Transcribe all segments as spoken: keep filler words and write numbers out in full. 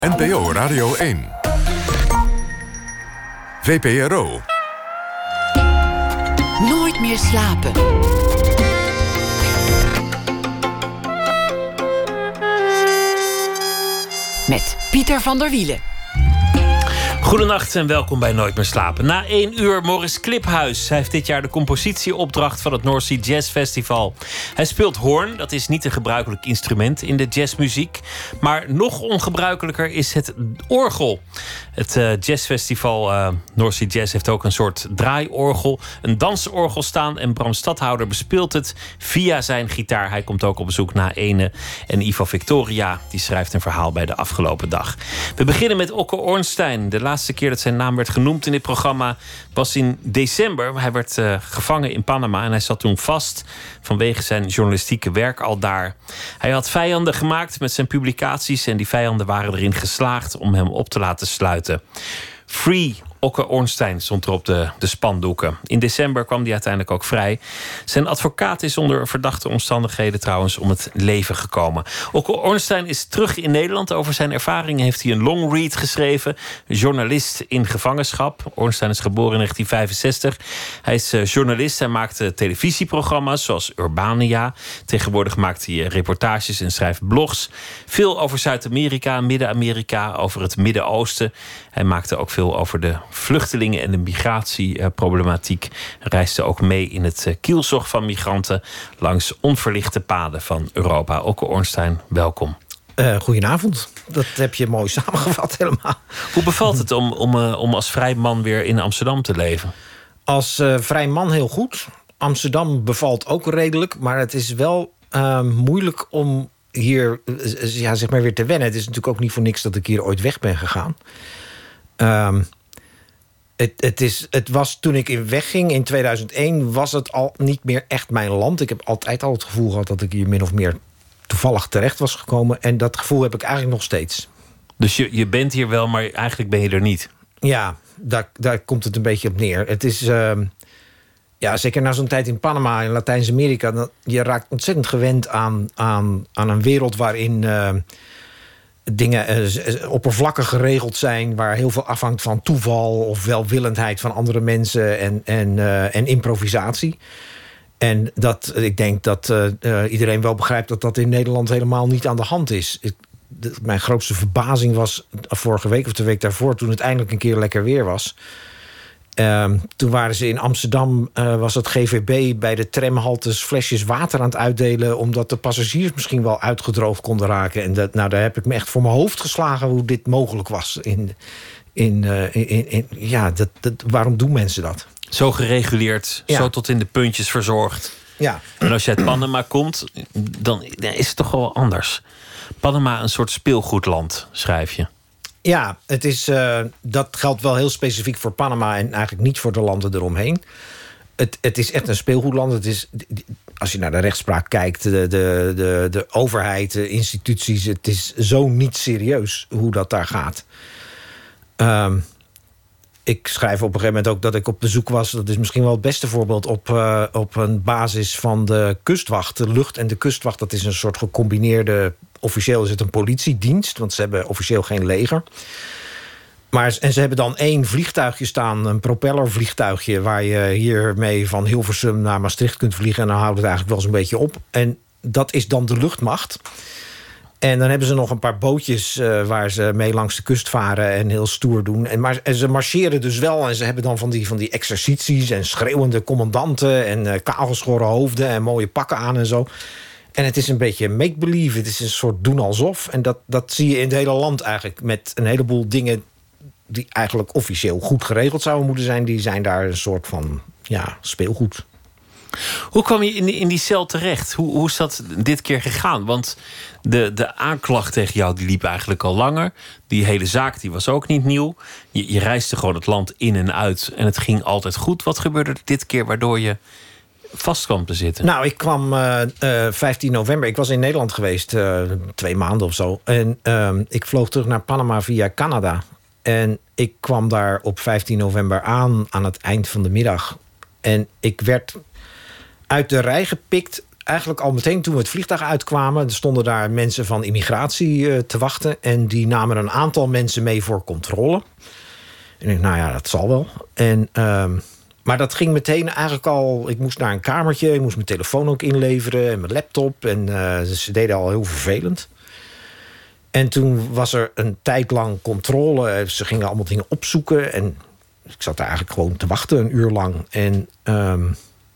N P O Radio één. V P R O. Nooit meer slapen. Met Pieter van der Wielen. Goedenacht en welkom bij Nooit meer slapen. Na één uur Morris Kliphuis. Hij heeft dit jaar de compositieopdracht van het North Sea Jazz Festival. Hij speelt hoorn, dat is niet een gebruikelijk instrument in de jazzmuziek. Maar nog ongebruikelijker is het orgel. Het uh, jazzfestival uh, North Sea Jazz heeft ook een soort draaiorgel, een dansorgel staan. En Bram Stadhouder bespeelt het via zijn gitaar. Hij komt ook op bezoek na ene. En Ivo Victoria, die schrijft een verhaal bij de afgelopen dag. We beginnen met Okke Ornstein. De laatste keer dat zijn naam werd genoemd in dit programma was in december. Hij werd uh, gevangen in Panama en hij zat toen vast vanwege zijn journalistieke werk al daar. Hij had vijanden gemaakt met zijn publicaties en die vijanden waren erin geslaagd om hem op te laten sluiten. Free Okke Ornstein stond er op de, de spandoeken. In december kwam hij uiteindelijk ook vrij. Zijn advocaat is onder verdachte omstandigheden trouwens om het leven gekomen. Okke Ornstein is terug in Nederland. Over zijn ervaringen heeft hij een long read geschreven. Journalist in gevangenschap. Ornstein is geboren in negentien vijfenzestig. Hij is uh, journalist. Hij maakt televisieprogramma's zoals Urbania. Tegenwoordig maakt hij uh, reportages en schrijft blogs. Veel over Zuid-Amerika, Midden-Amerika, over het Midden-Oosten. Hij maakte ook veel over de vluchtelingen en de migratieproblematiek. Reisde ook mee in het kielzog van migranten langs onverlichte paden van Europa. Okke Ornstein, welkom. Uh, goedenavond. Dat heb je mooi samengevat helemaal. Hoe bevalt het om, om, uh, om als vrij man weer in Amsterdam te leven? Als uh, vrij man heel goed. Amsterdam bevalt ook redelijk. Maar het is wel uh, moeilijk om hier uh, ja, zeg maar weer te wennen. Het is natuurlijk ook niet voor niks dat ik hier ooit weg ben gegaan. Um, Het, het, is, het was toen ik in wegging in tweeduizend één was het al niet meer echt mijn land. Ik heb altijd al het gevoel gehad dat ik hier min of meer toevallig terecht was gekomen. En dat gevoel heb ik eigenlijk nog steeds. Dus je, je bent hier wel, maar eigenlijk ben je er niet? Ja, daar, daar komt het een beetje op neer. Het is, uh, ja, zeker na zo'n tijd in Panama, in Latijns-Amerika, je raakt ontzettend gewend aan, aan, aan een wereld waarin Uh, dingen uh, oppervlakkig geregeld zijn, waar heel veel afhangt van toeval of welwillendheid van andere mensen en, en, uh, en improvisatie. En dat, ik denk dat uh, uh, iedereen wel begrijpt dat dat in Nederland helemaal niet aan de hand is. Ik, de, mijn grootste verbazing was vorige week of de week daarvoor, toen het eindelijk een keer lekker weer was. Uh, toen waren ze in Amsterdam, uh, was het G V B bij de tramhaltes flesjes water aan het uitdelen, omdat de passagiers misschien wel uitgedroogd konden raken. En dat, nou, daar heb ik me echt voor mijn hoofd geslagen hoe dit mogelijk was. In, in, uh, in, in, ja, dat, dat, waarom doen mensen dat? Zo gereguleerd, ja. Zo tot in de puntjes verzorgd. Ja. En als je uit Panama komt, dan is het toch wel anders. Panama een soort speelgoedland, schrijf je. Ja, het is, uh, dat geldt wel heel specifiek voor Panama en eigenlijk niet voor de landen eromheen. Het, het is echt een speelgoedland. Het is, als je naar de rechtspraak kijkt, de, de, de, de overheid, de instituties, het is zo niet serieus hoe dat daar gaat. Um, ik schrijf op een gegeven moment ook dat ik op bezoek was. Dat is misschien wel het beste voorbeeld op, uh, op een basis van de kustwacht. De lucht- en de kustwacht, dat is een soort gecombineerde. Officieel is het een politiedienst, want ze hebben officieel geen leger. Maar, en ze hebben dan één vliegtuigje staan, een propellervliegtuigje, waar je hiermee van Hilversum naar Maastricht kunt vliegen. En dan houdt het eigenlijk wel eens een beetje op. En dat is dan de luchtmacht. En dan hebben ze nog een paar bootjes uh, waar ze mee langs de kust varen en heel stoer doen. En, maar, en ze marcheren dus wel en ze hebben dan van die, van die exercities en schreeuwende commandanten en uh, kaalgeschoren hoofden en mooie pakken aan en zo. En het is een beetje make-believe. Het is een soort doen alsof. En dat, dat zie je in het hele land eigenlijk. Met een heleboel dingen die eigenlijk officieel goed geregeld zouden moeten zijn. Die zijn daar een soort van ja, speelgoed. Hoe kwam je in die, in die cel terecht? Hoe, hoe is dat dit keer gegaan? Want de, de aanklacht tegen jou die liep eigenlijk al langer. Die hele zaak die was ook niet nieuw. Je, je reisde gewoon het land in en uit. En het ging altijd goed. Wat gebeurde er dit keer waardoor je vast kwam te zitten? Nou, ik kwam uh, uh, vijftien november. Ik was in Nederland geweest, uh, twee maanden of zo. En uh, ik vloog terug naar Panama via Canada. En ik kwam daar op vijftien november aan, aan het eind van de middag. En ik werd uit de rij gepikt eigenlijk al meteen toen we het vliegtuig uitkwamen... er stonden daar mensen van immigratie uh, te wachten... en die namen een aantal mensen mee voor controle. En ik dacht, nou ja, dat zal wel. En, um, maar dat ging meteen eigenlijk al... Ik moest naar een kamertje, ik moest mijn telefoon ook inleveren... en mijn laptop, en uh, ze deden al heel vervelend. En toen was er een tijd lang controle. Ze gingen allemaal dingen opzoeken. En ik zat daar eigenlijk gewoon te wachten, een uur lang. En um,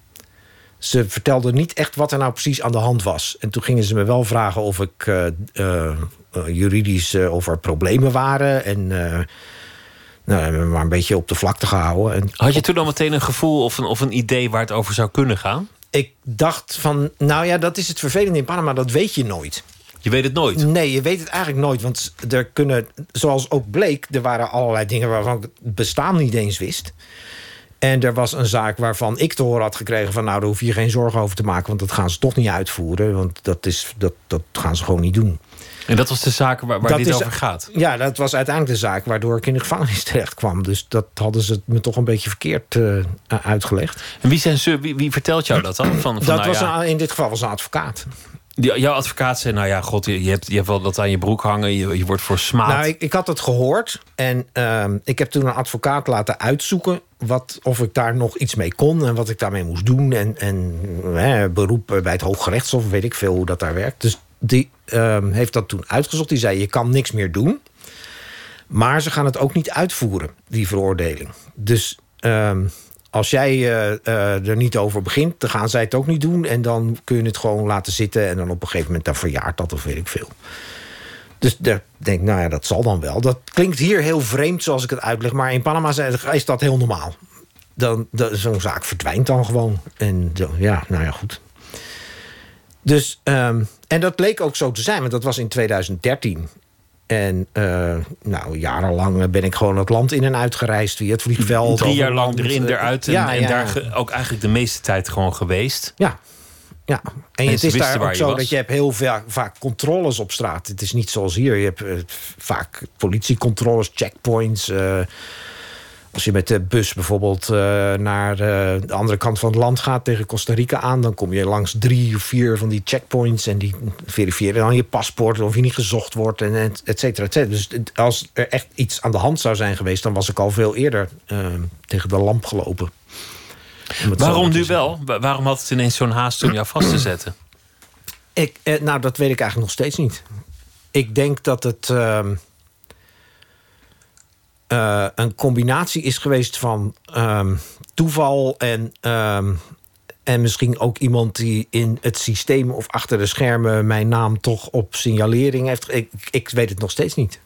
ze vertelden niet echt wat er nou precies aan de hand was. En toen gingen ze me wel vragen of ik uh, uh, juridisch... Uh, of er problemen waren. En uh, nou, hebben we maar een beetje op de vlakte gehouden. En Had je toen al meteen een gevoel of een, of een idee waar het over zou kunnen gaan? Ik dacht van, nou ja, dat is het vervelende in Panama. Dat weet je nooit. Je weet het nooit? Nee, je weet het eigenlijk nooit. Want er kunnen, zoals ook bleek... er waren allerlei dingen waarvan ik het bestaan niet eens wist. En er was een zaak waarvan ik te horen had gekregen... van nou, daar hoef je geen zorgen over te maken... want dat gaan ze toch niet uitvoeren. Want dat, is, dat, dat gaan ze gewoon niet doen. En dat was de zaak waar, waar dit is, over gaat? Ja, dat was uiteindelijk de zaak waardoor ik in de gevangenis terecht kwam. Dus dat hadden ze me toch een beetje verkeerd uh, uitgelegd. En wie zijn ze? Wie, wie vertelt jou dat dan? Van, van, dat nou was ja, een, in dit geval was een advocaat. Die, jouw advocaat zei, nou ja, god, je hebt, je hebt wel dat aan je broek hangen. Je, je wordt voor smaad. Nou, ik, ik had het gehoord. En uh, ik heb toen een advocaat laten uitzoeken... Wat, of ik daar nog iets mee kon en wat ik daarmee moest doen. En, en hè, beroep bij het Hooggerechtshof, weet ik veel hoe dat daar werkt. Dus die uh, heeft dat toen uitgezocht. Die zei, je kan niks meer doen. Maar ze gaan het ook niet uitvoeren, die veroordeling. Dus... Uh, Als jij uh, uh, er niet over begint, dan gaan zij het ook niet doen. En dan kun je het gewoon laten zitten. En dan op een gegeven moment dan verjaart dat of weet ik veel. Dus daar denk ik, nou ja, dat zal dan wel. Dat klinkt hier heel vreemd zoals ik het uitleg. Maar in Panama is dat heel normaal. Dan, dan, zo'n zaak verdwijnt dan gewoon. En ja, nou ja, goed. Dus, um, en dat leek ook zo te zijn. Want dat was in tweeduizend dertien. En uh, nou, jarenlang ben ik gewoon het land in en uit gereisd. Via het vliegveld. Drie jaar lang erin, eruit. En, ja, ja, en daar ge, ook eigenlijk de meeste tijd gewoon geweest. Ja, ja. En, en het is daar ook zo was. dat je hebt heel vaak, vaak controles op straat. Het is niet zoals hier. Je hebt uh, vaak politiecontroles, checkpoints... Uh, Als je met de bus bijvoorbeeld uh, naar uh, de andere kant van het land gaat... tegen Costa Rica aan, dan kom je langs drie of vier van die checkpoints... en die verifiëren dan je paspoort of je niet gezocht wordt, en et cetera, et cetera. Dus als er echt iets aan de hand zou zijn geweest... dan was ik al veel eerder uh, tegen de lamp gelopen. Waarom nu wel? Waarom had het ineens zo'n haast om jou vast te zetten? Ik, eh, nou, dat weet ik eigenlijk nog steeds niet. Ik denk dat het... Uh, Uh, een combinatie is geweest van um, toeval en, um, en misschien ook iemand die in het systeem of achter de schermen mijn naam toch op signalering heeft. Ik, ik weet het nog steeds niet.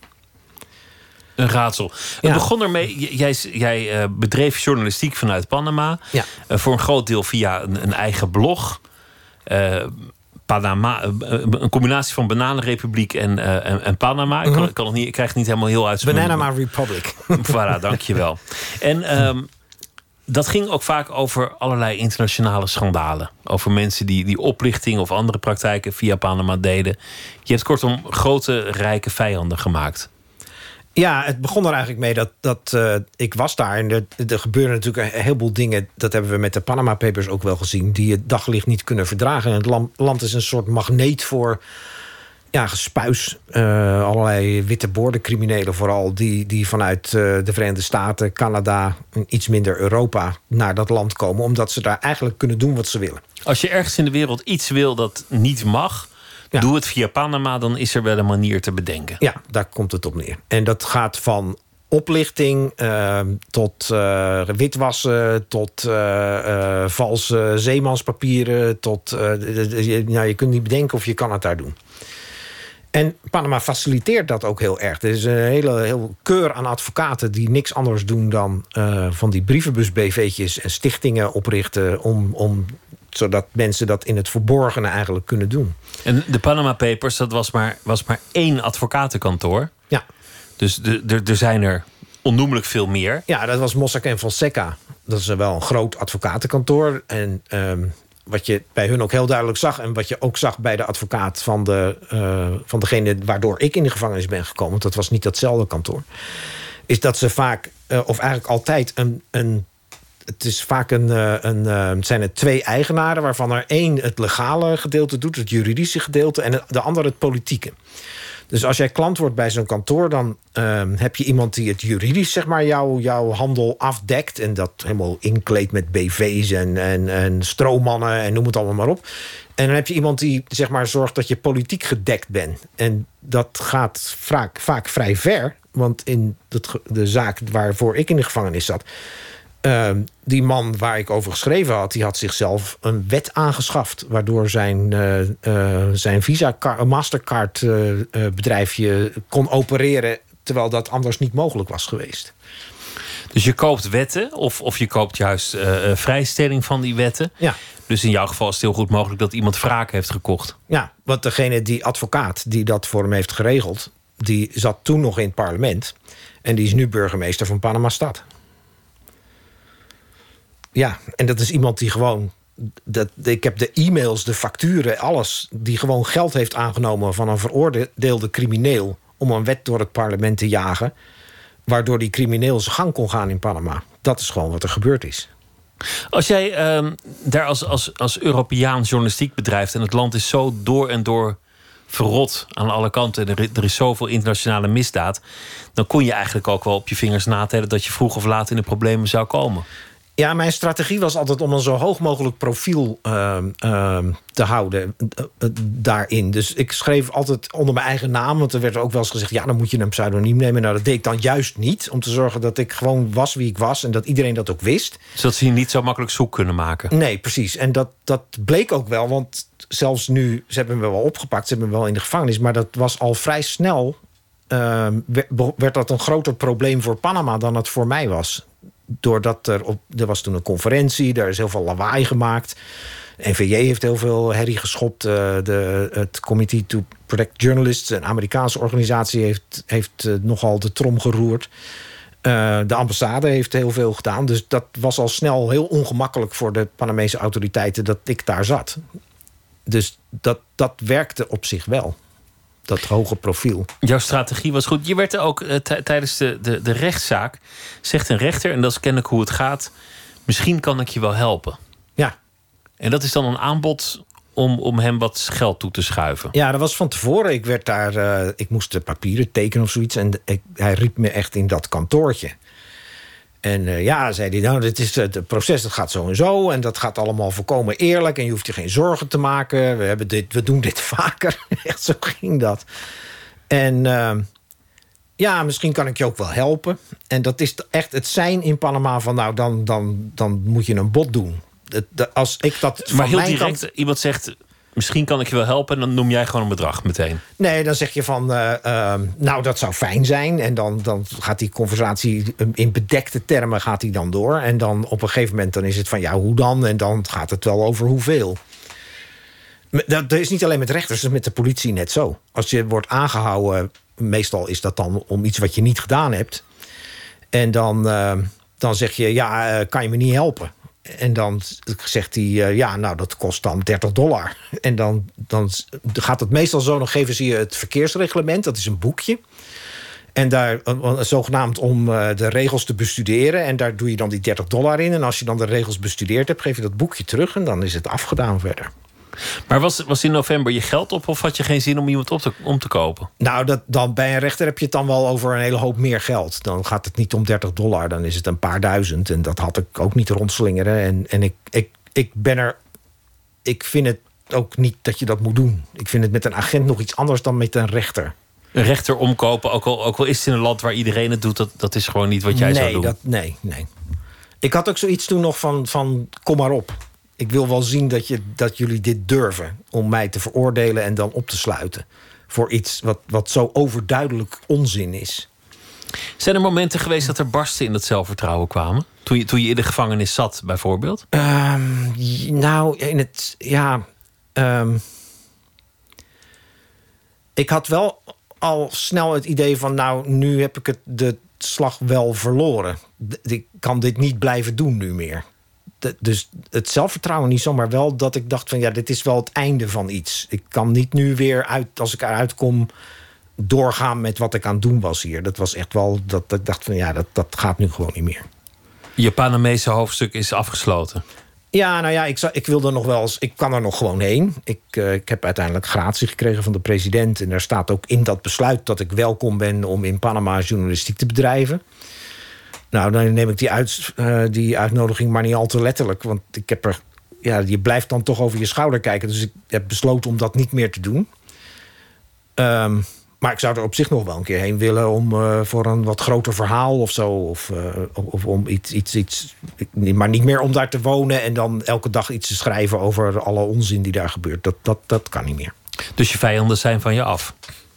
Een raadsel. Ja. Het begon ermee, jij, jij uh, bedreef journalistiek vanuit Panama. Ja. Uh, voor een groot deel via een, een eigen blog. Uh, Panama, een combinatie van Bananenrepubliek en, uh, en, en Panama. Ik, kan, ik, kan het niet, ik krijg het niet helemaal heel uit. Banana Republic. Voilà, dankjewel. En um, dat ging ook vaak over allerlei internationale schandalen. Over mensen die, die oplichting of andere praktijken via Panama deden. Je hebt kortom grote, rijke vijanden gemaakt. Ja, het begon er eigenlijk mee dat, dat uh, ik was daar. En er, er gebeuren natuurlijk een heleboel dingen... dat hebben we met de Panama Papers ook wel gezien... die het daglicht niet kunnen verdragen. En het land, land is een soort magneet voor ja, gespuis. Uh, allerlei witte boordencriminelen vooral... die, die vanuit uh, de Verenigde Staten, Canada... en iets minder Europa naar dat land komen... omdat ze daar eigenlijk kunnen doen wat ze willen. Als je ergens in de wereld iets wil dat niet mag... Ja. Doe het via Panama, dan is er wel een manier te bedenken. Ja, daar komt het op neer. En dat gaat van oplichting uh, tot uh, witwassen... tot uh, uh, valse zeemanspapieren... tot uh, je, nou, je kunt niet bedenken of je kan het daar doen. En Panama faciliteert dat ook heel erg. Er is een hele heel keur aan advocaten die niks anders doen... dan uh, van die brievenbus-B V'tjes en stichtingen oprichten... om, om zodat mensen dat in het verborgene eigenlijk kunnen doen. En de Panama Papers, dat was maar, was maar één advocatenkantoor. Ja. Dus er zijn er onnoemelijk veel meer. Ja, dat was Mossack en Fonseca. Dat is wel een groot advocatenkantoor. En um, wat je bij hun ook heel duidelijk zag... en wat je ook zag bij de advocaat van, de, uh, van degene... waardoor ik in de gevangenis ben gekomen... want dat was niet datzelfde kantoor... is dat ze vaak, uh, of eigenlijk altijd... een, een het is vaak een, een, een, zijn er twee eigenaren, waarvan er één het legale gedeelte doet, het juridische gedeelte, en de ander het politieke. Dus als jij klant wordt bij zo'n kantoor, dan uh, heb je iemand die het juridisch, zeg maar, jouw jouw handel afdekt en dat helemaal inkleedt met B V's en, en, en stroommannen en noem het allemaal maar op. En dan heb je iemand die, zeg maar, zorgt dat je politiek gedekt bent. En dat gaat vaak, vaak vrij ver. Want in dat, de zaak waarvoor ik in de gevangenis zat, Uh, die man waar ik over geschreven had, die had zichzelf een wet aangeschaft, waardoor zijn, uh, uh, zijn Visa Mastercard uh, uh, bedrijfje kon opereren, terwijl dat anders niet mogelijk was geweest. Dus je koopt wetten, of, of je koopt juist uh, vrijstelling van die wetten. Ja. Dus in jouw geval is het heel goed mogelijk dat iemand wraak heeft gekocht. Ja, want degene, die advocaat die dat voor hem heeft geregeld, die zat toen nog in het parlement en die is nu burgemeester van Panama-stad. Ja, en dat is iemand die gewoon, dat, ik heb de e-mails, de facturen, alles, die gewoon geld heeft aangenomen van een veroordeelde crimineel om een wet door het parlement te jagen, waardoor die crimineel zijn gang kon gaan in Panama. Dat is gewoon wat er gebeurd is. Als jij uh, daar als, als, als Europeaan journalistiek bedrijft en het land is zo door en door verrot aan alle kanten, er, er is zoveel internationale misdaad, dan kon je eigenlijk ook wel op je vingers natellen dat je vroeg of laat in de problemen zou komen. Ja, mijn strategie was altijd om een zo hoog mogelijk profiel uh, uh, te houden uh, uh, daarin. Dus ik schreef altijd onder mijn eigen naam, want er werd ook wel eens gezegd, ja, dan moet je een pseudoniem nemen. Nou, dat deed ik dan juist niet, om te zorgen dat ik gewoon was wie ik was en dat iedereen dat ook wist. Zodat ze je niet zo makkelijk zoek kunnen maken. Nee, precies. En dat, dat bleek ook wel, want zelfs nu, ze hebben me wel opgepakt, ze hebben me wel in de gevangenis, maar dat was al vrij snel, uh, werd dat een groter probleem voor Panama dan het voor mij was. Doordat er, op, er was toen een conferentie, daar is heel veel lawaai gemaakt. De N V J heeft heel veel herrie geschopt. Uh, de, het Committee to Protect Journalists, een Amerikaanse organisatie, heeft, heeft uh, nogal de trom geroerd. Uh, de ambassade heeft heel veel gedaan. Dus dat was al snel heel ongemakkelijk voor de Panamese autoriteiten dat ik daar zat. Dus dat, dat werkte op zich wel. Dat hoge profiel. Jouw strategie was goed. Je werd er ook uh, t- tijdens de, de, de rechtszaak, zegt een rechter, en dat is kennelijk hoe het gaat, misschien kan ik je wel helpen. Ja. En dat is dan een aanbod om, om hem wat geld toe te schuiven. Ja, dat was van tevoren. Ik werd daar, uh, ik moest de papieren tekenen of zoiets, en ik, hij riep me echt in dat kantoortje. En uh, ja, zei hij, nou, dit is het proces, dat gaat zo en zo, en dat gaat allemaal volkomen eerlijk en je hoeft je geen zorgen te maken. We, hebben dit, we doen dit vaker. Echt, zo ging dat. En uh, ja, misschien kan ik je ook wel helpen. En dat is echt het zijn in Panama van, nou, dan, dan, dan moet je een bod doen. Het, de, als ik dat maar heel mijn direct, kant, iemand zegt, misschien kan ik je wel helpen, en dan noem jij gewoon een bedrag meteen. Nee, dan zeg je van, uh, uh, nou, dat zou fijn zijn. En dan, dan gaat die conversatie in bedekte termen gaat die dan door. En dan op een gegeven moment dan is het van, ja, hoe dan? En dan gaat het wel over hoeveel. Dat is niet alleen met rechters, dat is met de politie net zo. Als je wordt aangehouden, meestal is dat dan om iets wat je niet gedaan hebt. En dan, uh, dan zeg je, ja, uh, kan je me niet helpen? En dan zegt hij, uh, ja, nou, dat kost dan dertig dollar. En dan, dan gaat het meestal zo, dan geven ze je het verkeersreglement. Dat is een boekje. En daar, uh, zogenaamd om uh, de regels te bestuderen. En daar doe je dan die dertig dollar in. En als je dan de regels bestudeerd hebt, geef je dat boekje terug. En dan is het afgedaan verder. Maar was, was in november je geld op, of had je geen zin om iemand op te, om te kopen? Nou, dat, dan, bij een rechter heb je het dan wel over een hele hoop meer geld. Dan gaat het niet om dertig dollar, dan is het een paar duizend. En dat had ik ook niet rondslingeren. En, en ik, ik, ik ben er... Ik vind het ook niet dat je dat moet doen. Ik vind het met een agent nog iets anders dan met een rechter. Een rechter omkopen, ook al, ook al is het in een land waar iedereen het doet, dat, dat is gewoon niet wat jij nee, zou doen. Dat, nee, nee. Ik had ook zoiets toen nog van, van kom maar op. Ik wil wel zien dat, je, dat jullie dit durven om mij te veroordelen en dan op te sluiten. Voor iets wat, wat zo overduidelijk onzin is. Zijn er momenten geweest dat er barsten in dat zelfvertrouwen kwamen? Toen je, toen je in de gevangenis zat, bijvoorbeeld? Um, nou, in het... Ja... Um, ik had wel al snel het idee van, nou, nu heb ik het de slag wel verloren. Ik kan dit niet blijven doen nu meer. De, dus het zelfvertrouwen niet zomaar wel dat ik dacht van, ja, dit is wel het einde van iets. Ik kan niet nu weer, uit, als ik eruit kom, doorgaan met wat ik aan het doen was hier. Dat was echt wel, dat, dat ik dacht van, ja, dat, dat gaat nu gewoon niet meer. Je Panamese hoofdstuk is afgesloten. Ja, nou ja, ik, zou, ik wil er nog wel eens. Ik kan er nog gewoon heen. Ik, uh, ik heb uiteindelijk gratie gekregen van de president. En daar staat ook in dat besluit dat ik welkom ben om in Panama journalistiek te bedrijven. Nou, dan neem ik die, uit, uh, die uitnodiging maar niet al te letterlijk. Want ik heb er. Ja, je blijft dan toch over je schouder kijken. Dus ik heb besloten om dat niet meer te doen. Um, maar ik zou er op zich nog wel een keer heen willen om uh, voor een wat groter verhaal of zo. Of, uh, of om iets, iets, iets. Maar niet meer om daar te wonen en dan elke dag iets te schrijven over alle onzin die daar gebeurt. Dat, dat, dat kan niet meer. Dus je vijanden zijn van je af?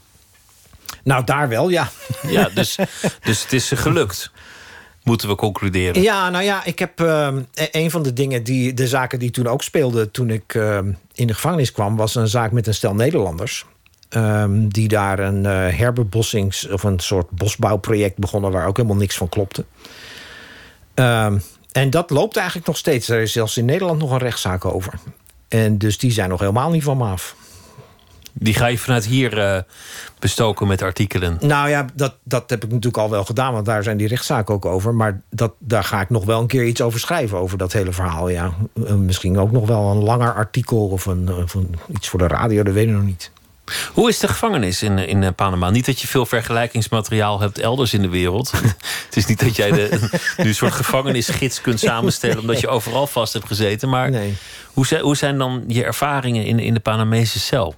Nou, daar wel, ja. Ja, dus, dus het is gelukt. Moeten we concluderen? Ja, nou ja, ik heb uh, een van de dingen die de zaken die toen ook speelden toen ik uh, in de gevangenis kwam, was een zaak met een stel Nederlanders. Um, die daar een uh, herbebossings- of een soort bosbouwproject begonnen waar ook helemaal niks van klopte. Um, en dat loopt eigenlijk nog steeds. Er is zelfs in Nederland nog een rechtszaak over. En dus die zijn nog helemaal niet van me af. Die ga je vanuit hier uh, bestoken met artikelen? Nou ja, dat, dat heb ik natuurlijk al wel gedaan, want daar zijn die rechtszaken ook over. Maar dat, daar ga ik nog wel een keer iets over schrijven, over dat hele verhaal. Ja. Uh, misschien ook nog wel een langer artikel of, een, of een, iets voor de radio, dat weet ik nog niet. Hoe is de gevangenis in, in Panama? Niet dat je veel vergelijkingsmateriaal hebt elders in de wereld. Het is niet dat jij de, nu een soort gevangenisgids kunt samenstellen omdat je overal vast hebt gezeten. Maar nee. hoe, zijn, hoe zijn dan je ervaringen in, in de Panamese cel?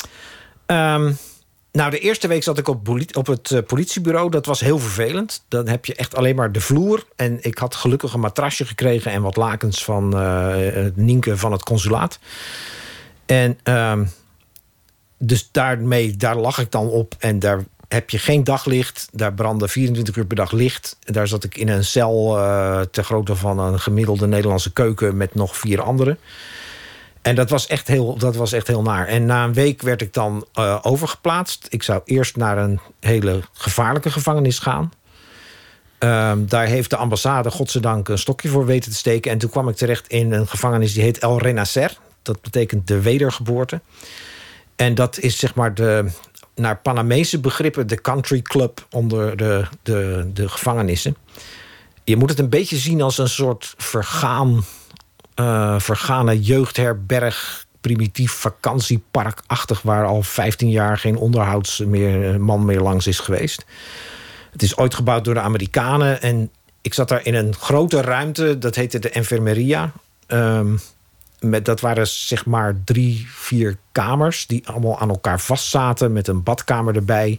Um, nou, de eerste week zat ik op, polit- op het uh, politiebureau. Dat was heel vervelend. Dan heb je echt alleen maar de vloer. En ik had gelukkig een matrasje gekregen en wat lakens van uh, Nienke van het consulaat. En um, dus daarmee, daar lag ik dan op. En daar heb je geen daglicht. Daar brandde vierentwintig uur per dag licht. En daar zat ik in een cel uh, ter grootte van een gemiddelde Nederlandse keuken met nog vier anderen. En dat was echt heel, dat was echt heel naar. En na een week werd ik dan uh, overgeplaatst. Ik zou eerst naar een hele gevaarlijke gevangenis gaan. Um, daar heeft de ambassade, godzijdank, een stokje voor weten te steken. En toen kwam ik terecht in een gevangenis die heet El Renacer. Dat betekent de wedergeboorte. En dat is zeg maar de, naar Panamese begrippen, de country club onder de, de, de gevangenissen. Je moet het een beetje zien als een soort vergaan, uh, vergane jeugdherberg, primitief vakantieparkachtig, waar al vijftien jaar geen onderhoudsman meer langs is geweest. Het is ooit gebouwd door de Amerikanen. En ik zat daar in een grote ruimte, dat heette de Enfermeria. Um, met, dat waren zeg maar drie, vier kamers die allemaal aan elkaar vastzaten met een badkamer erbij.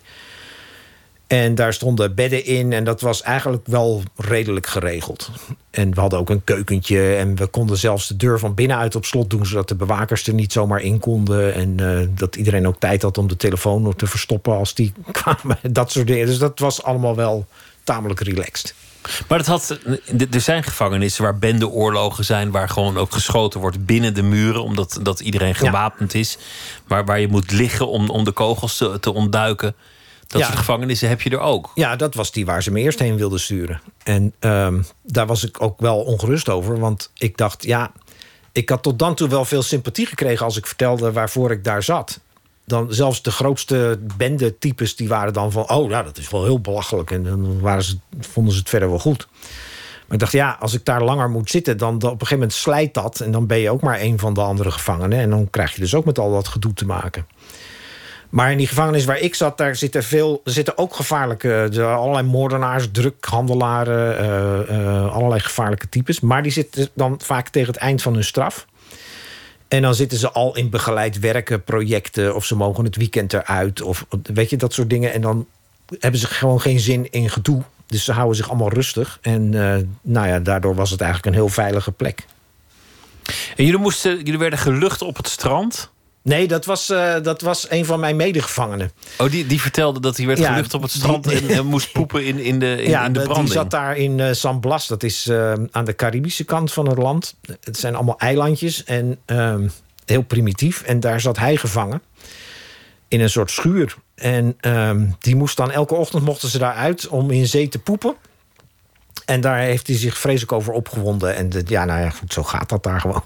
En daar stonden bedden in en dat was eigenlijk wel redelijk geregeld. En we hadden ook een keukentje en we konden zelfs de deur van binnenuit op slot doen, zodat de bewakers er niet zomaar in konden. En uh, dat iedereen ook tijd had om de telefoon te verstoppen als die kwamen. Dat soort dingen. Dus dat was allemaal wel tamelijk relaxed. Maar dat had, er zijn gevangenissen waar bendeoorlogen zijn, waar gewoon ook geschoten wordt binnen de muren, omdat dat iedereen gewapend ja. is. Maar waar je moet liggen om, om de kogels te, te ontduiken. Dat ja. soort gevangenissen heb je er ook. Ja, dat was die waar ze me eerst heen wilden sturen. En um, daar was ik ook wel ongerust over. Want ik dacht, ja, ik had tot dan toe wel veel sympathie gekregen als ik vertelde waarvoor ik daar zat. Dan zelfs de grootste bendetypes die waren dan van, oh ja, dat is wel heel belachelijk. En dan waren ze, vonden ze het verder wel goed. Maar ik dacht, ja, als ik daar langer moet zitten, dan, dan op een gegeven moment slijt dat. En dan ben je ook maar een van de andere gevangenen. En dan krijg je dus ook met al dat gedoe te maken. Maar in die gevangenis waar ik zat, daar zitten, veel, er zitten ook gevaarlijke, allerlei moordenaars, drughandelaren, uh, uh, allerlei gevaarlijke types. Maar die zitten dan vaak tegen het eind van hun straf. En dan zitten ze al in begeleid werken, projecten, of ze mogen het weekend eruit, of weet je, dat soort dingen. En dan hebben ze gewoon geen zin in gedoe. Dus ze houden zich allemaal rustig. En uh, nou ja, daardoor was het eigenlijk een heel veilige plek. En jullie, moesten, jullie werden gelucht op het strand? Nee, dat was, uh, dat was een van mijn medegevangenen. Oh, die, die vertelde dat hij werd ja, gelucht op het strand die, en, en moest poepen in, in de, in, ja, in de branding. Die zat daar in uh, San Blas. Dat is uh, aan de Caribische kant van het land. Het zijn allemaal eilandjes en uh, heel primitief. En daar zat hij gevangen in een soort schuur. En uh, die moest dan elke ochtend mochten ze daaruit om in zee te poepen. En daar heeft hij zich vreselijk over opgewonden. En de, ja, nou ja, goed, zo gaat dat daar gewoon.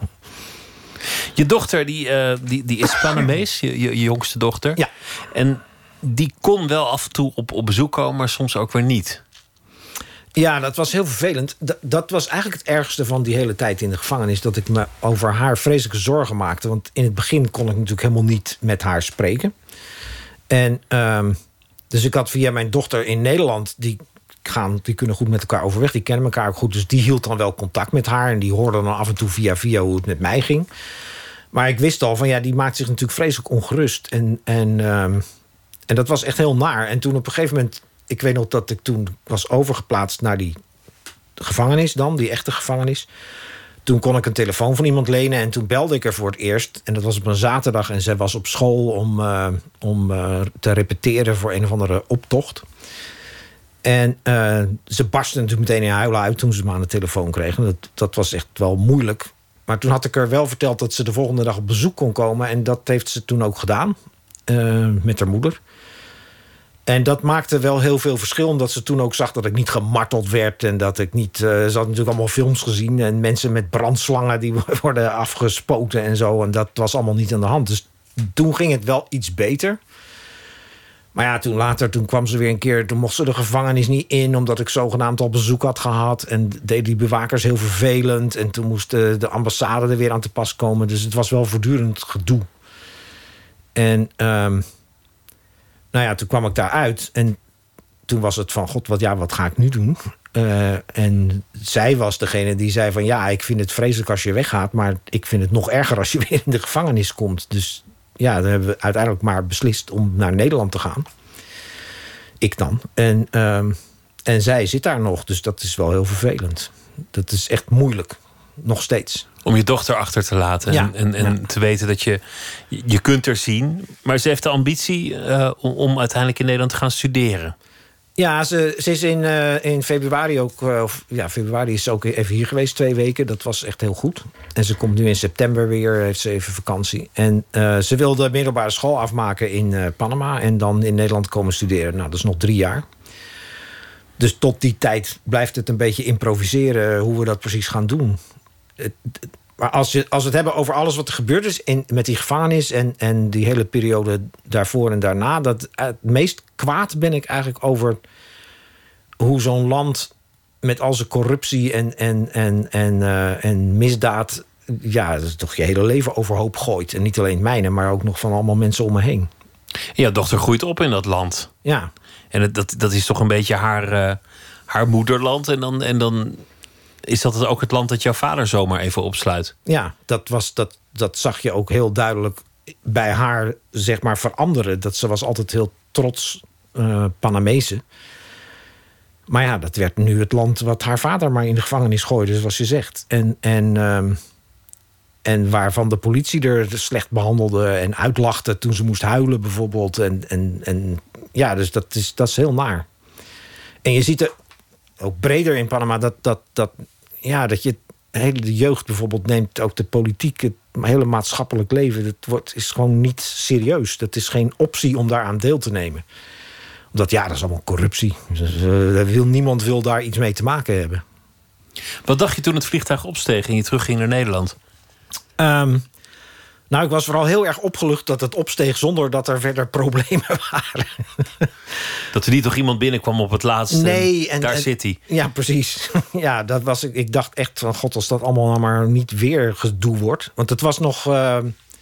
Je dochter, die, uh, die, die is Panamees, je, je, je jongste dochter. Ja. En die kon wel af en toe op, op bezoek komen, maar soms ook weer niet. Ja, dat was heel vervelend. D- dat was eigenlijk het ergste van die hele tijd in de gevangenis. Dat ik me over haar vreselijke zorgen maakte. Want in het begin kon ik natuurlijk helemaal niet met haar spreken. En um, dus ik had via mijn dochter in Nederland... die, gaan, die kunnen goed met elkaar overweg, die kennen elkaar ook goed. Dus die hield dan wel contact met haar. En die hoorde dan af en toe via via hoe het met mij ging. Maar ik wist al van ja, die maakt zich natuurlijk vreselijk ongerust. En, en, um, en dat was echt heel naar. En toen op een gegeven moment... Ik weet nog dat ik toen was overgeplaatst naar die gevangenis dan, die echte gevangenis. Toen kon ik een telefoon van iemand lenen en toen belde ik er voor het eerst. En dat was op een zaterdag en zij was op school om, uh, om uh, te repeteren voor een of andere optocht. En uh, ze barstte natuurlijk meteen in huilen uit toen ze me aan de telefoon kregen. Dat, dat was echt wel moeilijk. Maar toen had ik haar wel verteld dat ze de volgende dag op bezoek kon komen. En dat heeft ze toen ook gedaan, uh, met haar moeder. En dat maakte wel heel veel verschil, omdat ze toen ook zag dat ik niet gemarteld werd. En dat ik niet. Uh, ze had natuurlijk allemaal films gezien. En mensen met brandslangen die worden afgespoten en zo. En dat was allemaal niet aan de hand. Dus toen ging het wel iets beter. Maar ja, toen later, toen kwam ze weer een keer. Toen mocht ze de gevangenis niet in, omdat ik zogenaamd al bezoek had gehad. En deden die bewakers heel vervelend. En toen moest de, de ambassade er weer aan te pas komen. Dus het was wel voortdurend gedoe. En. Um, Nou ja, toen kwam ik daaruit en toen was het van... God, wat, ja, wat ga ik nu doen? Uh, en zij was degene die zei van... ja, ik vind het vreselijk als je weggaat... maar ik vind het nog erger als je weer in de gevangenis komt. Dus ja, dan hebben we uiteindelijk maar beslist om naar Nederland te gaan. Ik dan. En, uh, en zij zit daar nog, dus dat is wel heel vervelend. Dat is echt moeilijk, nog steeds. Om je dochter achter te laten ja, en, en, en ja. te weten dat je... Je kunt er zien, maar ze heeft de ambitie uh, om, om uiteindelijk in Nederland te gaan studeren. Ja, ze, ze is in, uh, in februari ook... Uh, of, ja, februari is ze ook even hier geweest, twee weken. Dat was echt heel goed. En ze komt nu in september weer, heeft ze even vakantie. En uh, ze wil de middelbare school afmaken in uh, Panama... en dan in Nederland komen studeren. Nou, dat is nog drie jaar. Dus tot die tijd blijft het een beetje improviseren... hoe we dat precies gaan doen. Maar als, je, als we het hebben over alles wat er gebeurd is... In, met die gevangenis en, en die hele periode daarvoor en daarna... Dat, het meest kwaad ben ik eigenlijk over... hoe zo'n land met al zijn corruptie en, en, en, en, uh, en misdaad... ja, dat is toch je hele leven overhoop gooit. En niet alleen mijne, maar ook nog van allemaal mensen om me heen. Ja, dochter groeit op in dat land. Ja. En het, dat, dat is toch een beetje haar, uh, haar moederland. En dan... En dan is dat ook het land dat jouw vader zomaar even opsluit? Ja, dat, was, dat, dat zag je ook heel duidelijk bij haar, zeg maar, veranderen. Dat ze was altijd heel trots uh, Panamese. Maar ja, dat werd nu het land wat haar vader maar in de gevangenis gooide, zoals je zegt. En, en, um, en waarvan de politie er slecht behandelde en uitlachte toen ze moest huilen bijvoorbeeld. En, en, en ja, dus dat is, dat is heel naar. En je ziet er ook breder in Panama dat... dat, dat Ja, dat je hele de jeugd bijvoorbeeld neemt, ook de politiek, het hele maatschappelijk leven, dat wordt, is gewoon niet serieus. Dat is geen optie om daaraan deel te nemen. Omdat ja, dat is allemaal corruptie. Dus, uh, wil, niemand wil daar iets mee te maken hebben. Wat dacht je toen het vliegtuig opsteeg en je terugging naar Nederland? Um, nou, ik was vooral heel erg opgelucht dat het opsteeg zonder dat er verder problemen waren. Dat er niet nog iemand binnenkwam op het laatst. Nee, en, en daar en, zit hij. Ja, precies. Ja, dat was ik. Ik dacht echt van God, als dat allemaal nou maar niet weer gedoe wordt. Want het was nog. Uh,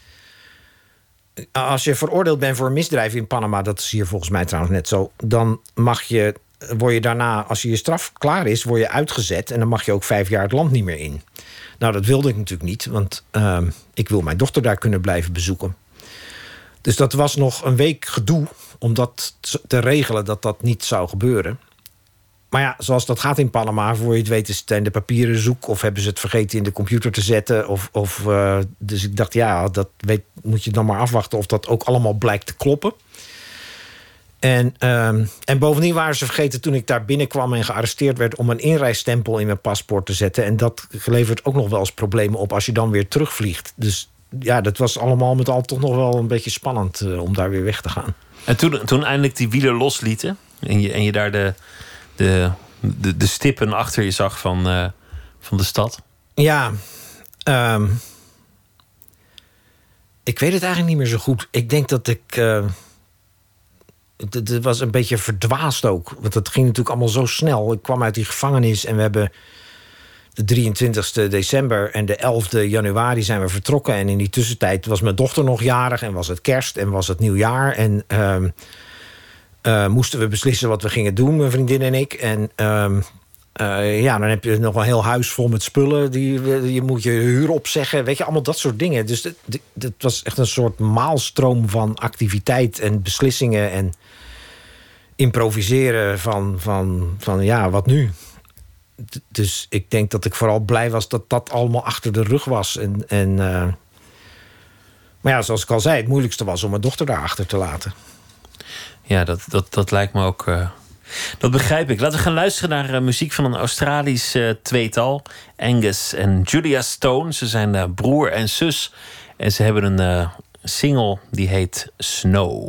als je veroordeeld bent voor een misdrijf in Panama, dat is hier volgens mij trouwens net zo, dan mag je, word je daarna, als je je straf klaar is, word je uitgezet en dan mag je ook vijf jaar het land niet meer in. Nou, dat wilde ik natuurlijk niet, want uh, ik wil mijn dochter daar kunnen blijven bezoeken. Dus dat was nog een week gedoe om dat te regelen, dat dat niet zou gebeuren. Maar ja, zoals dat gaat in Panama, voor je het weet is het in de papieren zoek, of hebben ze het vergeten in de computer te zetten. Of, of, uh, dus ik dacht, ja, dat weet, moet je dan maar afwachten of dat ook allemaal blijkt te kloppen. En, uh, en bovendien waren ze vergeten toen ik daar binnenkwam en gearresteerd werd om een inreisstempel in mijn paspoort te zetten. En dat levert ook nog wel eens problemen op als je dan weer terugvliegt. Dus ja, dat was allemaal met al toch nog wel een beetje spannend uh, om daar weer weg te gaan. En toen, toen eindelijk die wielen loslieten en je, en je daar de, de, de, de stippen achter je zag van, uh, van de stad? Ja, um, ik weet het eigenlijk niet meer zo goed. Ik denk dat ik... Uh, het, het was een beetje verdwaasd ook. Want het ging natuurlijk allemaal zo snel. Ik kwam uit die gevangenis en we hebben de drieëntwintigste december en de elfde januari zijn we vertrokken. En in die tussentijd was mijn dochter nog jarig en was het kerst en was het nieuwjaar. En uh, uh, moesten we beslissen wat we gingen doen, mijn vriendin en ik. En uh, uh, ja, dan heb je nog een heel huis vol met spullen. Die, je moet je huur opzeggen, weet je, allemaal dat soort dingen. Dus het, het was echt een soort maalstroom van activiteit en beslissingen en improviseren van, van, van ja, wat nu? Dus ik denk dat ik vooral blij was dat dat allemaal achter de rug was. En, en, uh... Maar ja, zoals ik al zei, het moeilijkste was om mijn dochter daarachter te laten. Ja, dat, dat, dat lijkt me ook... Uh... Dat begrijp ik. Laten we gaan luisteren naar uh, muziek van een Australisch uh, tweetal. Angus en Julia Stone. Ze zijn uh, broer en zus. En ze hebben een uh, single die heet Snow.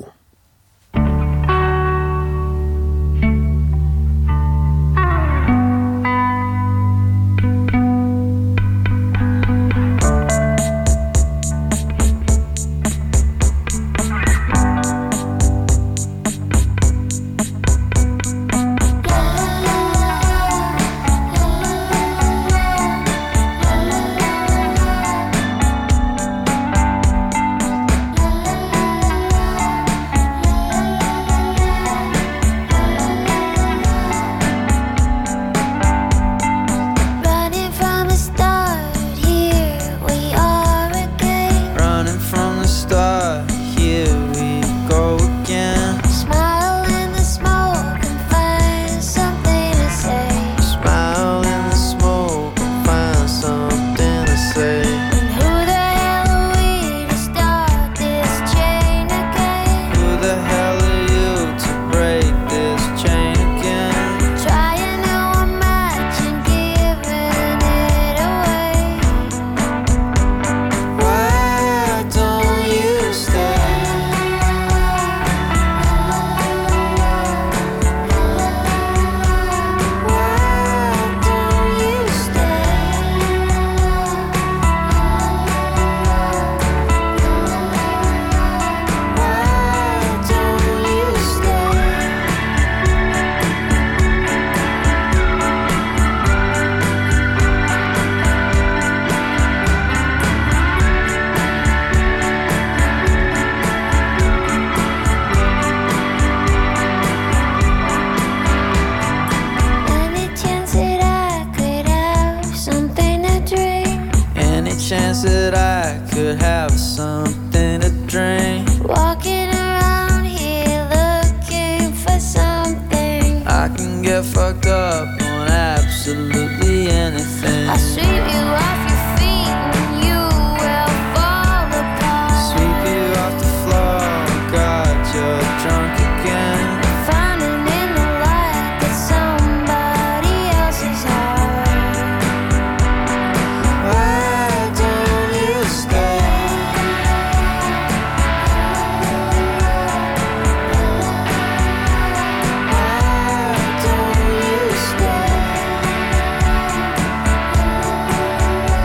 Stay.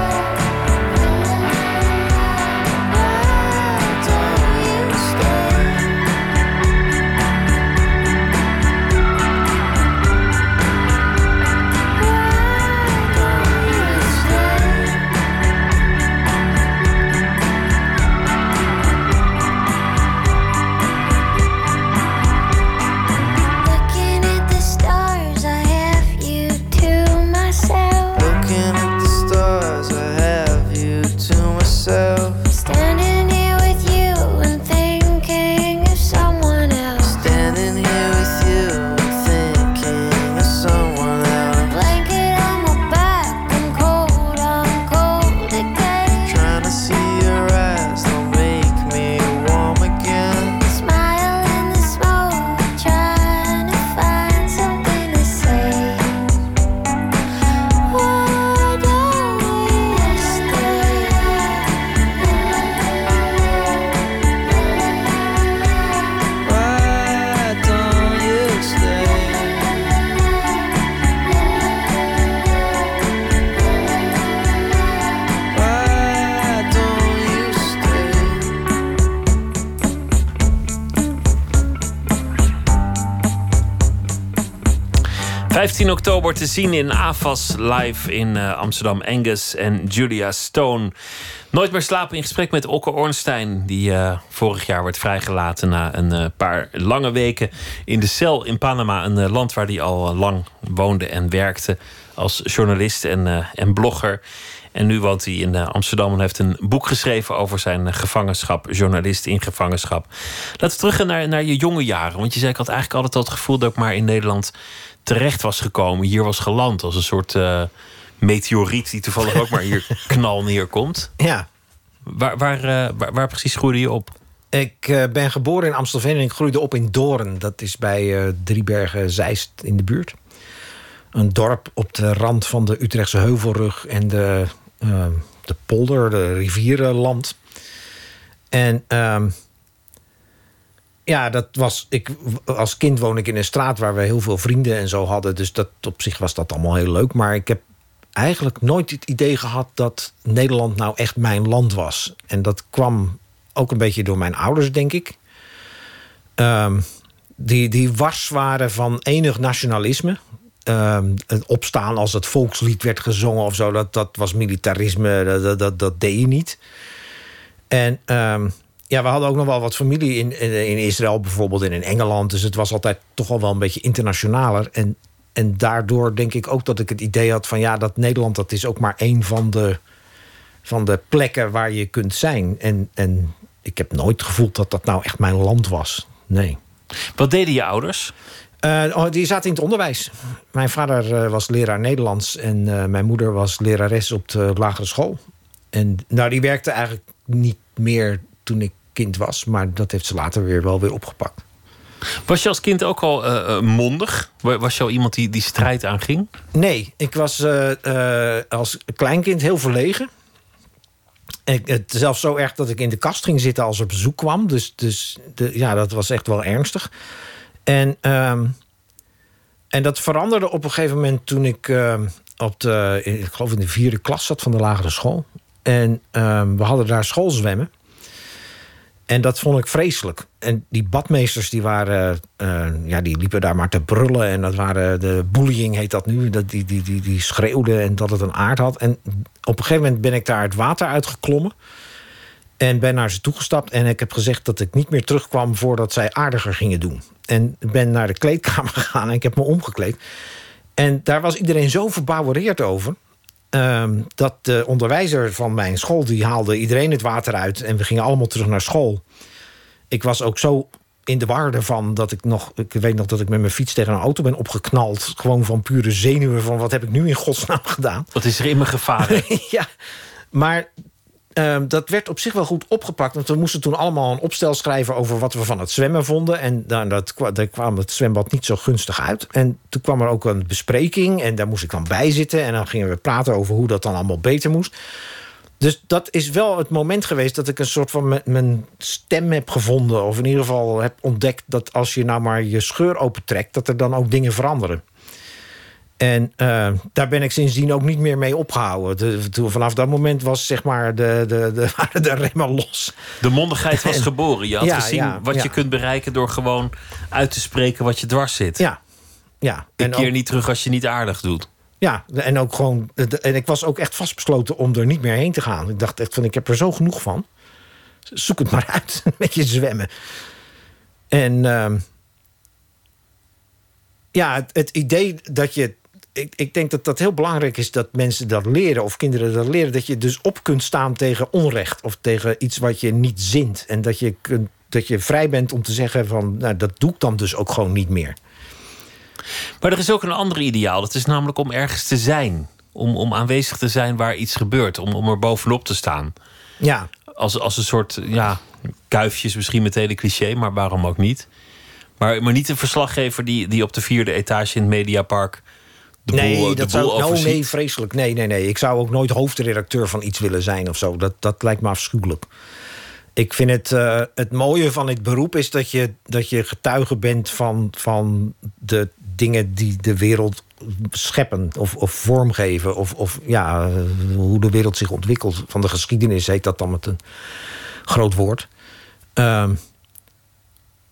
vijftien oktober te zien in A F A S live in uh, Amsterdam. Angus en Julia Stone. Nooit meer slapen in gesprek met Okke Ornstein, die uh, vorig jaar werd vrijgelaten na een uh, paar lange weken in de cel in Panama. Een uh, land waar hij al uh, lang woonde en werkte als journalist en, uh, en blogger. En nu woont hij in uh, Amsterdam en heeft een boek geschreven over zijn uh, gevangenschap. Journalist in gevangenschap. Laten we terug naar, naar je jonge jaren. Want je zei, ik had eigenlijk altijd al het gevoel dat ik maar in Nederland terecht was gekomen. Hier was geland als een soort uh, meteoriet die toevallig ook maar hier knal neerkomt. Ja. Waar, waar, uh, waar, waar precies groeide je op? Ik uh, ben geboren in Amstelveen en ik groeide op in Doorn. Dat is bij uh, Driebergen-Zeist in de buurt. Een dorp op de rand van de Utrechtse Heuvelrug en de, uh, de polder, de rivierenland. En uh, ja, dat was. Ik, als kind woonde ik in een straat waar we heel veel vrienden en zo hadden. Dus dat, op zich was dat allemaal heel leuk. Maar ik heb eigenlijk nooit het idee gehad dat Nederland nou echt mijn land was. En dat kwam ook een beetje door mijn ouders, denk ik. Uh, die, die wars waren van enig nationalisme. Uh, het opstaan als het volkslied werd gezongen of zo, dat, dat was militarisme, dat, dat, dat deed je niet. En uh, ja, we hadden ook nog wel wat familie in, in, in Israël bijvoorbeeld en in Engeland. Dus het was altijd toch al wel een beetje internationaler. En, en daardoor denk ik ook dat ik het idee had van ja, dat Nederland, dat is ook maar één van de, van de plekken waar je kunt zijn. En, en ik heb nooit gevoeld dat dat nou echt mijn land was. Nee. Wat deden je ouders? Uh, oh, die zaten in het onderwijs. Mijn vader uh, was leraar Nederlands en uh, mijn moeder was lerares op de lagere school. En nou, die werkte eigenlijk niet meer toen ik kind was, maar dat heeft ze later weer wel weer opgepakt. Was je als kind ook al uh, uh, mondig? Was je al iemand die die strijd aanging? Nee, ik was uh, uh, als kleinkind heel verlegen. Ik, het, zelfs zo erg dat ik in de kast ging zitten als er bezoek kwam. Dus, dus de, ja, dat was echt wel ernstig. En, um, en dat veranderde op een gegeven moment toen ik uh, op de, ik geloof in de vierde klas zat van de lagere school. En um, we hadden daar schoolzwemmen. En dat vond ik vreselijk. En die badmeesters die waren, uh, ja, die liepen daar maar te brullen. En dat waren de bullying heet dat nu. Dat die, die, die, die schreeuwden en dat het een aard had. En op een gegeven moment ben ik daar het water uitgeklommen. En ben naar ze toegestapt en ik heb gezegd dat ik niet meer terugkwam voordat zij aardiger gingen doen. En ben naar de kleedkamer gegaan en ik heb me omgekleed. En daar was iedereen zo verbouwereerd over. Um, dat de onderwijzer van mijn school, die haalde iedereen het water uit. En we gingen allemaal terug naar school. Ik was ook zo in de war ervan dat ik nog... Ik weet nog dat ik met mijn fiets tegen een auto ben opgeknald. Gewoon van pure zenuwen van wat heb ik nu in godsnaam gedaan. Wat is er in me gevaren? Ja, maar... Uh, dat werd op zich wel goed opgepakt. Want we moesten toen allemaal een opstel schrijven over wat we van het zwemmen vonden. En daar, dat, daar kwam het zwembad niet zo gunstig uit. En toen kwam er ook een bespreking. En daar moest ik dan bij zitten. En dan gingen we praten over hoe dat dan allemaal beter moest. Dus dat is wel het moment geweest dat ik een soort van mijn stem heb gevonden. Of in ieder geval heb ontdekt dat als je nou maar je scheur opentrekt, dat er dan ook dingen veranderen. En uh, daar ben ik sindsdien ook niet meer mee opgehouden. De, toen, vanaf dat moment was zeg maar de, de, de, waren de remmen los. De mondigheid was en, geboren. Je had ja, gezien ja, wat ja. je kunt bereiken door gewoon uit te spreken wat je dwars zit. Ja, ja. Ik en keer ook, niet terug als je niet aardig doet. Ja, en ook gewoon. En ik was ook echt vastbesloten om er niet meer heen te gaan. Ik dacht echt van, ik heb er zo genoeg van. Zoek het maar uit, met je zwemmen. En uh, ja, het, het idee dat je... Ik, ik denk dat dat heel belangrijk is dat mensen dat leren... of kinderen dat leren, dat je dus op kunt staan tegen onrecht... of tegen iets wat je niet zint. En dat je, kunt, dat je vrij bent om te zeggen van... nou, dat doe ik dan dus ook gewoon niet meer. Maar er is ook een ander ideaal. Dat is namelijk om ergens te zijn. Om, om aanwezig te zijn waar iets gebeurt. Om, om er bovenop te staan. Ja. Als, als een soort, ja, kuifjes misschien meteen een cliché... maar waarom ook niet. Maar, maar niet een verslaggever die, die op de vierde etage in het Mediapark... De nee, boel, dat de boel zou, overziet. No, nee, vreselijk. Nee, nee, nee. Ik zou ook nooit hoofdredacteur van iets willen zijn of zo. Dat, dat lijkt me afschuwelijk. Ik vind het, uh, het mooie van dit beroep is dat je, dat je getuige bent van, van de dingen die de wereld scheppen of, of vormgeven. Of, of ja, uh, hoe de wereld zich ontwikkelt. Van de geschiedenis heet dat dan met een groot woord. Uh,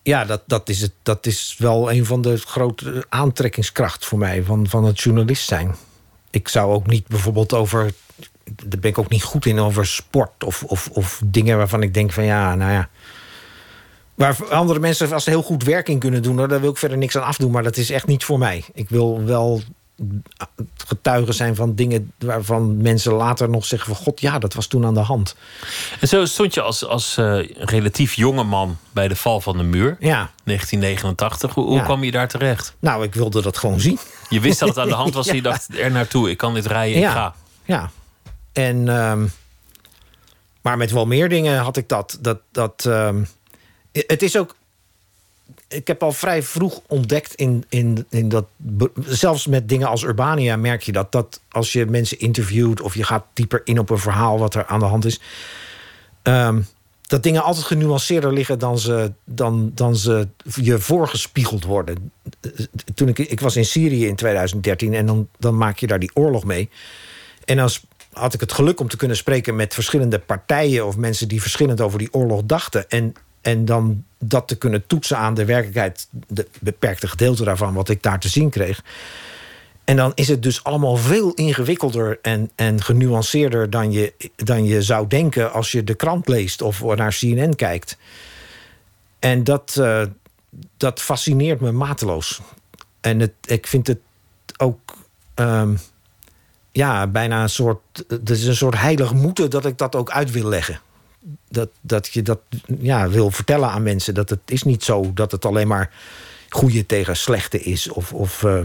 Ja, dat, dat, is het, dat is wel een van de grote aantrekkingskrachten voor mij... van, van het journalist zijn. Ik zou ook niet bijvoorbeeld over... daar ben ik ook niet goed in, over sport... of, of, of dingen waarvan ik denk van ja, nou ja... waar andere mensen vast heel goed werk in kunnen doen... daar wil ik verder niks aan afdoen, maar dat is echt niet voor mij. Ik wil wel getuige zijn van dingen... waarvan mensen later nog zeggen van... god, ja, dat was toen aan de hand. En zo stond je als, als uh, relatief jonge man... bij de val van de muur, ja. negentien negenentachtig. Hoe, hoe ja. kwam je daar terecht? Nou, ik wilde dat gewoon zien. Je wist dat het aan de hand was ja. en je dacht er naartoe. Ik kan dit rijden, ja. ik ga. Ja, en... Um, maar met wel meer dingen had ik dat. dat, dat um, het is ook... Ik heb al vrij vroeg ontdekt in, in, in dat... zelfs met dingen als Urbania merk je dat... dat als je mensen interviewt of je gaat dieper in op een verhaal... wat er aan de hand is... Um, dat dingen altijd genuanceerder liggen dan ze, dan, dan ze je voorgespiegeld worden. Toen ik, ik was in Syrië in tweeduizend dertien... en dan, dan maak je daar die oorlog mee. En dan had ik het geluk om te kunnen spreken met verschillende partijen... of mensen die verschillend over die oorlog dachten... en En dan dat te kunnen toetsen aan de werkelijkheid... de beperkte gedeelte daarvan, wat ik daar te zien kreeg. En dan is het dus allemaal veel ingewikkelder... en, en genuanceerder dan je, dan je zou denken... als je de krant leest of naar C N N kijkt. En dat, uh, dat fascineert me mateloos. En het, ik vind het ook... Um, ja, bijna een soort... Het is een soort heilig moeten dat ik dat ook uit wil leggen. Dat, dat je dat ja, wil vertellen aan mensen. Dat het is niet zo dat het alleen maar goede tegen slechte is. Of, of uh...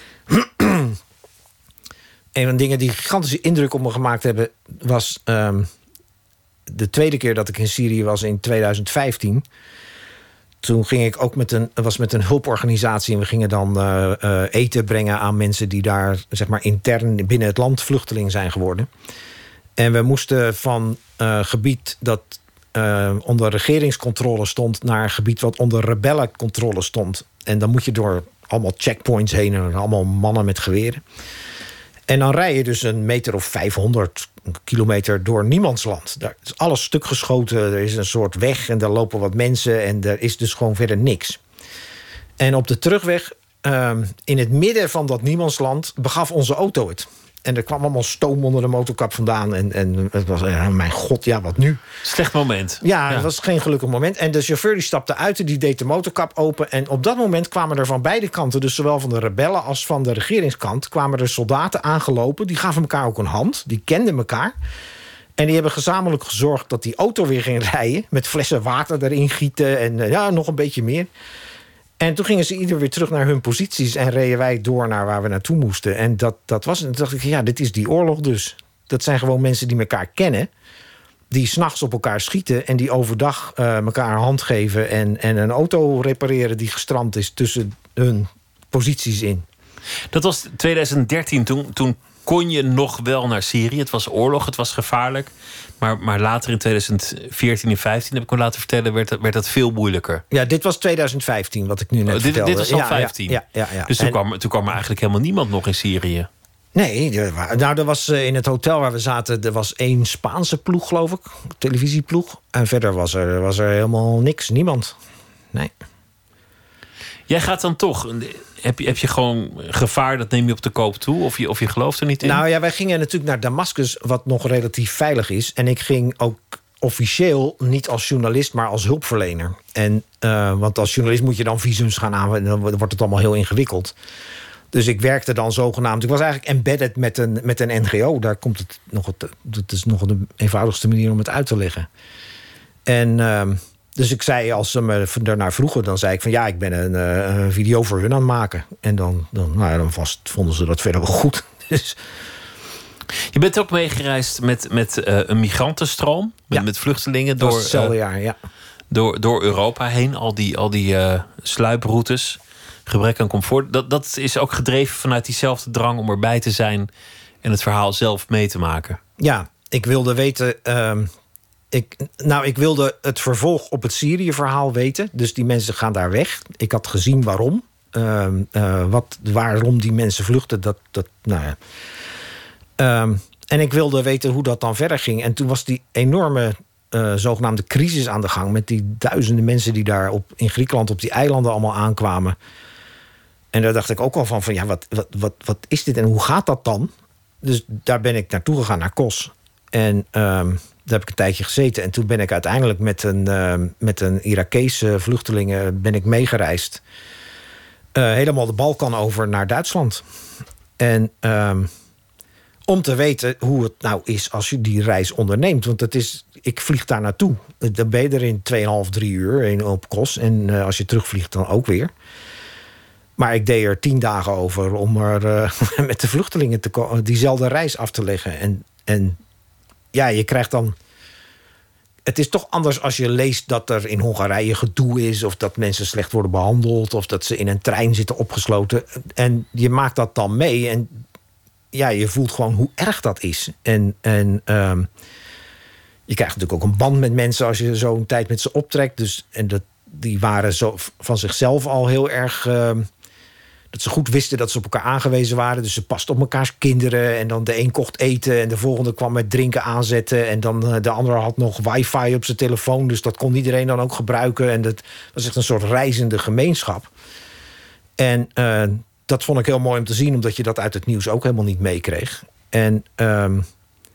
een van de dingen die gigantische indruk op me gemaakt hebben... was um, de tweede keer dat ik in Syrië was in tweeduizend vijftien. Toen ging ik ook met een, was met een hulporganisatie... en we gingen dan uh, uh, eten brengen aan mensen... die daar zeg maar intern binnen het land vluchteling zijn geworden... En we moesten van uh, gebied dat uh, onder regeringscontrole stond... naar een gebied wat onder rebellencontrole stond. En dan moet je door allemaal checkpoints heen... en allemaal mannen met geweren. En dan rij je dus een meter of vijfhonderd kilometer door niemandsland. Daar is alles stuk geschoten, er is een soort weg... en daar lopen wat mensen en er is dus gewoon verder niks. En op de terugweg, uh, in het midden van dat niemandsland... begaf onze auto het. En er kwam allemaal stoom onder de motorkap vandaan. En, en het was, ja, mijn god, ja, wat nu? Slecht moment. Ja, ja, het was geen gelukkig moment. En de chauffeur die stapte uit en die deed de motorkap open. En op dat moment kwamen er van beide kanten... dus zowel van de rebellen als van de regeringskant... kwamen er soldaten aangelopen. Die gaven elkaar ook een hand. Die kenden elkaar. En die hebben gezamenlijk gezorgd dat die auto weer ging rijden... met flessen water erin gieten en ja, nog een beetje meer... En toen gingen ze ieder weer terug naar hun posities... en reden wij door naar waar we naartoe moesten. En dat, dat was, en toen dacht ik, ja, dit is die oorlog dus. Dat zijn gewoon mensen die elkaar kennen... die 's nachts op elkaar schieten... en die overdag uh, elkaar een hand geven... En, en een auto repareren die gestrand is tussen hun posities in. Dat was tweeduizend dertien, toen, toen kon je nog wel naar Syrië. Het was oorlog, het was gevaarlijk. Maar, maar later in tweeduizend veertien en vijftien, heb ik me laten vertellen... werd dat, werd dat veel moeilijker. Ja, dit was tweeduizend vijftien, wat ik nu net oh, dit, vertelde. dit was al ja, vijftien? Ja, ja, ja, ja. Dus toen, en, kwam, toen kwam er eigenlijk helemaal niemand nog in Syrië? Nee, er, nou, er was in het hotel waar we zaten... er was één Spaanse ploeg, geloof ik, televisieploeg. En verder was er, was er helemaal niks, niemand. Nee. Jij gaat dan toch... Heb je, heb je gewoon gevaar, dat neem je op de koop toe? Of je, of je gelooft er niet in? Nou ja, wij gingen natuurlijk naar Damascus, wat nog relatief veilig is. En ik ging ook officieel niet als journalist, maar als hulpverlener. En, uh, want als journalist moet je dan visums gaan aan... en dan wordt het allemaal heel ingewikkeld. Dus ik werkte dan zogenaamd... Ik was eigenlijk embedded met een, met een N G O. Daar komt het nog... Het, dat is nog de eenvoudigste manier om het uit te leggen. En... Uh, Dus ik zei, als ze me daarnaar vroegen, dan zei ik van... ja, ik ben een, uh, een video voor hun aan het maken. En dan, dan, nou ja, dan vast vonden ze dat verder wel goed. Dus... Je bent ook meegereisd met, met uh, een migrantenstroom. Met, ja. met vluchtelingen door, door, hetzelfde uh, jaar, ja. door, door Europa heen. Al die, al die uh, sluiproutes. Gebrek aan comfort. Dat, dat is ook gedreven vanuit diezelfde drang om erbij te zijn... en het verhaal zelf mee te maken. Ja, ik wilde weten... Uh, Ik, nou, ik wilde het vervolg op het Syrië-verhaal weten. Dus die mensen gaan daar weg. Ik had gezien waarom. Uh, uh, wat, waarom die mensen vluchten. Dat, dat, nou ja. um, en ik wilde weten hoe dat dan verder ging. En toen was die enorme uh, zogenaamde crisis aan de gang... met die duizenden mensen die daar op, in Griekenland op die eilanden allemaal aankwamen. En daar dacht ik ook al van, van ja, wat, wat, wat, wat is dit en hoe gaat dat dan? Dus daar ben ik naartoe gegaan, naar Kos. En um, daar heb ik een tijdje gezeten. En toen ben ik uiteindelijk met een, uh, met een Irakese vluchtelingen ben ik meegereisd. Uh, helemaal de Balkan over naar Duitsland. En um, om te weten hoe het nou is als je die reis onderneemt. Want het is, ik vlieg daar naartoe. Dan ben je er in tweeënhalf, drie uur in, op Kos. En uh, als je terugvliegt dan ook weer. Maar ik deed er tien dagen over om er uh, met de vluchtelingen te ko- diezelfde reis af te leggen. En, en ja, je krijgt dan... Het is toch anders als je leest dat er in Hongarije gedoe is... of dat mensen slecht worden behandeld... of dat ze in een trein zitten opgesloten. En je maakt dat dan mee en ja, je voelt gewoon hoe erg dat is. En, en um, je krijgt natuurlijk ook een band met mensen... als je zo'n tijd met ze optrekt. Dus, en dat, die waren zo van zichzelf al heel erg... Um, dat ze goed wisten dat ze op elkaar aangewezen waren. Dus ze pasten op elkaars kinderen. En dan de een kocht eten en de volgende kwam met drinken aanzetten. En dan de andere had nog wifi op zijn telefoon. Dus dat kon iedereen dan ook gebruiken. En dat was echt een soort reizende gemeenschap. En uh, dat vond ik heel mooi om te zien... omdat je dat uit het nieuws ook helemaal niet meekreeg. En, um,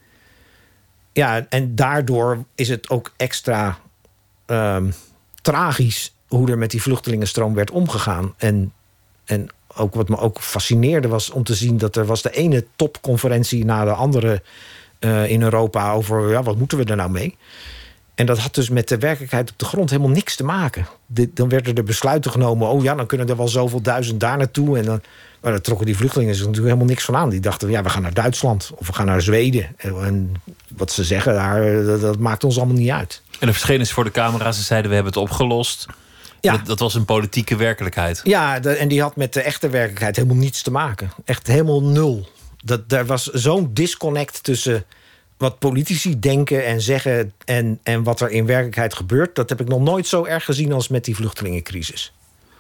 ja, en daardoor is het ook extra um, tragisch... hoe er met die vluchtelingenstroom werd omgegaan. En, en ook wat me ook fascineerde was om te zien... dat er was de ene topconferentie na de andere uh, in Europa... over ja, wat moeten we er nou mee? En dat had dus met de werkelijkheid op de grond helemaal niks te maken. De, dan werden er besluiten genomen... oh ja, dan kunnen er wel zoveel duizend daar naartoe. En dan, maar dan trokken die vluchtelingen zich natuurlijk helemaal niks van aan. Die dachten, ja, we gaan naar Duitsland of we gaan naar Zweden. En, en wat ze zeggen daar, dat, dat maakt ons allemaal niet uit. En er verschenen ze voor de camera's en zeiden... we hebben het opgelost. Ja. Dat, dat was een politieke werkelijkheid. Ja, de, en die had met de echte werkelijkheid helemaal niets te maken. Echt helemaal nul. Dat, er was zo'n disconnect tussen wat politici denken en zeggen... En, en wat er in werkelijkheid gebeurt. Dat heb ik nog nooit zo erg gezien als met die vluchtelingencrisis.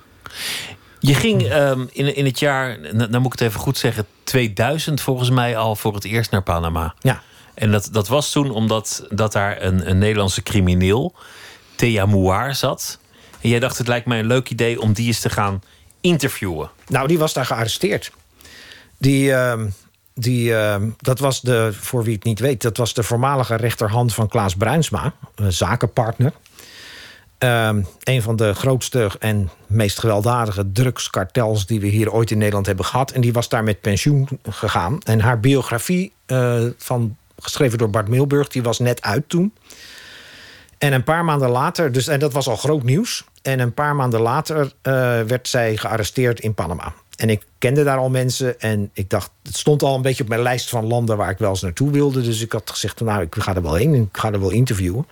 Je ging um, in, in het jaar, nou moet ik het even goed zeggen... tweeduizend volgens mij al voor het eerst naar Panama. Ja. En dat, dat was toen omdat dat daar een, een Nederlandse crimineel... Thea Mouar zat... En jij dacht, het lijkt mij een leuk idee om die eens te gaan interviewen. Nou, die was daar gearresteerd. Die, uh, die, uh, dat was de, voor wie het niet weet... dat was de voormalige rechterhand van Klaas Bruinsma. Een zakenpartner. Uh, een van de grootste en meest gewelddadige drugskartels... die we hier ooit in Nederland hebben gehad. En die was daar met pensioen gegaan. En haar biografie, uh, van, geschreven door Bart Milburg... die was net uit toen... En een paar maanden later, dus, en dat was al groot nieuws... en een paar maanden later uh, werd zij gearresteerd in Panama. En ik kende daar al mensen en ik dacht... het stond al een beetje op mijn lijst van landen... waar ik wel eens naartoe wilde. Dus ik had gezegd, nou, ik ga er wel heen en ik ga er wel interviewen.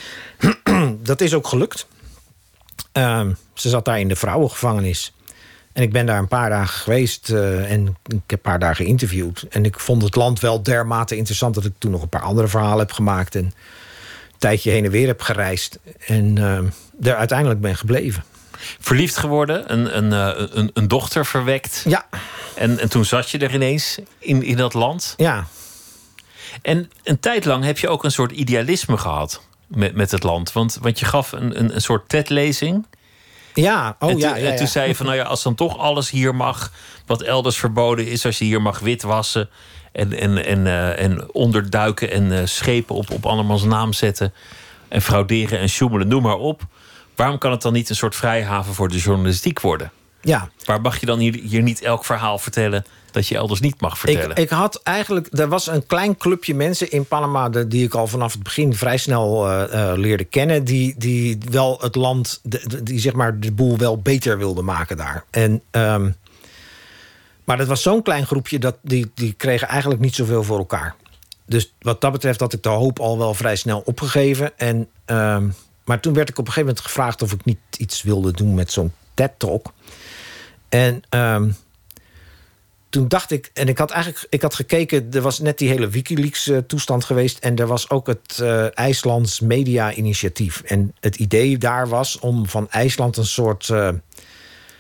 Dat is ook gelukt. Uh, ze zat daar in de vrouwengevangenis. En ik ben daar een paar dagen geweest uh, en ik heb een paar dagen geïnterviewd. En ik vond het land wel dermate interessant... dat ik toen nog een paar andere verhalen heb gemaakt... en tijdje heen en weer heb gereisd. En uh, daar uiteindelijk ben gebleven. Verliefd geworden, een, een, een, een dochter verwekt. Ja. En, en toen zat je er ineens in, in dat land. Ja. En een tijd lang heb je ook een soort idealisme gehad met, met het land. Want, want je gaf een, een, een soort T E D-lezing. Ja, oh en ja, toen, ja, en toen ja. zei je van, nou ja, als dan toch alles hier mag... wat elders verboden is, als je hier mag witwassen... En, en, en, uh, en onderduiken en uh, schepen op, op andermans naam zetten... en frauderen en sjoemelen, noem maar op. Waarom kan het dan niet een soort vrijhaven voor de journalistiek worden? Ja. Waar mag je dan hier, hier niet elk verhaal vertellen... dat je elders niet mag vertellen? Ik, ik had eigenlijk, er was een klein clubje mensen in Panama... De, die ik al vanaf het begin vrij snel uh, uh, leerde kennen... Die, die wel het land, de, die zeg maar de boel wel beter wilden maken daar. En... Um, Maar dat was zo'n klein groepje, dat die, die kregen eigenlijk niet zoveel voor elkaar. Dus wat dat betreft had ik de hoop al wel vrij snel opgegeven. En, um, maar toen werd ik op een gegeven moment gevraagd... of ik niet iets wilde doen met zo'n TED-talk. En um, toen dacht ik... En ik had eigenlijk ik had gekeken... Er was net die hele Wikileaks-toestand geweest... en er was ook het uh, IJslands Media-initiatief. En het idee daar was om van IJsland een soort... Uh,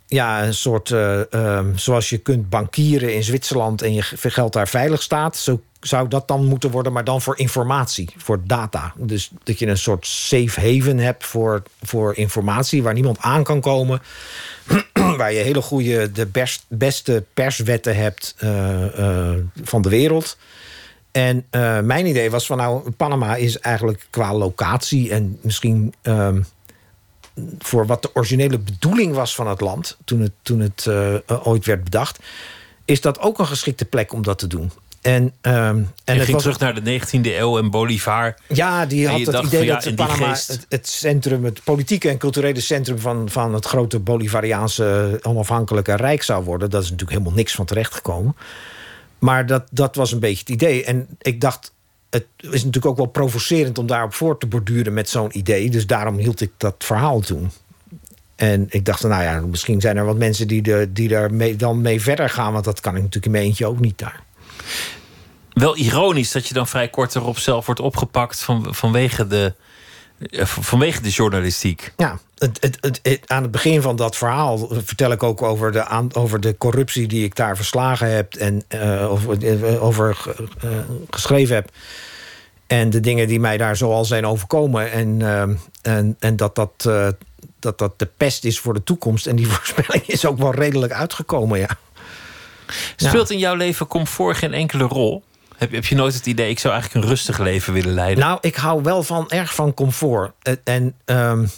ja, een soort... Uh, uh, zoals je kunt bankieren in Zwitserland en je geld daar veilig staat, zo zou dat dan moeten worden, maar dan voor informatie, voor data. Dus dat je een soort safe haven hebt voor, voor informatie waar niemand aan kan komen, waar je hele goede, de best, beste perswetten hebt uh, uh, van de wereld. En uh, mijn idee was van, nou, Panama is eigenlijk qua locatie en misschien um, voor wat de originele bedoeling was van het land, toen het, toen het uh, ooit werd bedacht, is dat ook een geschikte plek om dat te doen. En, um, en je het ging was terug naar de negentiende eeuw en Bolivar. Ja, die had het dacht idee van, ja, dat in die Panama geest- het, het centrum, het politieke en culturele centrum van, van het grote Bolivariaanse onafhankelijke rijk zou worden. Dat is natuurlijk helemaal niks van terechtgekomen. Maar dat, dat was een beetje het idee. En ik dacht, het is natuurlijk ook wel provocerend om daarop voor te borduren met zo'n idee. Dus daarom hield ik dat verhaal toen. En ik dacht, nou ja, misschien zijn er wat mensen die, de, die daar mee, dan mee verder gaan. Want dat kan ik natuurlijk in mijn eentje ook niet daar. Wel ironisch dat je dan vrij kort erop zelf wordt opgepakt van, vanwege, de, eh, vanwege de journalistiek. Ja, het, het, het, het- aan het begin van dat verhaal vertel ik ook over de, aan, over de corruptie die ik daar verslagen heb en uh, over, uh, over uh, geschreven heb. En de dingen die mij daar zoal zijn overkomen. En, uh, en, en dat, dat, uh, dat dat de pest is voor de toekomst. En die voorspelling is ook wel redelijk uitgekomen, ja. Speelt in jouw leven comfort geen enkele rol? Heb, heb je nooit het idee, ik zou eigenlijk een rustig leven willen leiden? Nou, ik hou wel van, erg van comfort. En, en um,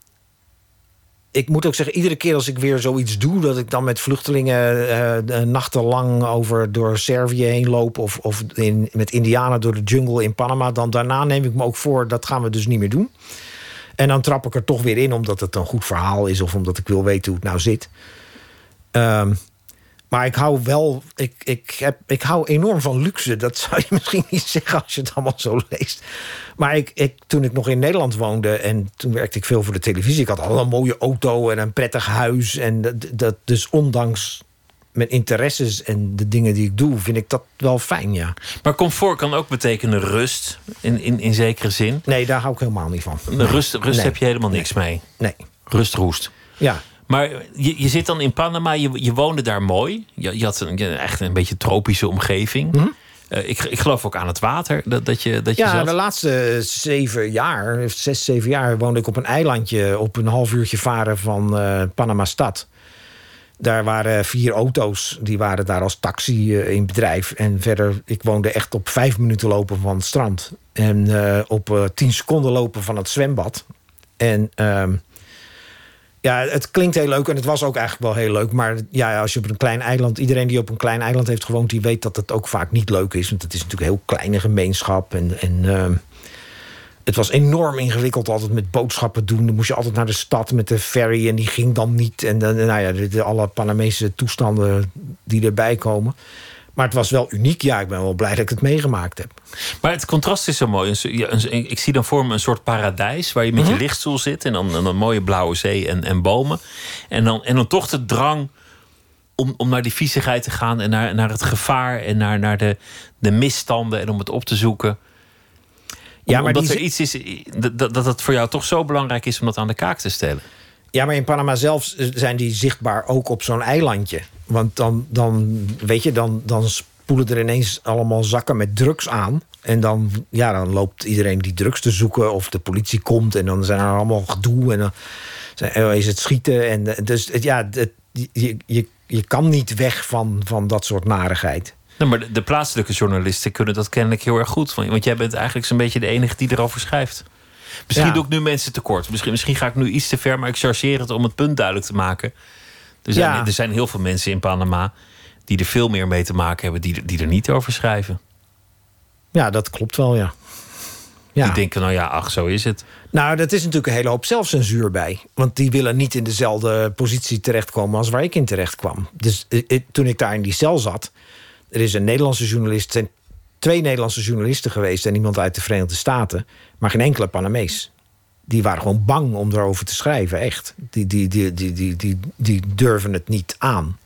ik moet ook zeggen, iedere keer als ik weer zoiets doe, dat ik dan met vluchtelingen uh, nachtenlang over door Servië heen loop, of, of in, met Indianen door de jungle in Panama, dan daarna neem ik me ook voor, dat gaan we dus niet meer doen. En dan trap ik er toch weer in, omdat het een goed verhaal is, of omdat ik wil weten hoe het nou zit. Um, Maar ik hou wel, ik, ik, heb, ik hou enorm van luxe. Dat zou je misschien niet zeggen als je het allemaal zo leest. Maar ik, ik, toen ik nog in Nederland woonde en toen werkte ik veel voor de televisie. Ik had al een mooie auto en een prettig huis. En dat, dat, dus ondanks mijn interesses en de dingen die ik doe, vind ik dat wel fijn, ja. Maar comfort kan ook betekenen rust, in, in, in zekere zin. Nee, daar hou ik helemaal niet van. Rust, rust Nee. heb je helemaal niks mee. Nee, Rust roest. ja. Maar je, je zit dan in Panama, je, je woonde daar mooi. Je, je had een, je- echt een beetje tropische omgeving. Mhm. Eh, ik, ik geloof ook aan het water dat, dat je, dat je Ja, zat. de laatste zeven jaar, zes, zeven jaar, woonde ik op een eilandje op een half uurtje varen van uh, Panama-stad. Daar waren vier auto's, die waren daar als taxi uh, in bedrijf. En verder, ik woonde echt op vijf minuten lopen van het strand. En uh, op uh, tien seconden lopen van het zwembad. En um, ja, het klinkt heel leuk en het was ook eigenlijk wel heel leuk. Maar ja, als je op een klein eiland, iedereen die op een klein eiland heeft gewoond, die weet dat het ook vaak niet leuk is. Want het is natuurlijk een heel kleine gemeenschap. En, en uh, het was enorm ingewikkeld altijd met boodschappen doen. Dan moest je altijd naar de stad met de ferry en die ging dan niet. En dan, nou ja, de, de, alle Panamese toestanden die erbij komen. Maar het was wel uniek. Ja, ik ben wel blij dat ik het meegemaakt heb. Maar het contrast is zo mooi. Een so- ja, een- Ik zie dan voor me een soort paradijs waar je met Mhm. je lichtstoel zit en dan, en dan een mooie blauwe zee en, en bomen. En dan, en dan toch de drang om, om naar die viezigheid te gaan en naar, naar het gevaar en naar, naar de, de misstanden en om het op te zoeken. Om, Ja, maar omdat die er zi- iets is dat, dat het voor jou toch zo belangrijk is om dat aan de kaak te stellen. Ja, maar in Panama zelf zijn die zichtbaar ook op zo'n eilandje. Want dan, dan weet je, dan, dan spoelen er ineens allemaal zakken met drugs aan. En dan, ja, dan loopt iedereen die drugs te zoeken of de politie komt. En dan zijn er allemaal gedoe en dan zijn- is het schieten. En, eh, dus het- ja, het, je, je, je kan niet weg van, van dat soort narigheid. Nee, maar de, de plaatselijke journalisten kunnen dat kennelijk heel erg goed. Want, want jij bent eigenlijk zo'n beetje de enige die erover schrijft. Misschien Ja. doe ik nu mensen tekort. Misschien, misschien ga ik nu iets te ver, maar ik chargeer het om het punt duidelijk te maken. Er zijn, Ja. er zijn heel veel mensen in Panama die er veel meer mee te maken hebben, die, die er niet over schrijven. Ja, dat klopt wel, ja. Ja. Die denken, nou ja, ach, zo is het. Nou, dat is natuurlijk een hele hoop zelfcensuur bij. Want die willen niet in dezelfde positie terechtkomen als waar ik in terecht kwam. Dus eh, eh, toen ik daar in die cel zat, er is een Nederlandse journalist, zijn twee Nederlandse journalisten geweest en iemand uit de Verenigde Staten, maar geen enkele Panamees. Die waren gewoon bang om erover te schrijven, echt. Die, die, die, die, die, die, die durven het niet aan.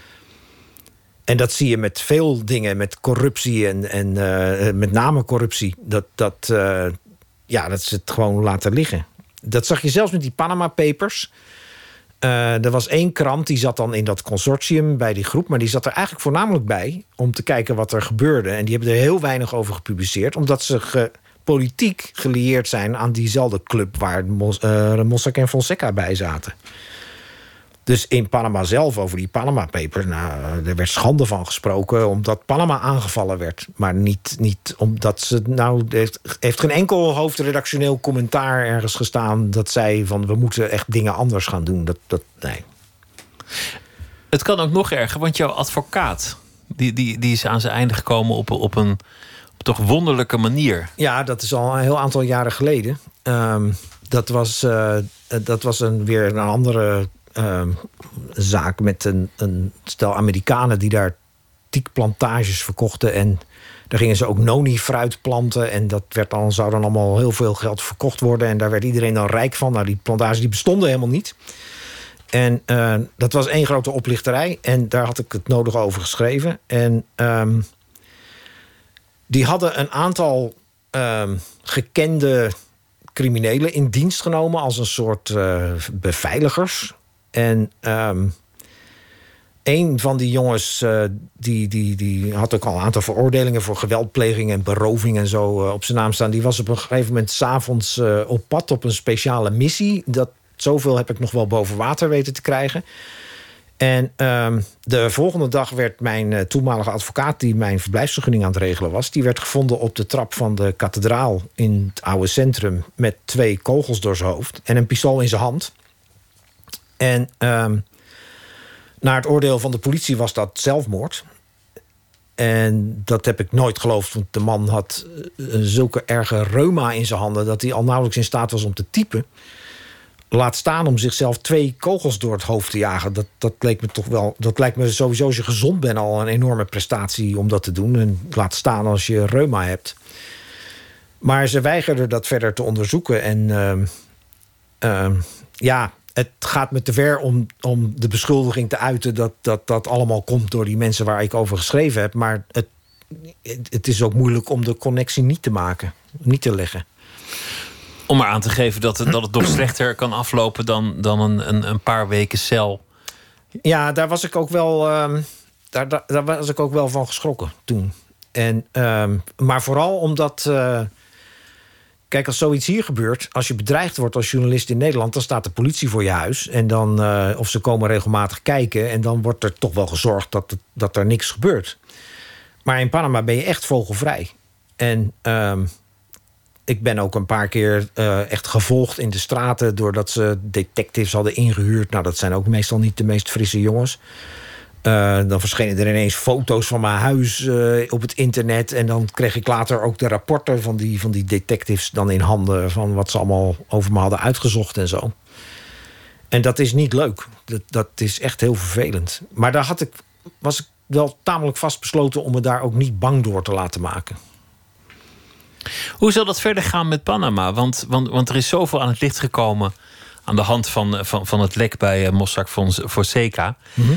En dat zie je met veel dingen, met corruptie en, en uh, met name corruptie. Dat, dat, uh, ja, dat ze het gewoon laten liggen. Dat zag je zelfs met die Panama Papers. Uh, er was één krant, die zat dan in dat consortium bij die groep, maar die zat er eigenlijk voornamelijk bij om te kijken wat er gebeurde. En die hebben er heel weinig over gepubliceerd, omdat ze ge, politiek gelieerd zijn aan diezelfde club waar Mos, uh, Mossack en Fonseca bij zaten. Dus in Panama zelf, over die Panama Papers, nou, er werd schande van gesproken omdat Panama aangevallen werd. Maar niet, niet omdat ze, nou, er heeft, heeft geen enkel hoofdredactioneel commentaar ergens gestaan dat zei van we moeten echt dingen anders gaan doen. Dat, dat, nee. Het kan ook nog erger, want jouw advocaat, die, die, die is aan zijn einde gekomen op, op een op toch wonderlijke manier. Ja, dat is al een heel aantal jaren geleden. Um, dat was, uh, dat was een, weer een andere Uh, zaak met een, een stel Amerikanen die daar teakplantages verkochten. En daar gingen ze ook noni-fruit planten. En dat werd dan, zou dan allemaal heel veel geld verkocht worden. En daar werd iedereen dan rijk van. Nou, die plantages die bestonden helemaal niet. En uh, dat was één grote oplichterij. En daar had ik het nodig over geschreven. En um, die hadden een aantal um, gekende criminelen in dienst genomen als een soort uh, beveiligers. En um, een van die jongens uh, die, die, die had ook al een aantal veroordelingen voor geweldpleging en beroving en zo uh, op zijn naam staan. Die was op een gegeven moment 's avonds uh, op pad op een speciale missie. Dat, zoveel heb ik nog wel boven water weten te krijgen. En um, de volgende dag werd mijn uh, toenmalige advocaat, die mijn verblijfsvergunning aan het regelen was, die werd gevonden op de trap van de kathedraal in het oude centrum met twee kogels door zijn hoofd en een pistool in zijn hand. En um, naar het oordeel van de politie was dat zelfmoord. En dat heb ik nooit geloofd, want de man had uh, zulke erge reuma in zijn handen dat hij al nauwelijks in staat was om te typen. Laat staan om zichzelf twee kogels door het hoofd te jagen. Dat, dat leek me toch wel. Dat lijkt me sowieso, als je gezond bent, al een enorme prestatie om dat te doen. En laat staan als je reuma hebt. Maar ze weigerden dat verder te onderzoeken. En uh, uh, ja, het gaat me te ver om, om de beschuldiging te uiten dat, dat dat allemaal komt door die mensen waar ik over geschreven heb. Maar het, het is ook moeilijk om de connectie niet te maken, niet te leggen. Om maar aan te geven dat het, dat het nog slechter kan aflopen dan, dan een, een, een paar weken cel. Ja, daar was ik ook wel, um, daar, daar, daar was ik ook wel van geschrokken toen. En, um, maar vooral omdat, uh, kijk, als zoiets hier gebeurt, als je bedreigd wordt als journalist in Nederland, dan staat de politie voor je huis. En dan, uh, of ze komen regelmatig kijken. En dan wordt er toch wel gezorgd dat, het, dat er niks gebeurt. Maar in Panama ben je echt vogelvrij. En um, ik ben ook een paar keer uh, echt gevolgd in de straten doordat ze detectives hadden ingehuurd. Nou, dat zijn ook meestal niet de meest frisse jongens. Uh, dan verschenen er ineens foto's van mijn huis uh, op het internet. En dan kreeg ik later ook de rapporten van die, van die detectives dan in handen, van wat ze allemaal over me hadden uitgezocht en zo. En dat is niet leuk. Dat, dat is echt heel vervelend. Maar daar had ik, was ik wel tamelijk vastbesloten om me daar ook niet bang door te laten maken. Hoe zal dat verder gaan met Panama? Want, want, want er is zoveel aan het licht gekomen aan de hand van, van, van het lek bij uh, Mossack Fonseca. Mm-hmm.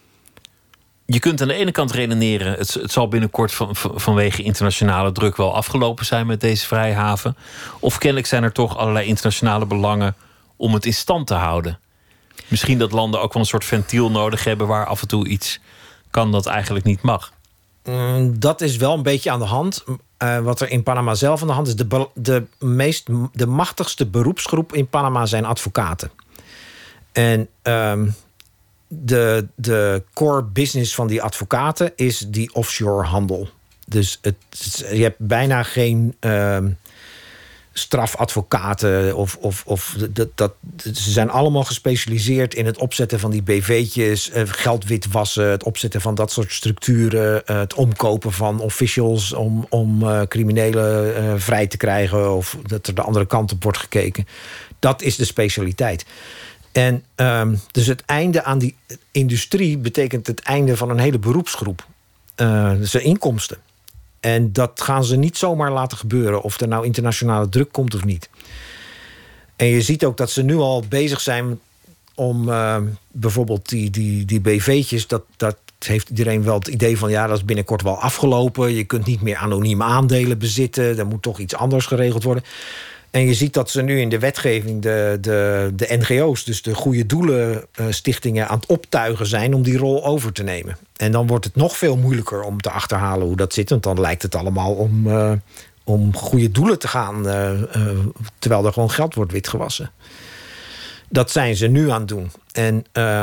Je kunt aan de ene kant redeneren, het, het zal binnenkort van, van, vanwege internationale druk wel afgelopen zijn met deze vrijhaven. Of kennelijk zijn er toch allerlei internationale belangen om het in stand te houden. Misschien dat landen ook wel een soort ventiel nodig hebben waar af en toe iets kan dat eigenlijk niet mag. Mm, dat is wel een beetje aan de hand. Uh, wat er in Panama zelf aan de hand is, de, be- de, meest, de machtigste beroepsgroep in Panama zijn advocaten. En um, de, de core business van die advocaten is die offshore handel. Dus het, je hebt bijna geen um, strafadvocaten. Of, of, of dat, dat, ze zijn allemaal gespecialiseerd in het opzetten van die B V'tjes, geld witwassen, het opzetten van dat soort structuren, het omkopen van officials om, om uh, criminelen uh, vrij te krijgen of dat er de andere kant op wordt gekeken. Dat is de specialiteit. En um, dus het einde aan die industrie betekent het einde van een hele beroepsgroep. Uh, zijn inkomsten. En dat gaan ze niet zomaar laten gebeuren, of er nou internationale druk komt of niet. En je ziet ook dat ze nu al bezig zijn om uh, bijvoorbeeld die, die, die B V'tjes... Dat, dat heeft iedereen wel het idee van, ja, dat is binnenkort wel afgelopen. Je kunt niet meer anoniem aandelen bezitten. Er moet toch iets anders geregeld worden. En je ziet dat ze nu in de wetgeving de, de, de N G O's... dus de goede doelenstichtingen aan het optuigen zijn... om die rol over te nemen. En dan wordt het nog veel moeilijker om te achterhalen hoe dat zit. Want dan lijkt het allemaal om, uh, om goede doelen te gaan... Uh, uh, terwijl er gewoon geld wordt witgewassen. Dat zijn ze nu aan het doen. En uh,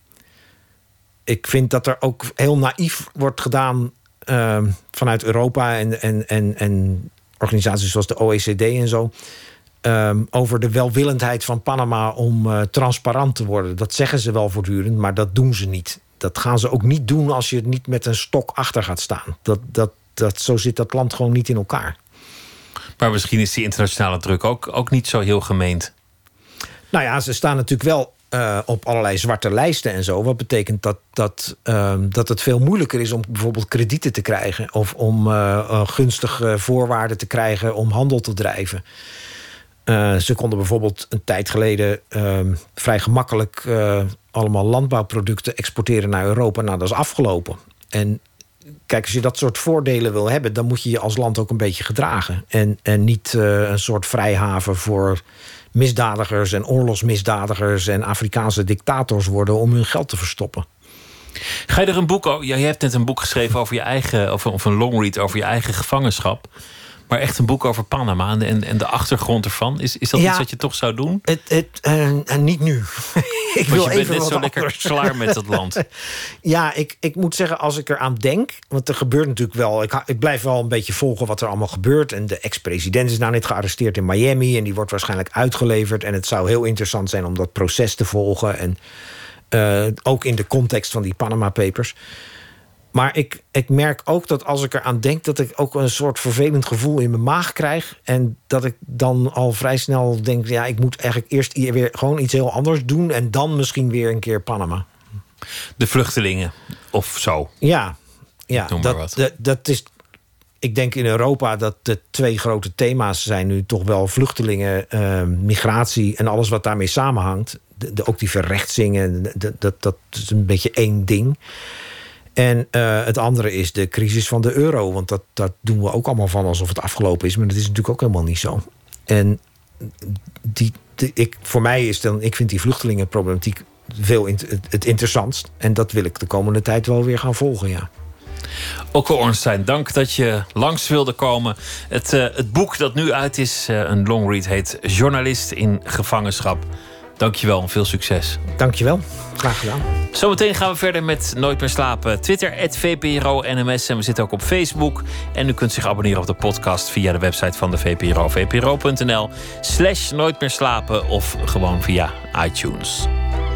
ik vind dat er ook heel naïef wordt gedaan... Uh, vanuit Europa en, en, en, en organisaties zoals de O E C D en zo... Um, over de welwillendheid van Panama om uh, transparant te worden. Dat zeggen ze wel voortdurend, maar dat doen ze niet. Dat gaan ze ook niet doen als je niet met een stok achter gaat staan. Dat, dat, dat, zo zit dat land gewoon niet in elkaar. Maar misschien is die internationale druk ook, ook niet zo heel gemeend. Nou ja, ze staan natuurlijk wel uh, op allerlei zwarte lijsten en zo. Wat betekent dat, dat, uh, dat het veel moeilijker is om bijvoorbeeld kredieten te krijgen... of om uh, uh, gunstige voorwaarden te krijgen om handel te drijven. Uh, ze konden bijvoorbeeld een tijd geleden uh, vrij gemakkelijk... Uh, allemaal landbouwproducten exporteren naar Europa. Nou, dat is afgelopen. En kijk, als je dat soort voordelen wil hebben... dan moet je je als land ook een beetje gedragen. En, en niet uh, een soort vrijhaven voor misdadigers en oorlogsmisdadigers... en Afrikaanse dictators worden om hun geld te verstoppen. Ga je er een boek over? Ja, je hebt net een boek geschreven over je eigen... of, of een longread over je eigen gevangenschap... Maar echt een boek over Panama en de, en de achtergrond ervan. Is, is dat ja, iets wat je toch zou doen? Het, het, uh, niet nu. ik wil je even bent net wat zo anders. lekker klaar met dat land. Ja, ik, ik moet zeggen, als ik eraan denk... want er gebeurt natuurlijk wel... Ik, ik blijf wel een beetje volgen wat er allemaal gebeurt. En de ex-president is nou net gearresteerd in Miami... en die wordt waarschijnlijk uitgeleverd. En het zou heel interessant zijn om dat proces te volgen. En uh, ook in de context van die Panama Papers... Maar ik, ik merk ook dat als ik eraan denk... dat ik ook een soort vervelend gevoel in mijn maag krijg. En dat ik dan al vrij snel denk... ja, ik moet eigenlijk eerst weer gewoon iets heel anders doen... en dan misschien weer een keer Panama. De vluchtelingen, of zo. Ja, ja Noem maar dat, wat. dat, dat is... Ik denk in Europa dat de twee grote thema's zijn nu toch wel vluchtelingen... Uh, migratie en alles wat daarmee samenhangt. De, de, ook die verrechtsingen, de, dat, dat is een beetje één ding... En uh, het andere is de crisis van de euro. Want dat, dat doen we ook allemaal van alsof het afgelopen is. Maar dat is natuurlijk ook helemaal niet zo. En die, die, ik, voor mij is dan... Ik vind die vluchtelingenproblematiek veel in, het, het interessantst. En dat wil ik de komende tijd wel weer gaan volgen, ja. Okke Ornstein, dank dat je langs wilde komen. Het, uh, het boek dat nu uit is, uh, een longread, heet Journalist in gevangenschap. Dank je wel en veel succes. Dank je wel. Graag gedaan. Zometeen gaan we verder met Nooit meer slapen. Twitter, at V P R O N M S. En we zitten ook op Facebook. En u kunt zich abonneren op de podcast via de website van de V P R O. V P R O punt N L slash Nooit meer slapen. Of gewoon via iTunes.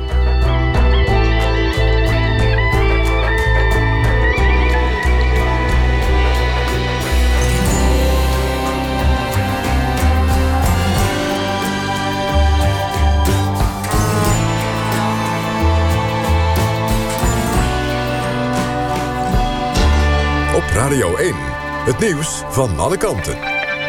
Op Radio één, het nieuws van alle kanten.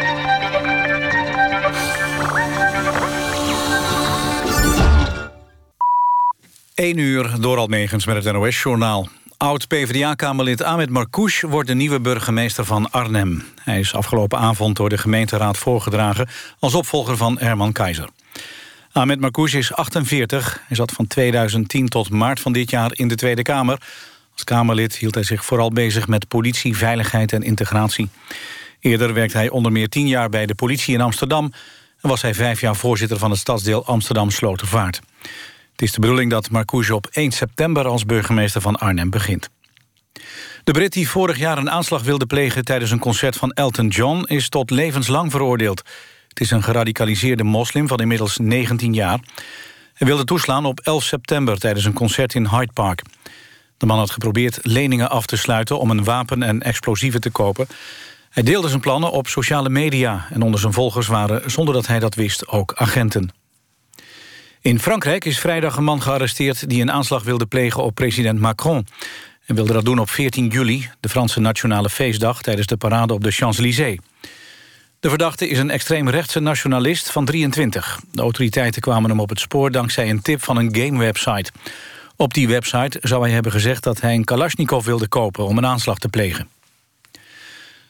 één uur, Dorald Megens met het N O S-journaal. Oud-P v d A-kamerlid Ahmed Marcouch wordt de nieuwe burgemeester van Arnhem. Hij is afgelopen avond door de gemeenteraad voorgedragen... als opvolger van Herman Keizer. Ahmed Marcouch is achtenveertig. Hij zat van tweeduizend tien tot maart van dit jaar in de Tweede Kamer... Als Kamerlid hield hij zich vooral bezig met politie, veiligheid en integratie. Eerder werkte hij onder meer tien jaar bij de politie in Amsterdam... en was hij vijf jaar voorzitter van het stadsdeel Amsterdam-Slotervaart. Het is de bedoeling dat Marcouch op één september als burgemeester van Arnhem begint. De Brit die vorig jaar een aanslag wilde plegen tijdens een concert van Elton John... is tot levenslang veroordeeld. Het is een geradicaliseerde moslim van inmiddels negentien jaar. Hij wilde toeslaan op elf september tijdens een concert in Hyde Park. De man had geprobeerd leningen af te sluiten om een wapen en explosieven te kopen. Hij deelde zijn plannen op sociale media... en onder zijn volgers waren, zonder dat hij dat wist, ook agenten. In Frankrijk is vrijdag een man gearresteerd... die een aanslag wilde plegen op president Macron. Hij wilde dat doen op veertien juli, de Franse nationale feestdag... tijdens de parade op de Champs-Élysées. De verdachte is een extreemrechtse nationalist van drieëntwintig. De autoriteiten kwamen hem op het spoor dankzij een tip van een gamewebsite... Op die website zou hij hebben gezegd dat hij een Kalashnikov wilde kopen om een aanslag te plegen.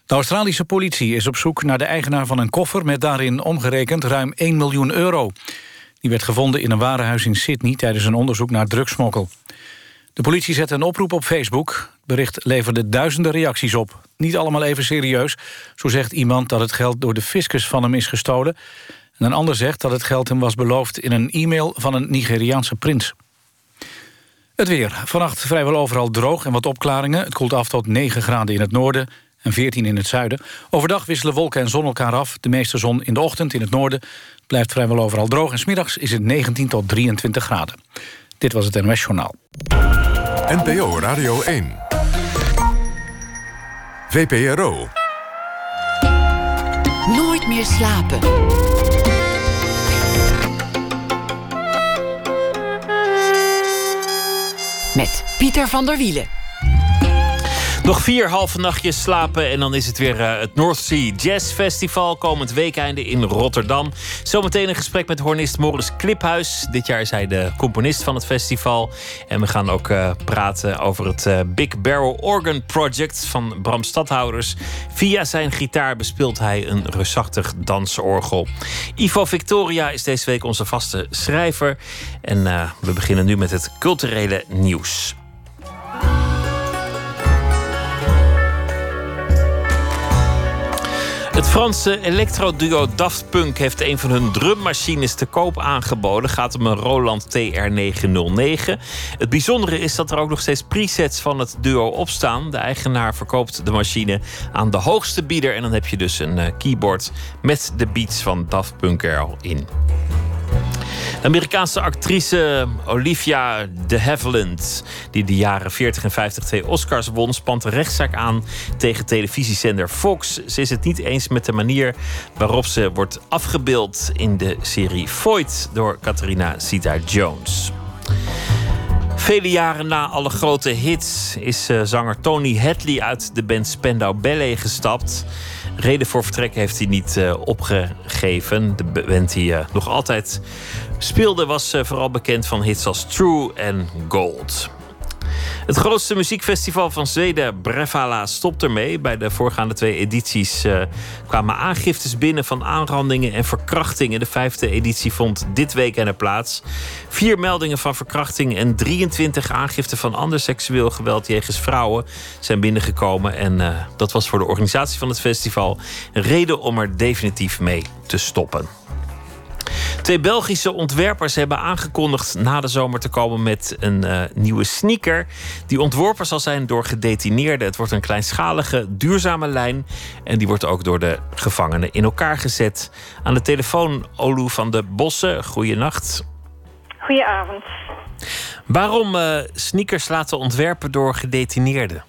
De Australische politie is op zoek naar de eigenaar van een koffer met daarin omgerekend ruim één miljoen euro. Die werd gevonden in een warenhuis in Sydney tijdens een onderzoek naar drugsmokkel. De politie zette een oproep op Facebook. Het bericht leverde duizenden reacties op. Niet allemaal even serieus. Zo zegt iemand dat het geld door de fiscus van hem is gestolen. En een ander zegt dat het geld hem was beloofd in een e-mail van een Nigeriaanse prins. Het weer. Vannacht vrijwel overal droog en wat opklaringen. Het koelt af tot negen graden in het noorden en veertien in het zuiden. Overdag wisselen wolken en zon elkaar af. De meeste zon in de ochtend in het noorden. Blijft vrijwel overal droog en 's middags is het negentien tot drieëntwintig graden. Dit was het N O S Journaal. N P O Radio één. V P R O. Nooit meer slapen. Met Pieter van der Wielen. Nog vier halve nachtjes slapen en dan is het weer uh, het North Sea Jazz Festival. Komend weekeinde in Rotterdam. Zometeen een gesprek met hornist Morris Kliphuis. Dit jaar is hij de componist van het festival. En we gaan ook uh, praten over het uh, Big Barrel Organ Project van Bram Stadhouders. Via zijn gitaar bespeelt hij een reusachtig dansorgel. Ivo Victoria is deze week onze vaste schrijver. En uh, we beginnen nu met het culturele nieuws. Het Franse electroduo Daft Punk heeft een van hun drummachines te koop aangeboden. Gaat om een Roland T R negenhonderdnegen. Het bijzondere is dat er ook nog steeds presets van het duo opstaan. De eigenaar verkoopt de machine aan de hoogste bieder. En dan heb je dus een keyboard met de beats van Daft Punk er al in. De Amerikaanse actrice Olivia de Havilland, die de jaren veertig en vijftig twee Oscars won, spant een rechtszaak aan tegen televisiezender Fox. Ze is het niet eens met de manier waarop ze wordt afgebeeld in de serie Void door Catherine Zeta-Jones. Vele jaren na alle grote hits is uh, zanger Tony Hadley uit de band Spandau Ballet gestapt. Reden voor vertrek heeft hij niet uh, opgegeven. De band die uh, nog altijd speelde was uh, vooral bekend van hits als True en Gold. Het grootste muziekfestival van Zweden, Brevala, stopt ermee. Bij de voorgaande twee edities uh, kwamen aangiftes binnen van aanrandingen en verkrachtingen. De vijfde editie vond dit weekend plaats. Vier meldingen van verkrachting en drieëntwintig aangiften van ander seksueel geweld jegens vrouwen zijn binnengekomen. En uh, dat was voor de organisatie van het festival een reden om er definitief mee te stoppen. Twee Belgische ontwerpers hebben aangekondigd na de zomer te komen met een uh, nieuwe sneaker. Die ontworpen zal zijn door gedetineerden. Het wordt een kleinschalige, duurzame lijn. En die wordt ook door de gevangenen in elkaar gezet. Aan de telefoon Olu van de Bossen. Goeienacht. Goedenavond. Waarom uh, sneakers laten ontwerpen door gedetineerden?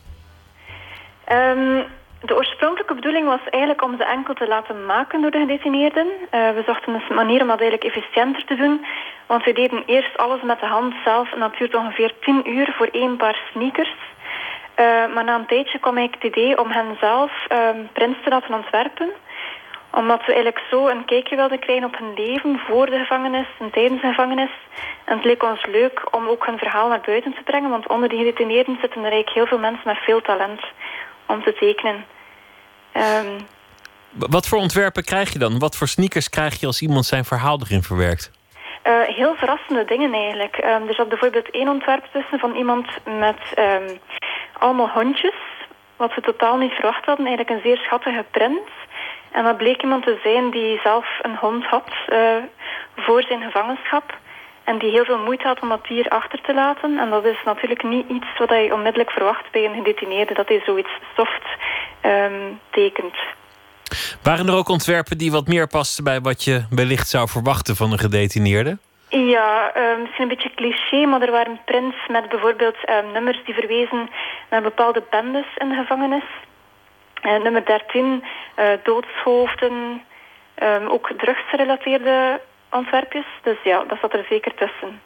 Um... De oorspronkelijke bedoeling was eigenlijk om ze enkel te laten maken door de gedetineerden. Uh, we zochten een manier om dat eigenlijk efficiënter te doen. Want we deden eerst alles met de hand zelf. En dat duurt ongeveer tien uur voor één paar sneakers. Uh, maar na een tijdje kwam ik het idee om hen zelf um, prints te laten ontwerpen. Omdat we eigenlijk zo een kijkje wilden krijgen op hun leven voor de gevangenis en tijdens de gevangenis. En het leek ons leuk om ook hun verhaal naar buiten te brengen. Want onder die gedetineerden zitten er eigenlijk heel veel mensen met veel talent om te tekenen. Um, Wat voor ontwerpen krijg je dan? Wat voor sneakers krijg je als iemand zijn verhaal erin verwerkt? Uh, heel verrassende dingen eigenlijk. Um, er zat bijvoorbeeld één ontwerp tussen van iemand met um, allemaal hondjes. Wat we totaal niet verwacht hadden. Eigenlijk een zeer schattige print. En dat bleek iemand te zijn die zelf een hond had uh, voor zijn gevangenschap. En die heel veel moeite had om dat dier achter te laten. En dat is natuurlijk niet iets wat je onmiddellijk verwacht bij een gedetineerde. Dat hij zoiets soft um, tekent. Waren er ook ontwerpen die wat meer pasten bij wat je wellicht zou verwachten van een gedetineerde? Ja, uh, misschien een beetje cliché, maar er waren prints met bijvoorbeeld uh, nummers die verwezen naar bepaalde bendes in de gevangenis. Uh, nummer dertien, uh, doodshoofden, um, ook drugsgerelateerde ontwerpjes. Dus ja, dat zat er zeker tussen.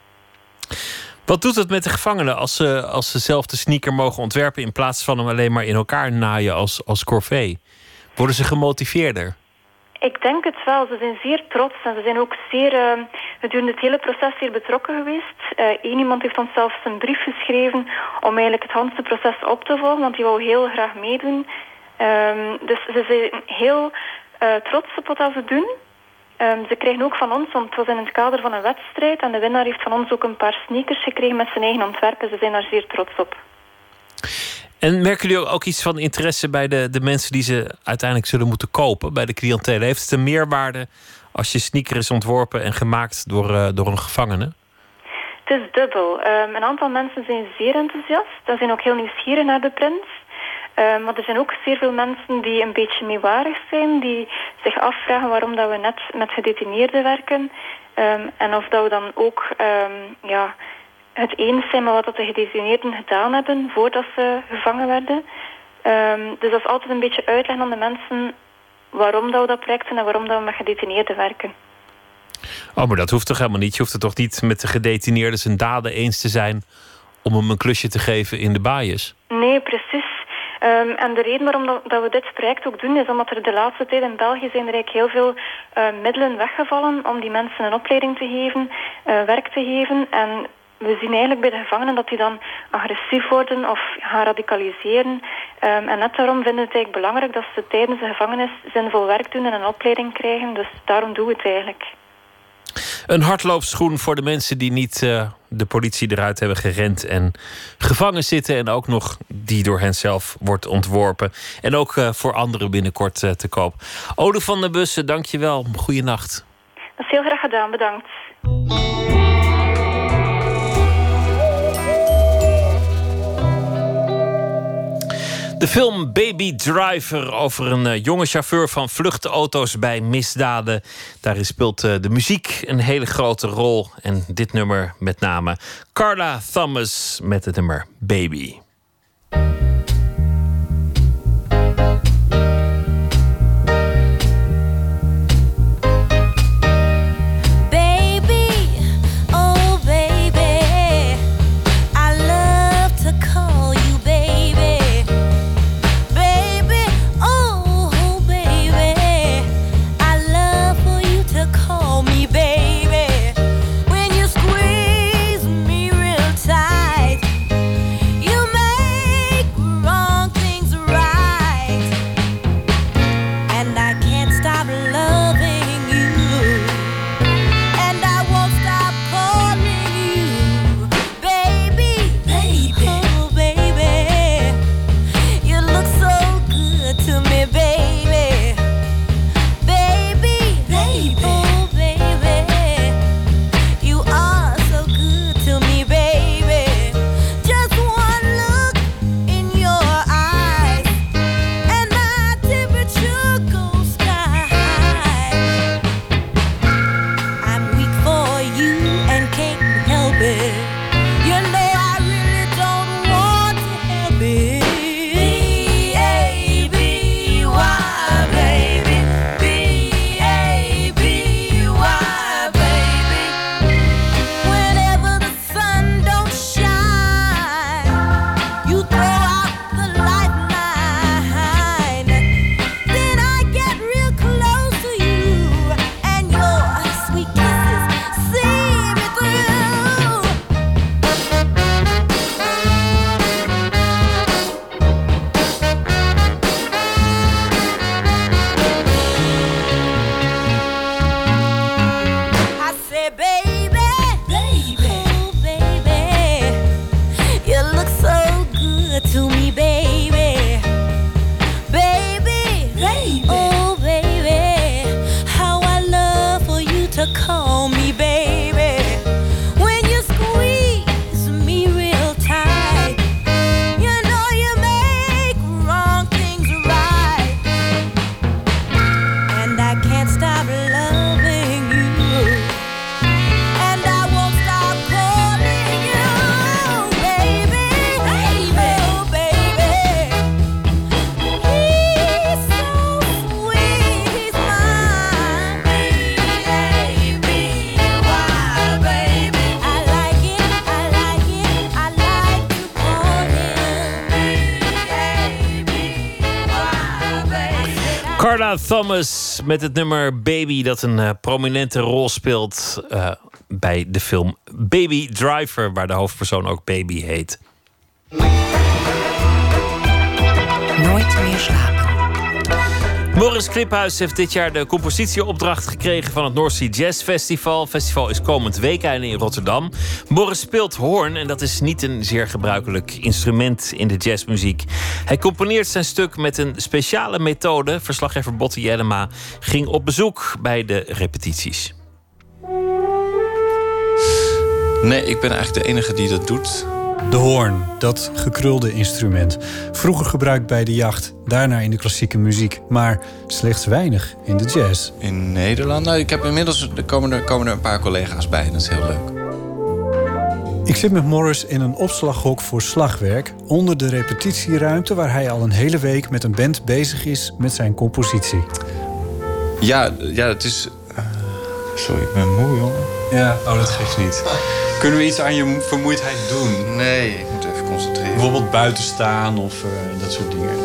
Wat doet het met de gevangenen als ze, als ze zelf de sneaker mogen ontwerpen in plaats van hem alleen maar in elkaar naaien als, als corvée? Worden ze gemotiveerder? Ik denk het wel. Ze zijn zeer trots en ze zijn ook zeer uh, gedurende het hele proces zeer betrokken geweest. Eén uh, iemand heeft ons zelfs een brief geschreven om eigenlijk het hele proces op te volgen, want die wou heel graag meedoen. Um, dus ze zijn heel uh, trots op wat ze doen. Um, ze krijgen ook van ons, want het was in het kader van een wedstrijd, en de winnaar heeft van ons ook een paar sneakers gekregen met zijn eigen ontwerpen. Ze zijn daar zeer trots op. En merken jullie ook iets van interesse bij de, de mensen die ze uiteindelijk zullen moeten kopen, bij de cliëntelen? Heeft het een meerwaarde als je sneaker is ontworpen en gemaakt door, uh, door een gevangene? Het is dubbel. Um, een aantal mensen zijn zeer enthousiast en zijn ook heel nieuwsgierig naar de prints. Um, maar er zijn ook zeer veel mensen die een beetje meewarig zijn, die zich afvragen waarom dat we net met gedetineerden werken. Um, en of dat we dan ook um, ja, het eens zijn met wat dat de gedetineerden gedaan hebben voordat ze gevangen werden. Um, dus dat is altijd een beetje uitleggen aan de mensen waarom dat we dat project doen en waarom dat we met gedetineerden werken. Oh, maar dat hoeft toch helemaal niet? Je hoeft er toch niet met de gedetineerde zijn daden eens te zijn om hem een klusje te geven in de baaiers? Nee, precies. Um, en de reden waarom dat, dat we dit project ook doen, is omdat er de laatste tijd in België zijn er eigenlijk heel veel uh, middelen weggevallen om die mensen een opleiding te geven, uh, werk te geven. En we zien eigenlijk bij de gevangenen dat die dan agressief worden of gaan radicaliseren. Um, en net daarom vinden we het eigenlijk belangrijk dat ze tijdens de gevangenis zinvol werk doen en een opleiding krijgen. Dus daarom doen we het eigenlijk. Een hardloopschoen voor de mensen die niet uh, de politie eruit hebben gerend en gevangen zitten. En ook nog die door hen zelf wordt ontworpen. En ook uh, voor anderen binnenkort uh, te koop. Ode van der Bussen, dank je wel. Goeienacht. Dat is heel graag gedaan, bedankt. De film Baby Driver over een uh, jonge chauffeur van vluchtauto's bij misdaden. Daarin speelt uh, de muziek een hele grote rol. En dit nummer met name. Carla Thomas met het nummer Baby. Carla Thomas met het nummer Baby, dat een uh, prominente rol speelt uh, bij de film Baby Driver, waar de hoofdpersoon ook Baby heet. Nooit meer slapen. Morris Kliphuis heeft dit jaar de compositieopdracht gekregen van het North Sea Jazz Festival. Het festival is komend weekende in Rotterdam. Morris speelt hoorn en dat is niet een zeer gebruikelijk instrument in de jazzmuziek. Hij componeert zijn stuk met een speciale methode. Verslaggever Botte Jellema ging op bezoek bij de repetities. Nee, ik ben eigenlijk de enige die dat doet. De hoorn, dat gekrulde instrument. Vroeger gebruikt bij de jacht, daarna in de klassieke muziek. Maar slechts weinig in de jazz. In Nederland? Nou, ik heb inmiddels, er komen er, komen er een paar collega's bij. Dat is heel leuk. Ik zit met Morris in een opslaghok voor slagwerk... onder de repetitieruimte waar hij al een hele week met een band bezig is met zijn compositie. Ja, ja het is... Uh, sorry, ik ben moe, jongen. Ja, oh, dat geeft niet. Kunnen we iets aan je vermoeidheid doen? Nee, ik moet even concentreren. Bijvoorbeeld buiten staan of uh, dat soort dingen.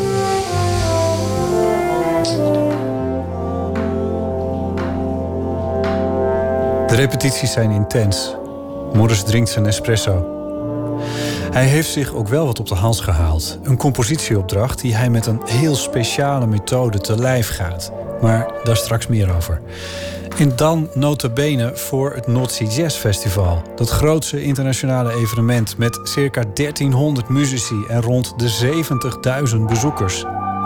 De repetities zijn intens. Morris drinkt zijn espresso. Hij heeft zich ook wel wat op de hals gehaald. Een compositieopdracht die hij met een heel speciale methode te lijf gaat. Maar daar straks meer over. En dan nota bene voor het North Sea Jazz Festival. Dat grootste internationale evenement met circa dertienhonderd muzici en rond de zeventigduizend bezoekers.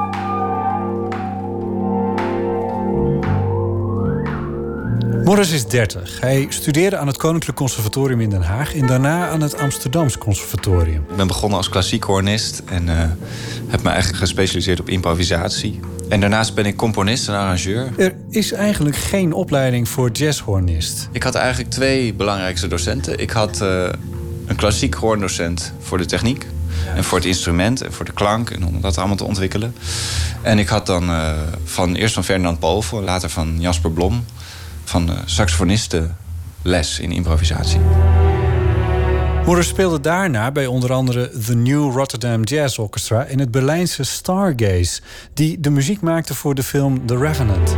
Morris is dertig. Hij studeerde aan het Koninklijk Conservatorium in Den Haag... en daarna aan het Amsterdams Conservatorium. Ik ben begonnen als klassiek hoornist... en uh, heb me eigenlijk gespecialiseerd op improvisatie. En daarnaast ben ik componist en arrangeur. Er is eigenlijk geen opleiding voor jazzhoornist. Ik had eigenlijk twee belangrijkste docenten. Ik had uh, een klassiek hoorndocent voor de techniek... en voor het instrument en voor de klank en om dat allemaal te ontwikkelen. En ik had dan uh, van, eerst van Ferdinand Povel, later van Jasper Blom... van de saxofonistenles in improvisatie. Morris speelde daarna bij onder andere The New Rotterdam Jazz Orchestra... in het Berlijnse Stargaze, die de muziek maakte voor de film The Revenant.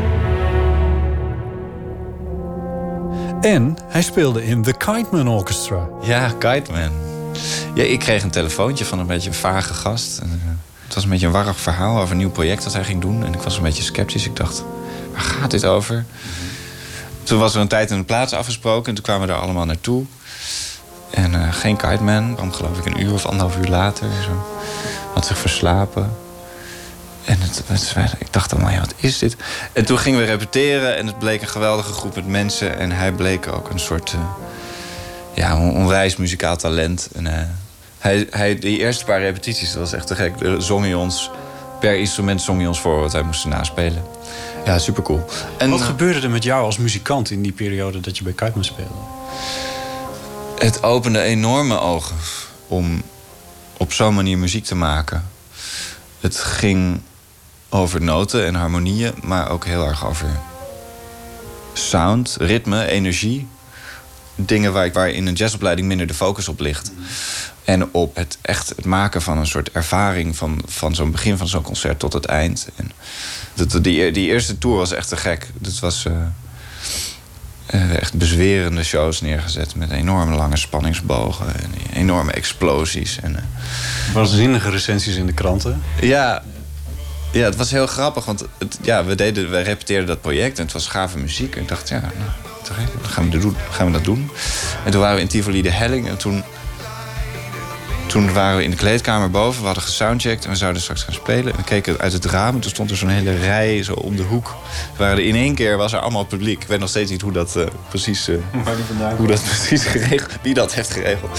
En hij speelde in The Kiteman Orchestra. Ja, Kiteman. Ja, ik kreeg een telefoontje van een beetje een vage gast. Het was een beetje een warrig verhaal over een nieuw project dat hij ging doen. En ik was een beetje sceptisch. Ik dacht, waar gaat dit over? Toen was er een tijd en een plaats afgesproken. En toen kwamen we er allemaal naartoe. En uh, geen Kiteman. kwam geloof ik een uur of anderhalf uur later. Zo. Had zich verslapen. En het, het, ik dacht allemaal, ja, wat is dit? En toen gingen we repeteren. En het bleek een geweldige groep met mensen. En hij bleek ook een soort... Uh, ja, onwijs muzikaal talent. En, uh, hij, hij, die eerste paar repetities, dat was echt te gek. Er zong hij ons... Per instrument zong hij ons voor wat wij moesten naspelen. Ja, supercool. En wat gebeurde er met jou als muzikant in die periode dat je bij Kiteman speelde? Het opende enorme ogen om op zo'n manier muziek te maken. Het ging over noten en harmonieën, maar ook heel erg over sound, ritme, energie. Dingen waar, waar in een jazzopleiding minder de focus op ligt. En op het echt het maken van een soort ervaring van, van zo'n begin van zo'n concert tot het eind. En dat, die, die eerste tour was echt te gek. Dat was uh, uh, echt bezwerende shows neergezet met enorme lange spanningsbogen en enorme explosies. En, uh, waanzinnige recensies in de kranten. Ja, ja, het was heel grappig, want het, ja, we, deden, we repeteerden dat project en het was gave muziek. En ik dacht, ja, nou, dan gaan we, doen, gaan we dat doen. En toen waren we in Tivoli de Helling en toen... Toen waren we in de kleedkamer boven, we hadden gesoundcheckt en we zouden straks gaan spelen. En we keken uit het raam en toen stond er zo'n hele rij zo om de hoek. We waren er in één keer was er allemaal publiek. Ik weet nog steeds niet hoe dat uh, precies, uh, hoe dat precies geregeld, wie dat heeft geregeld.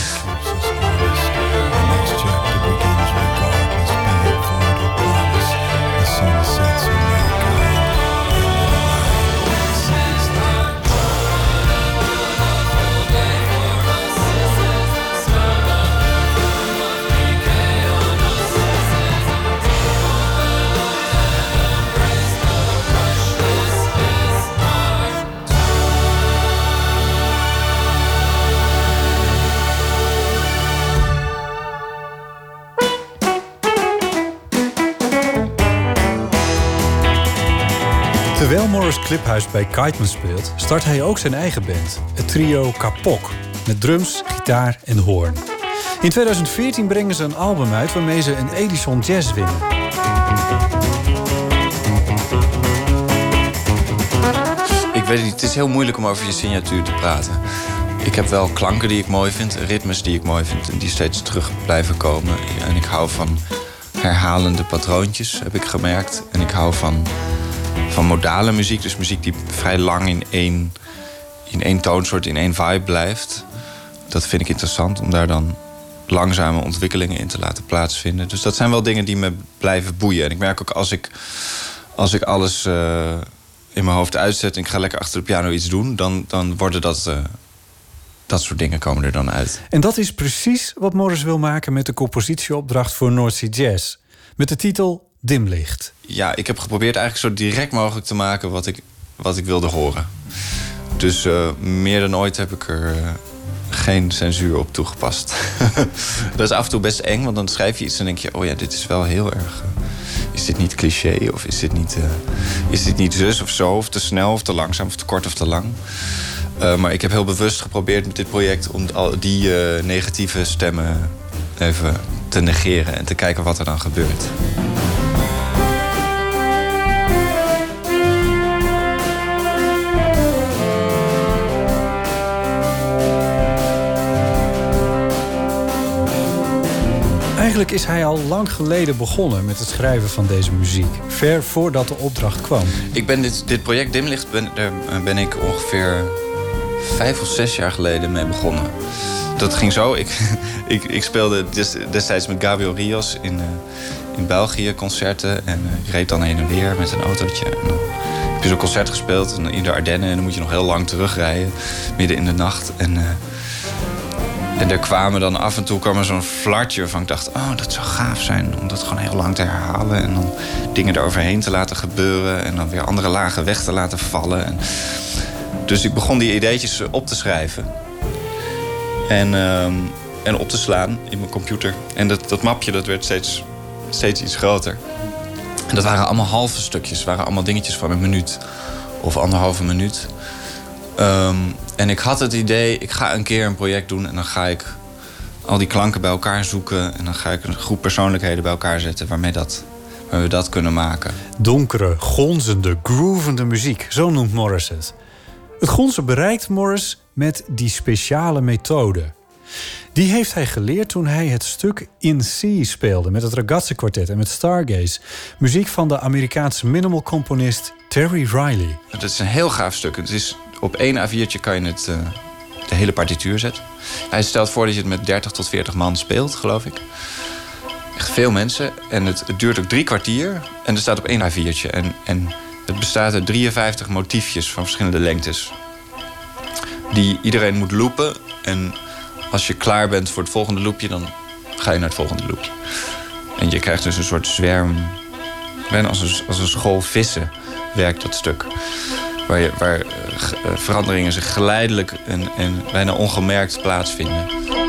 Terwijl Morris Kliphuis bij Kiteman speelt, start hij ook zijn eigen band, het trio Kapok, met drums, gitaar en hoorn. In tweeduizend veertien brengen ze een album uit waarmee ze een Edison Jazz winnen. ik weet niet, het is heel moeilijk om over je signatuur te praten. Ik heb wel klanken die ik mooi vind, ritmes die ik mooi vind en die steeds terug blijven komen. En ik hou van herhalende patroontjes, heb ik gemerkt. En ik hou van, van modale muziek, dus muziek die vrij lang in één, in één toonsoort, in één vibe blijft. Dat vind ik interessant, om daar dan langzame ontwikkelingen in te laten plaatsvinden. Dus dat zijn wel dingen die me blijven boeien. En ik merk ook als ik, als ik alles uh, in mijn hoofd uitzet en ik ga lekker achter de piano iets doen, dan, dan worden dat, uh, dat soort dingen komen er dan uit. En dat is precies wat Morris wil maken met de compositieopdracht voor North Sea Jazz. Met de titel Dimlicht. Ja, ik heb geprobeerd eigenlijk zo direct mogelijk te maken wat ik, wat ik wilde horen. Dus uh, meer dan ooit heb ik er uh, geen censuur op toegepast. Dat is af en toe best eng, want dan schrijf je iets en denk je, oh ja, dit is wel heel erg. Uh, is dit niet cliché of is dit niet, uh, is dit niet zus of zo, of te snel of te langzaam of te kort of te lang? Uh, maar ik heb heel bewust geprobeerd met dit project om al die uh, negatieve stemmen even te negeren en te kijken wat er dan gebeurt. Eigenlijk is hij al lang geleden begonnen met het schrijven van deze muziek. Ver voordat de opdracht kwam. Ik ben dit, dit project Dimlicht, ben, daar ben ik ongeveer vijf of zes jaar geleden mee begonnen. Dat ging zo. Ik, ik, ik speelde des, destijds met Gabriel Rios in, uh, in België concerten. En uh, ik reed dan heen en weer met een autootje. En dan heb je zo'n concert gespeeld in de Ardennen. En dan moet je nog heel lang terugrijden, midden in de nacht. En, uh, en er kwamen dan af en toe kwam er zo'n flartje van ik dacht, oh, dat zou gaaf zijn om dat gewoon heel lang te herhalen. En dan dingen eroverheen te laten gebeuren. En dan weer andere lagen weg te laten vallen. En, dus ik begon die ideetjes op te schrijven. En, uh, en op te slaan in mijn computer. En dat, dat mapje dat werd steeds, steeds iets groter. En dat waren allemaal halve stukjes. waren allemaal dingetjes van een minuut. Of anderhalve minuut. Um, en ik had het idee, ik ga een keer een project doen. En dan ga ik al die klanken bij elkaar zoeken. En dan ga ik een groep persoonlijkheden bij elkaar zetten. Waarmee, dat, waarmee we dat kunnen maken. Donkere, gonzende, groovende muziek. Zo noemt Morris het. Het gonzen bereikt Morris met die speciale methode. Die heeft hij geleerd toen hij het stuk In C speelde met het Ragazzi Quartet en met Stargaze. Muziek van de Amerikaanse minimal-componist Terry Riley. Het is een heel gaaf stuk. Het is, op één A viertje kan je het, uh, de hele partituur zetten. Hij stelt voor dat je het met dertig tot veertig man speelt, geloof ik. Echt veel mensen. En het, het duurt ook drie kwartier. En er staat op één A viertje. En, en het bestaat uit drieënvijftig motiefjes van verschillende lengtes. Die iedereen moet loopen. En als je klaar bent voor het volgende loopje, dan ga je naar het volgende loopje. En je krijgt dus een soort zwerm. Bijna als een, als een school vissen werkt dat stuk. Waar, je, waar uh, veranderingen zich geleidelijk en, en bijna ongemerkt plaatsvinden.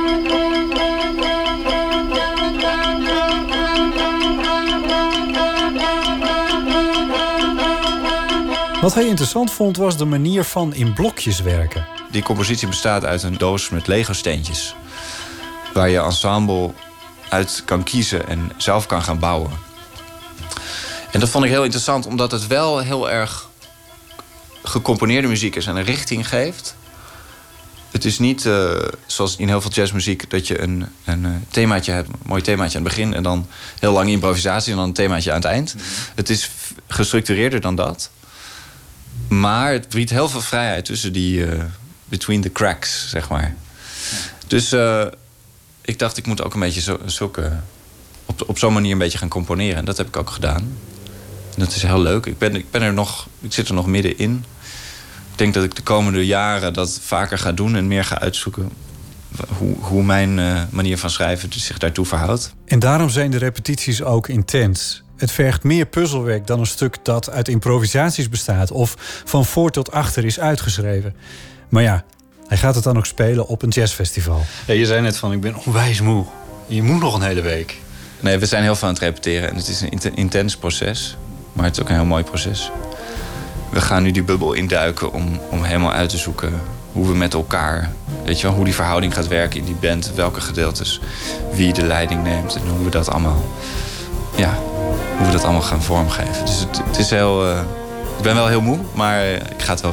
Wat hij interessant vond was de manier van in blokjes werken. Die compositie bestaat uit een doos met Lego-steentjes. Waar je ensemble uit kan kiezen en zelf kan gaan bouwen. En dat vond ik heel interessant, omdat het wel heel erg gecomponeerde muziek is en een richting geeft. Het is niet uh, zoals in heel veel jazzmuziek dat je een, een uh, themaatje hebt, een mooi themaatje aan het begin en dan heel lang improvisatie en dan een themaatje aan het eind. Mm-hmm. Het is gestructureerder dan dat. Maar het biedt heel veel vrijheid tussen die uh, between the cracks, zeg maar. Ja. Dus uh, ik dacht, ik moet ook een beetje zo, zulke, op, op zo'n manier een beetje gaan componeren. En dat heb ik ook gedaan. En dat is heel leuk. Ik ben, ik ben er nog, ik zit er nog middenin. Ik denk dat ik de komende jaren dat vaker ga doen en meer ga uitzoeken hoe, hoe mijn uh, manier van schrijven zich daartoe verhoudt. En daarom zijn de repetities ook intens. Het vergt meer puzzelwerk dan een stuk dat uit improvisaties bestaat of van voor tot achter is uitgeschreven. Maar ja, hij gaat het dan ook spelen op een jazzfestival. Ja, je zei net van, ik ben onwijs moe. Je moet nog een hele week. Nee, we zijn heel veel aan het repeteren en het is een intens proces. Maar het is ook een heel mooi proces. We gaan nu die bubbel induiken om, om helemaal uit te zoeken hoe we met elkaar, weet je wel, hoe die verhouding gaat werken in die band, welke gedeeltes, wie de leiding neemt en hoe we dat allemaal, ja, hoe we dat allemaal gaan vormgeven. Dus het, het is heel, uh, ik ben wel heel moe, maar ik ga het wel redden.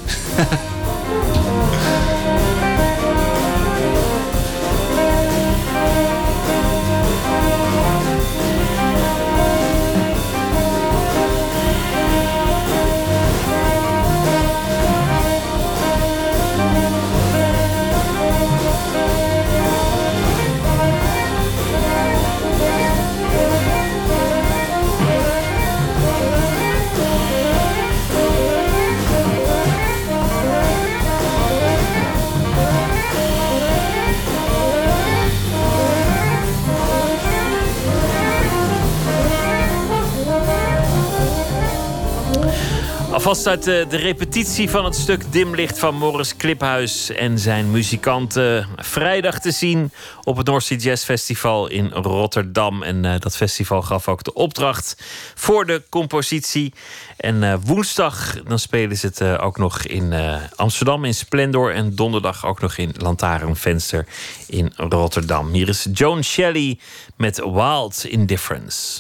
Alvast uit de, de repetitie van het stuk Dimlicht van Morris Kliphuis en zijn muzikanten. Vrijdag te zien op het North Sea Jazz Festival in Rotterdam. En uh, dat festival gaf ook de opdracht voor de compositie. En uh, woensdag dan spelen ze het uh, ook nog in uh, Amsterdam in Splendor. En donderdag ook nog in Lantaarnvenster in Rotterdam. Hier is Joan Shelley met Wild Indifference.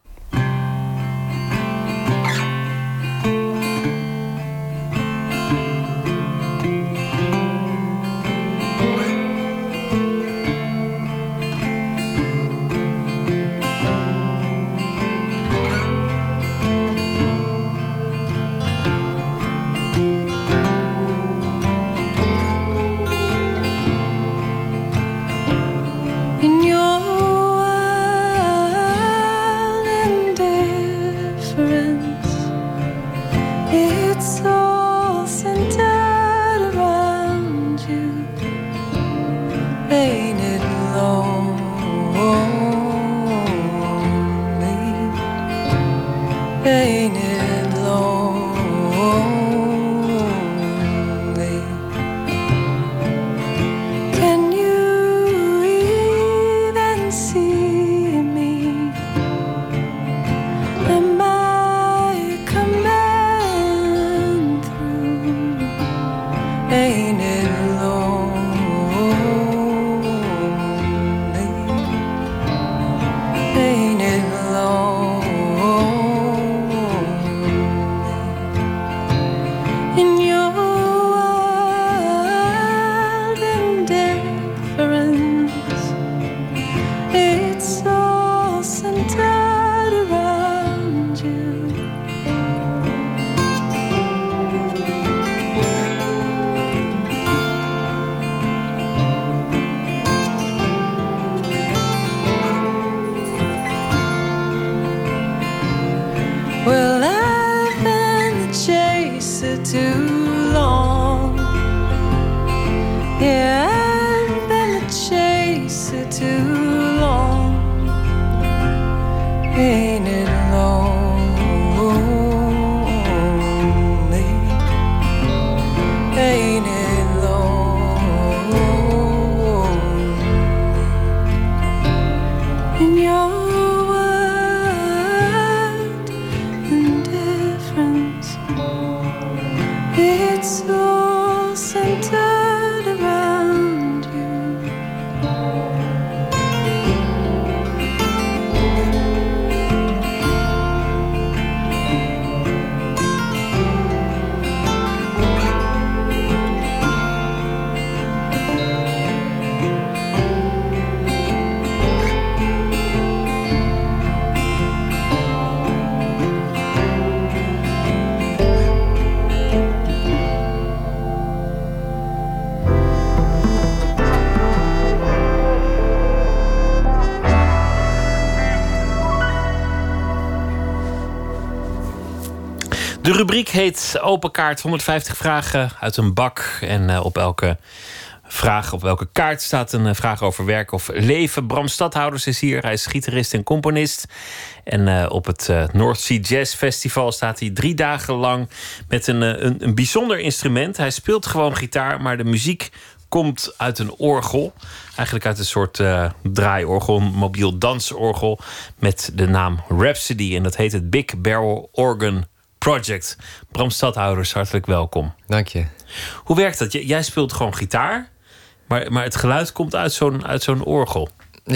De rubriek heet Open Kaart. honderdvijftig vragen uit een bak. En uh, op elke vraag, op elke kaart staat een uh, vraag over werk of leven. Bram Stadhouders is hier. Hij is gitarist en componist. En uh, op het uh, North Sea Jazz Festival staat hij drie dagen lang met een, uh, een, een bijzonder instrument. Hij speelt gewoon gitaar, maar de muziek komt uit een orgel. Eigenlijk uit een soort uh, draaiorgel, een mobiel dansorgel met de naam Rhapsody. En dat heet het Big Barrel Organ Project. Bram Stadhouders, hartelijk welkom. Dank je. Hoe werkt dat? J- jij speelt gewoon gitaar, maar, maar het geluid komt uit zo'n, uit zo'n orgel. Ja,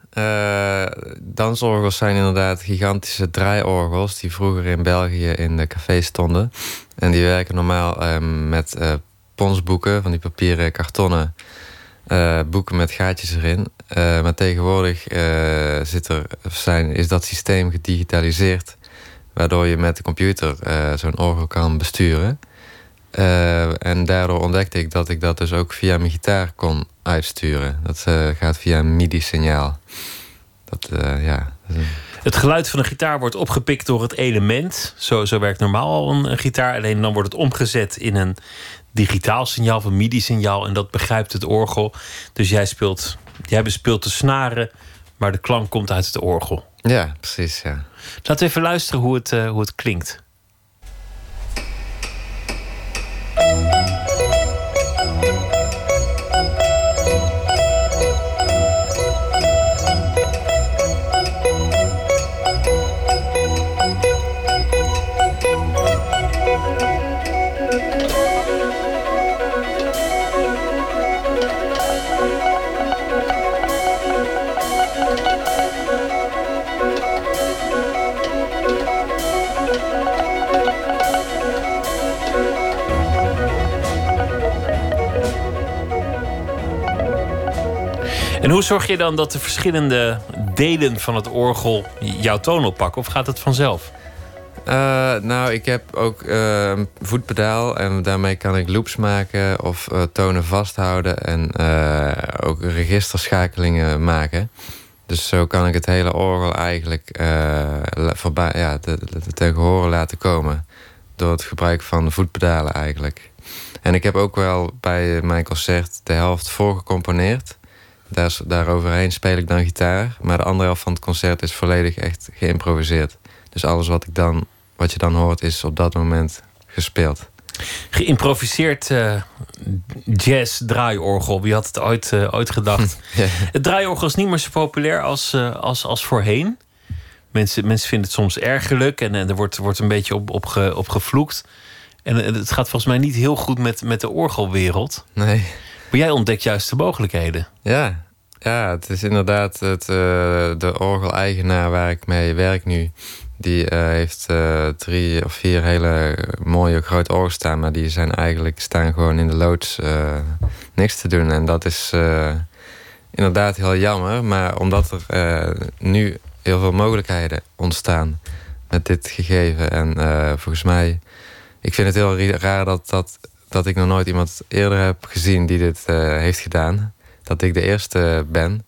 Uh, dansorgels zijn inderdaad gigantische draaiorgels die vroeger in België in de cafés stonden. En die werken normaal uh, met uh, ponsboeken, van die papieren kartonnen uh, boeken met gaatjes erin. Uh, maar tegenwoordig uh, zit er, zijn, is dat systeem gedigitaliseerd, waardoor je met de computer uh, zo'n orgel kan besturen. Uh, en daardoor ontdekte ik dat ik dat dus ook via mijn gitaar kon uitsturen. Dat uh, gaat via een MIDI-signaal. Dat, uh, ja, dat een... Het geluid van een gitaar wordt opgepikt door het element. Zo, zo werkt normaal al een, een gitaar. Alleen dan wordt het omgezet in een digitaal signaal of een MIDI-signaal. En dat begrijpt het orgel. Dus jij speelt, jij bespeelt de snaren, maar de klank komt uit het orgel. Ja, precies, ja. Laten we even luisteren hoe het, uh, hoe het klinkt. En hoe zorg je dan dat de verschillende delen van het orgel jouw toon oppakken? Of gaat het vanzelf? Uh, nou, ik heb ook uh, een voetpedaal en daarmee kan ik loops maken of uh, tonen vasthouden en uh, ook registerschakelingen maken. Dus zo kan ik het hele orgel eigenlijk uh, voorbij, ja, de, de, de ten gehore laten komen. Door het gebruik van de voetpedalen eigenlijk. En ik heb ook wel bij mijn concert de helft voorgecomponeerd. Daar, daaroverheen speel ik dan gitaar. Maar de andere helft van het concert is volledig echt geïmproviseerd. Dus alles wat, ik dan, wat je dan hoort is op dat moment gespeeld. Geïmproviseerd uh, jazz draaiorgel. Wie had het ooit, uh, ooit gedacht? Ja. Het draaiorgel is niet meer zo populair als, uh, als, als voorheen. Mensen, mensen vinden het soms ergerlijk. En, en er wordt, wordt een beetje op, op, ge, op gevloekt. En het gaat volgens mij niet heel goed met, met de orgelwereld. Nee. Maar jij ontdekt juist de mogelijkheden. Ja, ja, het is inderdaad het, uh, de orgeleigenaar waar ik mee werk nu. Die uh, heeft uh, drie of vier hele mooie grote orgels staan. Maar die zijn eigenlijk staan gewoon in de loods uh, niks te doen. En dat is uh, inderdaad heel jammer. Maar omdat er uh, nu heel veel mogelijkheden ontstaan met dit gegeven. En uh, volgens mij, ik vind het heel raar dat, dat, dat ik nog nooit iemand eerder heb gezien die dit uh, heeft gedaan. Dat ik de eerste ben.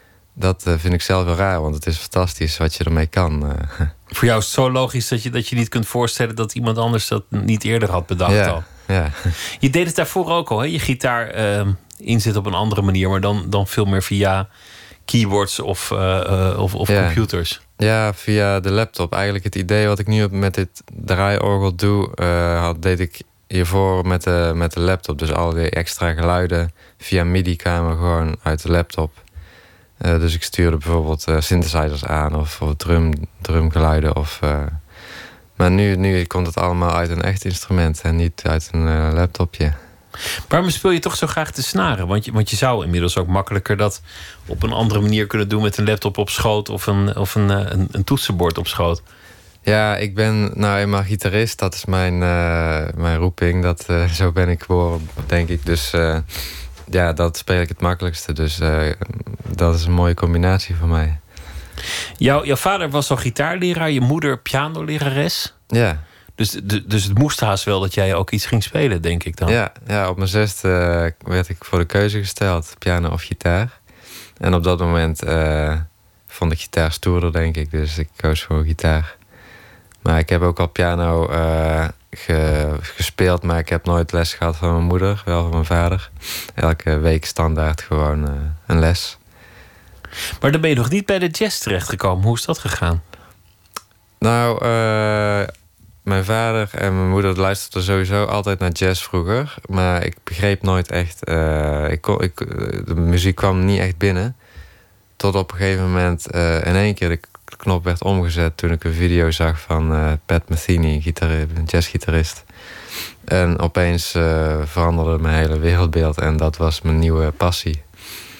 Dat uh, vind ik zelf wel raar, want het is fantastisch wat je ermee kan. Uh. Voor jou is het zo logisch dat je, dat je niet kunt voorstellen dat iemand anders dat niet eerder had bedacht ja, al. Ja. Je deed het daarvoor ook al, hè? Je gitaar uh, inzet op een andere manier, maar dan, dan veel meer via keyboards of, uh, uh, of, of ja. computers. Ja, via de laptop. Eigenlijk het idee wat ik nu met dit draaiorgel doe, uh, had, deed ik hiervoor met de, met de laptop. Dus al die extra geluiden via MIDI-kamer gewoon uit de laptop. Uh, dus ik stuurde bijvoorbeeld uh, synthesizers aan of, of drum, drumgeluiden. Of, uh, maar nu, nu komt het allemaal uit een echt instrument en niet uit een uh, laptopje. Waarom speel je toch zo graag de snaren? Want je, want je zou inmiddels ook makkelijker dat op een andere manier kunnen doen met een laptop op schoot of een, of een, een, een toetsenbord op schoot. Ja, ik ben nou eenmaal gitarist. Dat is mijn, uh, mijn roeping. Dat, uh, zo ben ik geboren, denk ik. Dus uh, ja, dat speel ik het makkelijkste. Dus uh, dat is een mooie combinatie voor mij. Jouw, jouw vader was al gitaarleraar, je moeder pianolerares. Ja. Dus, de, dus het moest haast wel dat jij ook iets ging spelen, denk ik dan. Ja, ja op mijn zesde uh, werd ik voor de keuze gesteld. Piano of gitaar. En op dat moment uh, vond ik gitaar stoerder, denk ik. Dus ik koos voor gitaar. Maar ik heb ook al piano uh, ge, gespeeld, maar ik heb nooit les gehad van mijn moeder, wel van mijn vader. Elke week standaard gewoon uh, een les. Maar dan ben je nog niet bij de jazz terechtgekomen. Hoe is dat gegaan? Nou, uh, mijn vader en mijn moeder luisterden sowieso altijd naar jazz vroeger. Maar ik begreep nooit echt, uh, ik kon, ik, de muziek kwam niet echt binnen. Tot op een gegeven moment uh, in één keer de knop werd omgezet toen ik een video zag van uh, Pat Metheny, gitarist, een jazzgitarist. En opeens uh, veranderde mijn hele wereldbeeld en dat was mijn nieuwe passie.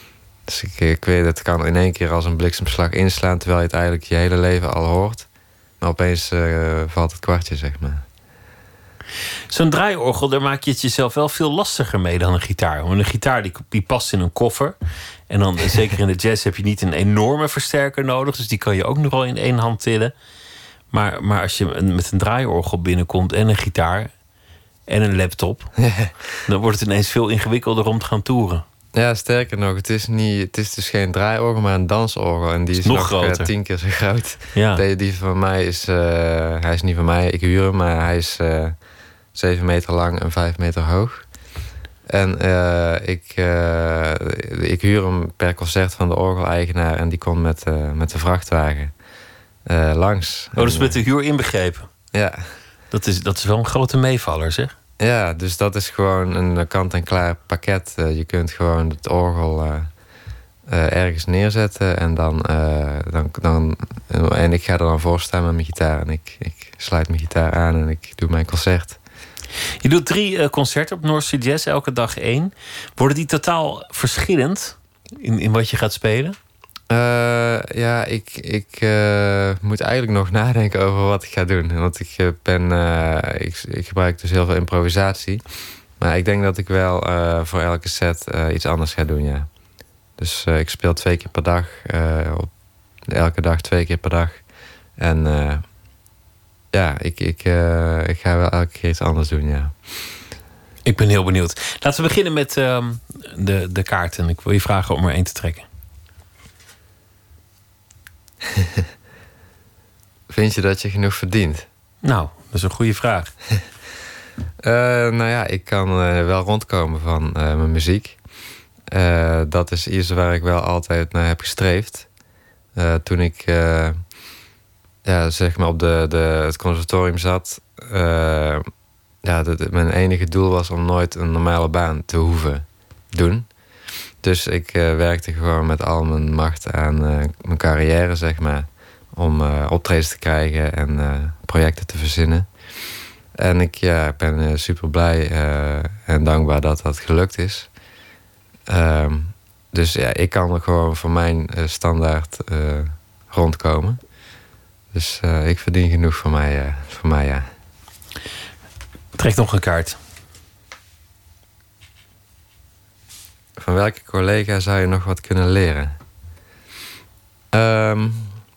Dus ik, ik weet, het kan in één keer als een bliksemslag inslaan, terwijl je het eigenlijk je hele leven al hoort. Maar opeens uh, valt het kwartje, zeg maar. Zo'n draaiorgel, daar maak je het jezelf wel veel lastiger mee dan een gitaar. Want een gitaar die, die past in een koffer. En dan, zeker in de jazz, heb je niet een enorme versterker nodig. Dus die kan je ook nog wel in één hand tillen. Maar, maar als je met een draaiorgel binnenkomt en een gitaar en een laptop, dan wordt het ineens veel ingewikkelder om te gaan toeren. Ja, sterker nog, het is, niet, het is dus geen draaiorgel, maar een dansorgel. En die is, is nog, nog groter. Uh, tien keer zo groot. Ja. Die, die van mij is, uh, hij is niet van mij, ik huur hem, maar hij is uh, zeven meter lang en vijf meter hoog. En uh, ik, uh, ik huur hem per concert van de orgeleigenaar en die komt met, uh, met de vrachtwagen uh, langs. Oh, dus met de huur inbegrepen? Ja. Dat is, dat is wel een grote meevaller, zeg. Ja, dus dat is gewoon een kant-en-klaar pakket. Uh, je kunt gewoon het orgel uh, uh, ergens neerzetten en dan, uh, dan, dan... En ik ga er dan voor staan met mijn gitaar. En ik, ik sluit mijn gitaar aan en ik doe mijn concert. Je doet drie uh, concerten op North Sea Jazz, elke dag één. Worden die totaal verschillend in, in wat je gaat spelen? Uh, ja, ik, ik uh, moet eigenlijk nog nadenken over wat ik ga doen. Want ik, uh, ben, uh, ik, ik gebruik dus heel veel improvisatie. Maar ik denk dat ik wel uh, voor elke set uh, iets anders ga doen, ja. Dus uh, ik speel twee keer per dag. Uh, op, elke dag twee keer per dag. En uh, ja, ik, ik, uh, ik ga wel elke keer iets anders doen, ja. Ik ben heel benieuwd. Laten we beginnen met uh, de, de kaarten. Ik wil je vragen om er één te trekken. Vind je dat je genoeg verdient? Nou, dat is een goede vraag. uh, nou ja, ik kan uh, wel rondkomen van uh, mijn muziek. Uh, dat is iets waar ik wel altijd naar heb gestreefd. Uh, toen ik uh, ja, zeg maar op de, de, het conservatorium zat... Uh, ja, de, de, mijn enige doel was om nooit een normale baan te hoeven doen. Dus ik uh, werkte gewoon met al mijn macht aan uh, mijn carrière, zeg maar. Om uh, optredens te krijgen en uh, projecten te verzinnen. En ik ja, ben uh, super blij uh, en dankbaar dat dat gelukt is. Um, dus ja, ik kan er gewoon voor mijn uh, standaard uh, rondkomen. Dus uh, ik verdien genoeg voor mij, uh, voor mij ja. Trek nog een kaart. Van welke collega zou je nog wat kunnen leren? Um,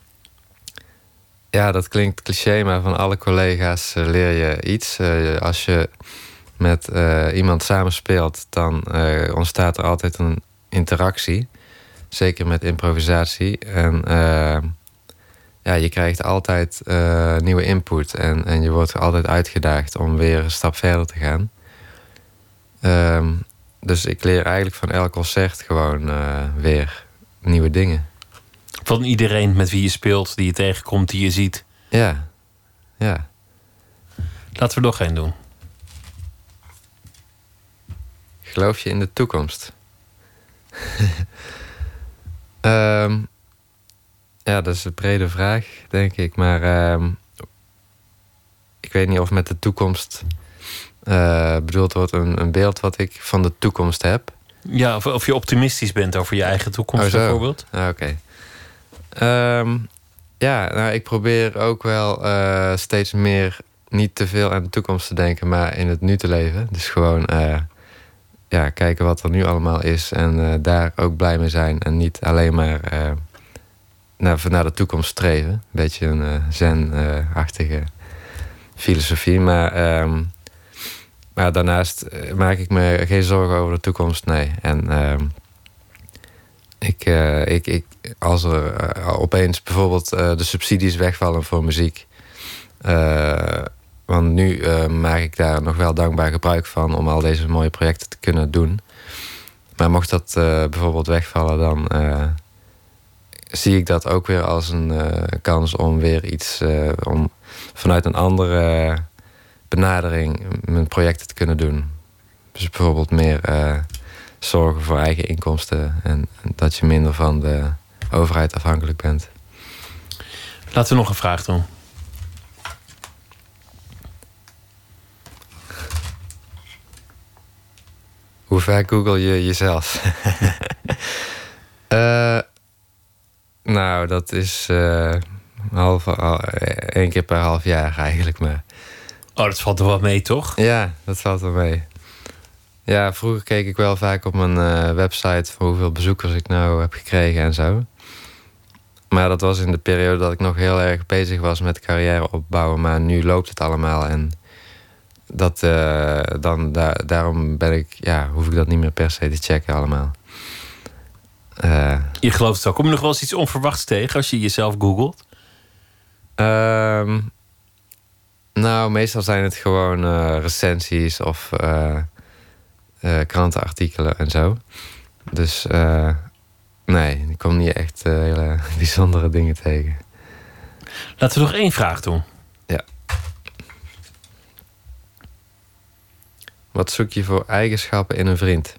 ja, dat klinkt cliché, maar van alle collega's uh, leer je iets. Uh, als je met uh, iemand samenspeelt, dan uh, ontstaat er altijd een interactie. Zeker met improvisatie. En uh, ja, je krijgt altijd uh, nieuwe input. En, en je wordt altijd uitgedaagd om weer een stap verder te gaan. Um, Dus ik leer eigenlijk van elk concert gewoon uh, weer nieuwe dingen. Van iedereen met wie je speelt, die je tegenkomt, die je ziet. Ja, ja. Laten we nog één doen. Geloof je in de toekomst? um, ja, dat is een brede vraag, denk ik. Maar um, ik weet niet of met de toekomst... Uh, bedoeld wordt een, een beeld wat ik van de toekomst heb. Ja, of, of je optimistisch bent over je eigen toekomst, oh, bijvoorbeeld. Ah, Oké. Okay. Um, ja, nou, ik probeer ook wel uh, steeds meer niet te veel aan de toekomst te denken, maar in het nu te leven. Dus gewoon uh, ja, kijken wat er nu allemaal is en uh, daar ook blij mee zijn. En niet alleen maar uh, naar, naar de toekomst streven. Een beetje een uh, zen-achtige filosofie, maar... Um, Maar daarnaast maak ik me geen zorgen over de toekomst, nee. En uh, ik, uh, ik, ik, als er uh, opeens bijvoorbeeld uh, de subsidies wegvallen voor muziek... Uh, want nu uh, maak ik daar nog wel dankbaar gebruik van... om al deze mooie projecten te kunnen doen. Maar mocht dat uh, bijvoorbeeld wegvallen, dan uh, zie ik dat ook weer als een uh, kans om weer iets... Uh, om vanuit een andere... Uh, benadering mijn projecten te kunnen doen. Dus bijvoorbeeld meer uh, zorgen voor eigen inkomsten... en dat je minder van de overheid afhankelijk bent. Laten we nog een vraag doen. Hoe vaak google je jezelf? Nou, dat is uh, half, al, één keer per half jaar eigenlijk maar. Oh, dat valt er wel mee, toch? Ja, dat valt er mee. Ja, vroeger keek ik wel vaak op mijn uh, website voor hoeveel bezoekers ik nou heb gekregen en zo. Maar dat was in de periode dat ik nog heel erg bezig was met carrière opbouwen. Maar nu loopt het allemaal en dat, uh, dan, da daarom ben ik, ja, hoef ik dat niet meer per se te checken allemaal. Uh, je gelooft het ook. Kom je nog wel eens iets onverwachts tegen als je jezelf googelt? Uh, nou, meestal zijn het gewoon uh, recensies of uh, uh, krantenartikelen en zo. Dus uh, nee, ik kom niet echt uh, hele bijzondere dingen tegen. Laten we nog één vraag doen. Ja. Wat zoek je voor eigenschappen in een vriend?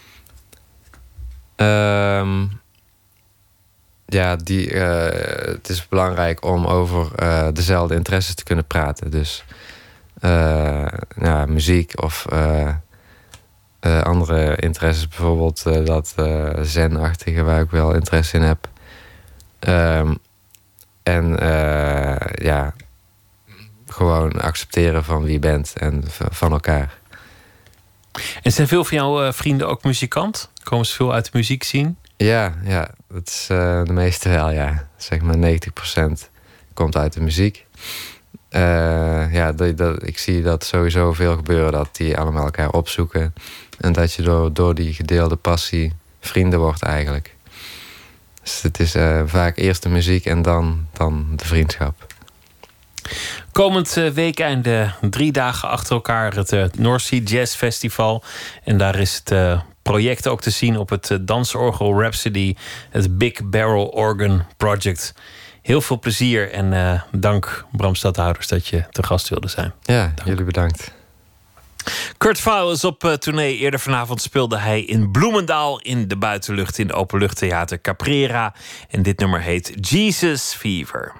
Um, ja, die, uh, het is belangrijk om over uh, dezelfde interesses te kunnen praten. Dus uh, ja, muziek of uh, uh, andere interesses. Bijvoorbeeld uh, dat uh, zen-achtige waar ik wel interesse in heb. Um, en uh, ja, gewoon accepteren van wie je bent en van elkaar. En zijn veel van jouw uh, vrienden ook muzikant? Komen ze veel uit de muziek zien? Ja, ja, dat is uh, de meeste wel, ja. Zeg maar negentig procent komt uit de muziek. Uh, ja, dat, dat, ik zie dat sowieso veel gebeuren, dat die allemaal elkaar opzoeken. En dat je door, door die gedeelde passie vrienden wordt eigenlijk. Dus het is uh, vaak eerst de muziek en dan, dan de vriendschap. Komend uh, weekende drie dagen achter elkaar het uh, North Sea Jazz Festival. En daar is het uh, project ook te zien op het uh, dansorgel Rhapsody. Het Big Barrel Organ Project. Heel veel plezier en uh, dank Bram Stadhouders dat je te gast wilde zijn. Ja, dank. Jullie bedankt. Kurt Vile is op uh, tournee. Eerder vanavond speelde hij in Bloemendaal in de buitenlucht in openluchttheater Caprera. En dit nummer heet Jesus Fever.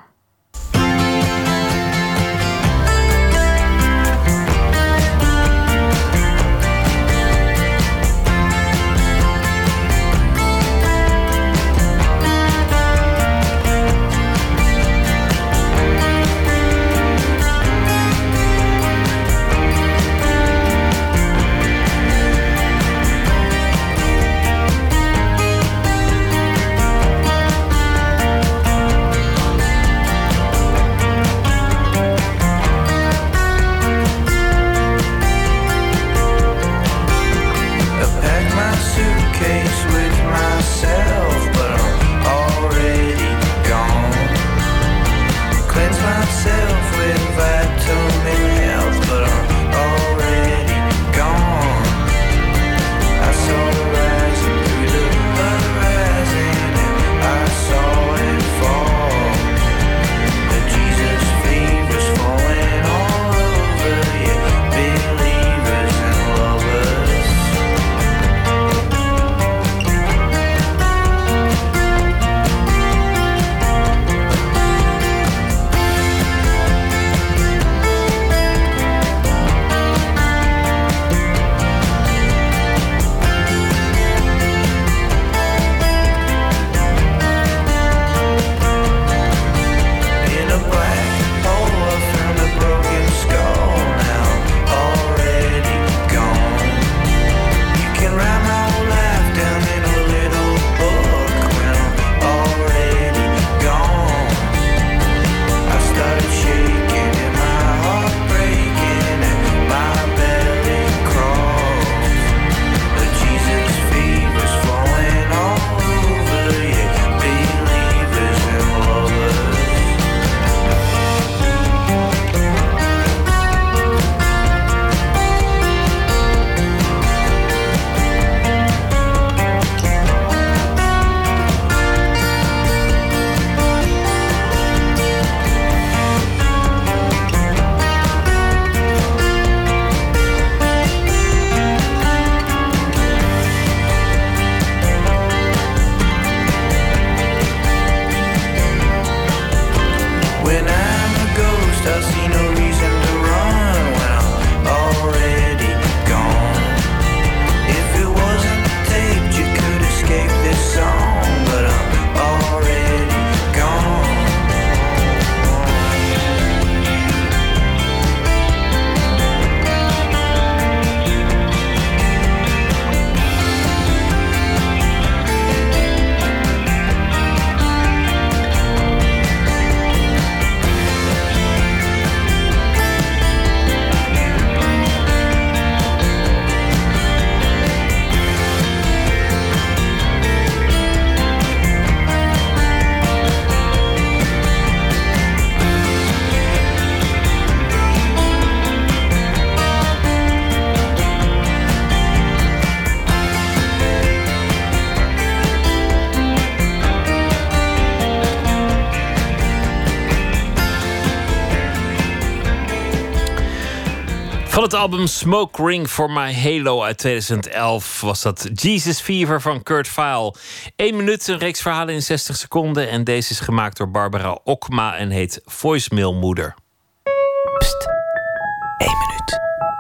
Van het album Smoke Ring for My Halo uit tweeduizend elf was dat Jesus Fever van Kurt Vile. Eén minuut, een reeks verhalen in zestig seconden. En deze is gemaakt door Barbara Okma en heet Voicemail Moeder. Pst, één minuut.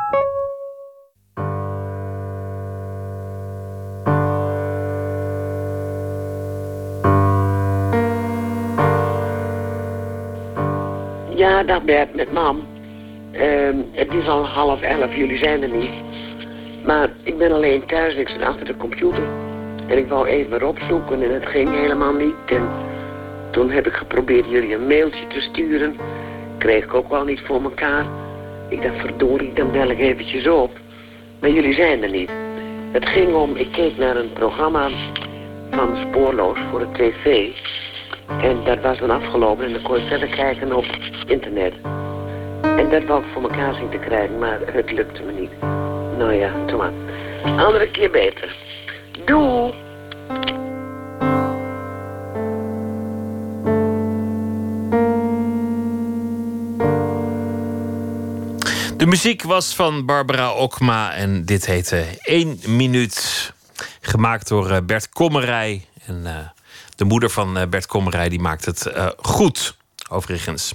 Ja, dag Bert, met mam. Uh, het is al half elf, jullie zijn er niet. Maar ik ben alleen thuis, ik zit achter de computer. En ik wou even maar opzoeken en het ging helemaal niet. En toen heb ik geprobeerd jullie een mailtje te sturen. Kreeg ik ook wel niet voor elkaar. Ik dacht, verdorie, dan bel ik eventjes op. Maar jullie zijn er niet. Het ging om, ik keek naar een programma van Spoorloos voor de tv. En dat was dan afgelopen en dan kon je verder kijken op internet. En dat wou ik voor elkaar zien te krijgen, maar het lukte me niet. Nou ja, toen maar. Andere keer beter. Doei! De muziek was van Barbara Okma en dit heette één minuut. Gemaakt door Bert Kommerij. En uh, de moeder van uh, Bert Kommerij die maakt het uh, goed, overigens.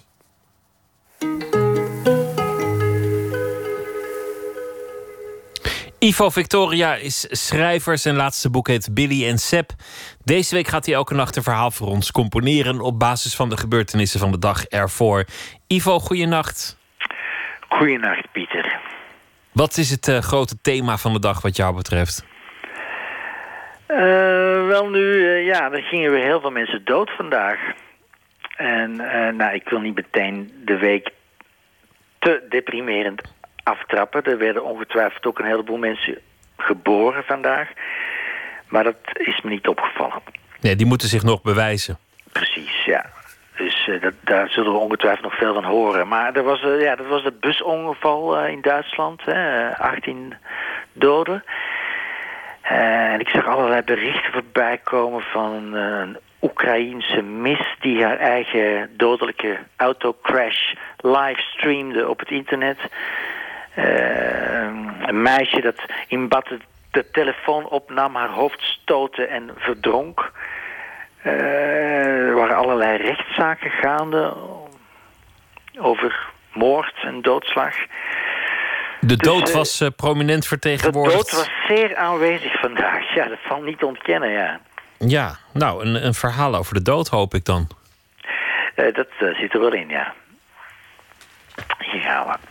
Ivo Victoria is schrijver. Zijn laatste boek heet Billy en Seb. Deze week gaat hij elke nacht een verhaal voor ons componeren op basis van de gebeurtenissen van de dag ervoor. Ivo, goeienacht. Goeienacht, Pieter. Wat is het uh, grote thema van de dag wat jou betreft? Uh, wel nu, uh, ja, er gingen weer heel veel mensen dood vandaag. En uh, nou, ik wil niet meteen de week te deprimerend aftrappen. Er werden ongetwijfeld ook een heleboel mensen geboren vandaag. Maar dat is me niet opgevallen. Nee, die moeten zich nog bewijzen. Precies, ja. Dus uh, dat, daar zullen we ongetwijfeld nog veel van horen. Maar er was, uh, ja, dat was het busongeval uh, in Duitsland. Hè, achttien doden. Uh, en ik zag allerlei berichten voorbij komen van uh, een Oekraïense mis die haar eigen dodelijke autocrash livestreamde op het internet. Uh, een meisje dat in bad de, de telefoon opnam, haar hoofd stootte en verdronk. Uh, er waren allerlei rechtszaken gaande over moord en doodslag. De dus, dood uh, was uh, prominent vertegenwoordigd. De dood was zeer aanwezig vandaag. Ja, dat valt niet te ontkennen, ja. Ja, nou, een, een verhaal over de dood hoop ik dan. Uh, dat uh, zit er wel in, ja. Hier gaan we.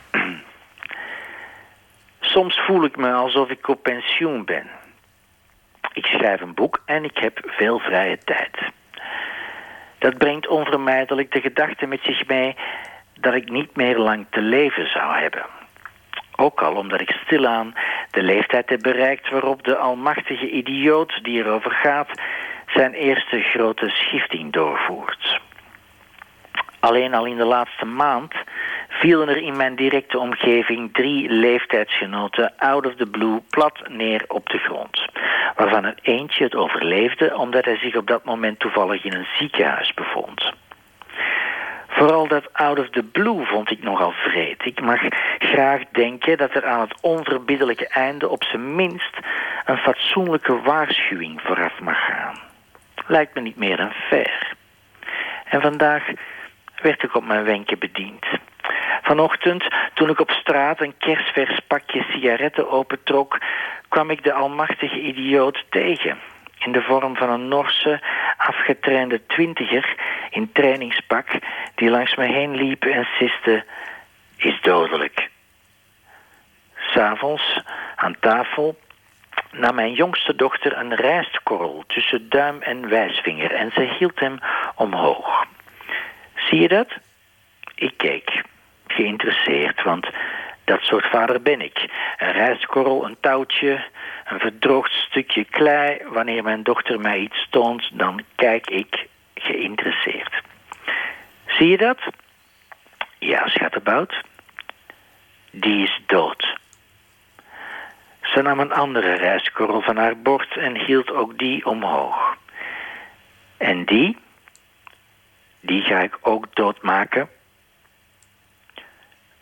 Soms voel ik me alsof ik op pensioen ben. Ik schrijf een boek en ik heb veel vrije tijd. Dat brengt onvermijdelijk de gedachte met zich mee dat ik niet meer lang te leven zou hebben. Ook al omdat ik stilaan de leeftijd heb bereikt waarop de almachtige idioot die erover gaat zijn eerste grote schifting doorvoert. Alleen al in de laatste maand vielen er in mijn directe omgeving drie leeftijdsgenoten out of the blue plat neer op de grond. Waarvan er eentje het overleefde omdat hij zich op dat moment toevallig in een ziekenhuis bevond. Vooral dat out of the blue vond ik nogal vreed. Ik mag graag denken dat er aan het onverbiddelijke einde op zijn minst een fatsoenlijke waarschuwing vooraf mag gaan. Lijkt me niet meer dan fair. En vandaag werd ik op mijn wenken bediend. Vanochtend, toen ik op straat een kerstvers pakje sigaretten opentrok, kwam ik de almachtige idioot tegen. In de vorm van een Norse, afgetrainde twintiger in trainingspak die langs me heen liep en siste, is dodelijk. 'S Avonds, aan tafel, nam mijn jongste dochter een rijstkorrel tussen duim en wijsvinger en ze hield hem omhoog. Zie je dat? Ik keek, geïnteresseerd, want dat soort vader ben ik. Een rijstkorrel, een touwtje, een verdroogd stukje klei. Wanneer mijn dochter mij iets toont, dan kijk ik geïnteresseerd. Zie je dat? Ja, schattenbout. Die is dood. Ze nam een andere rijstkorrel van haar bord en hield ook die omhoog. En die, die ga ik ook doodmaken.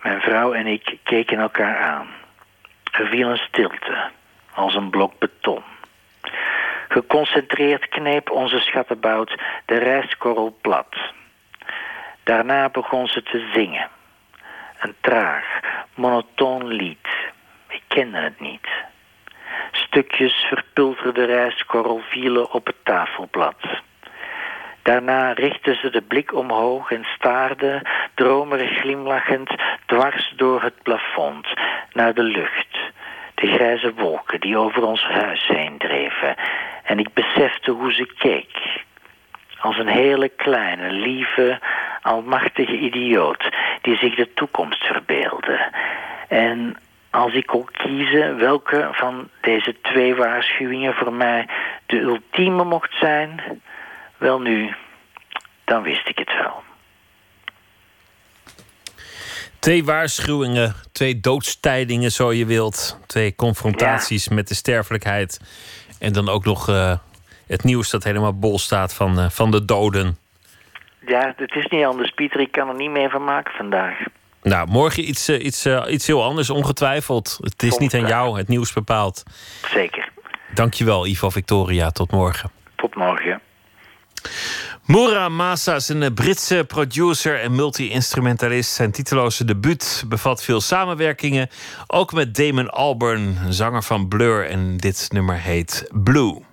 Mijn vrouw en ik keken elkaar aan. Er viel een stilte, als een blok beton. Geconcentreerd kneep onze schattenbout de rijstkorrel plat. Daarna begon ze te zingen. Een traag, monotoon lied. Ik kende het niet. Stukjes verpulverde rijstkorrel vielen op het tafelblad. Daarna richtte ze de blik omhoog en staarde, dromerig glimlachend, dwars door het plafond, naar de lucht. De grijze wolken die over ons huis heen dreven. En ik besefte hoe ze keek. Als een hele kleine, lieve, almachtige idioot die zich de toekomst verbeelde. En als ik kon kiezen welke van deze twee waarschuwingen voor mij de ultieme mocht zijn, wel nu, dan wist ik het wel. Twee waarschuwingen, twee doodstijdingen, zo je wilt. Twee confrontaties ja. met de sterfelijkheid. En dan ook nog uh, het nieuws dat helemaal bol staat van, uh, van de doden. Ja, het is niet anders, Pieter. Ik kan er niet meer van maken vandaag. Nou, morgen iets, uh, iets, uh, iets heel anders, ongetwijfeld. Het is niet aan jou, het nieuws bepaalt. Zeker. Dankjewel, Ivo Victoria. Tot morgen. Tot morgen. Moura Masa is een Britse producer en multi-instrumentalist. Zijn titeloze debuut bevat veel samenwerkingen. Ook met Damon Albarn, zanger van Blur. En dit nummer heet Blue.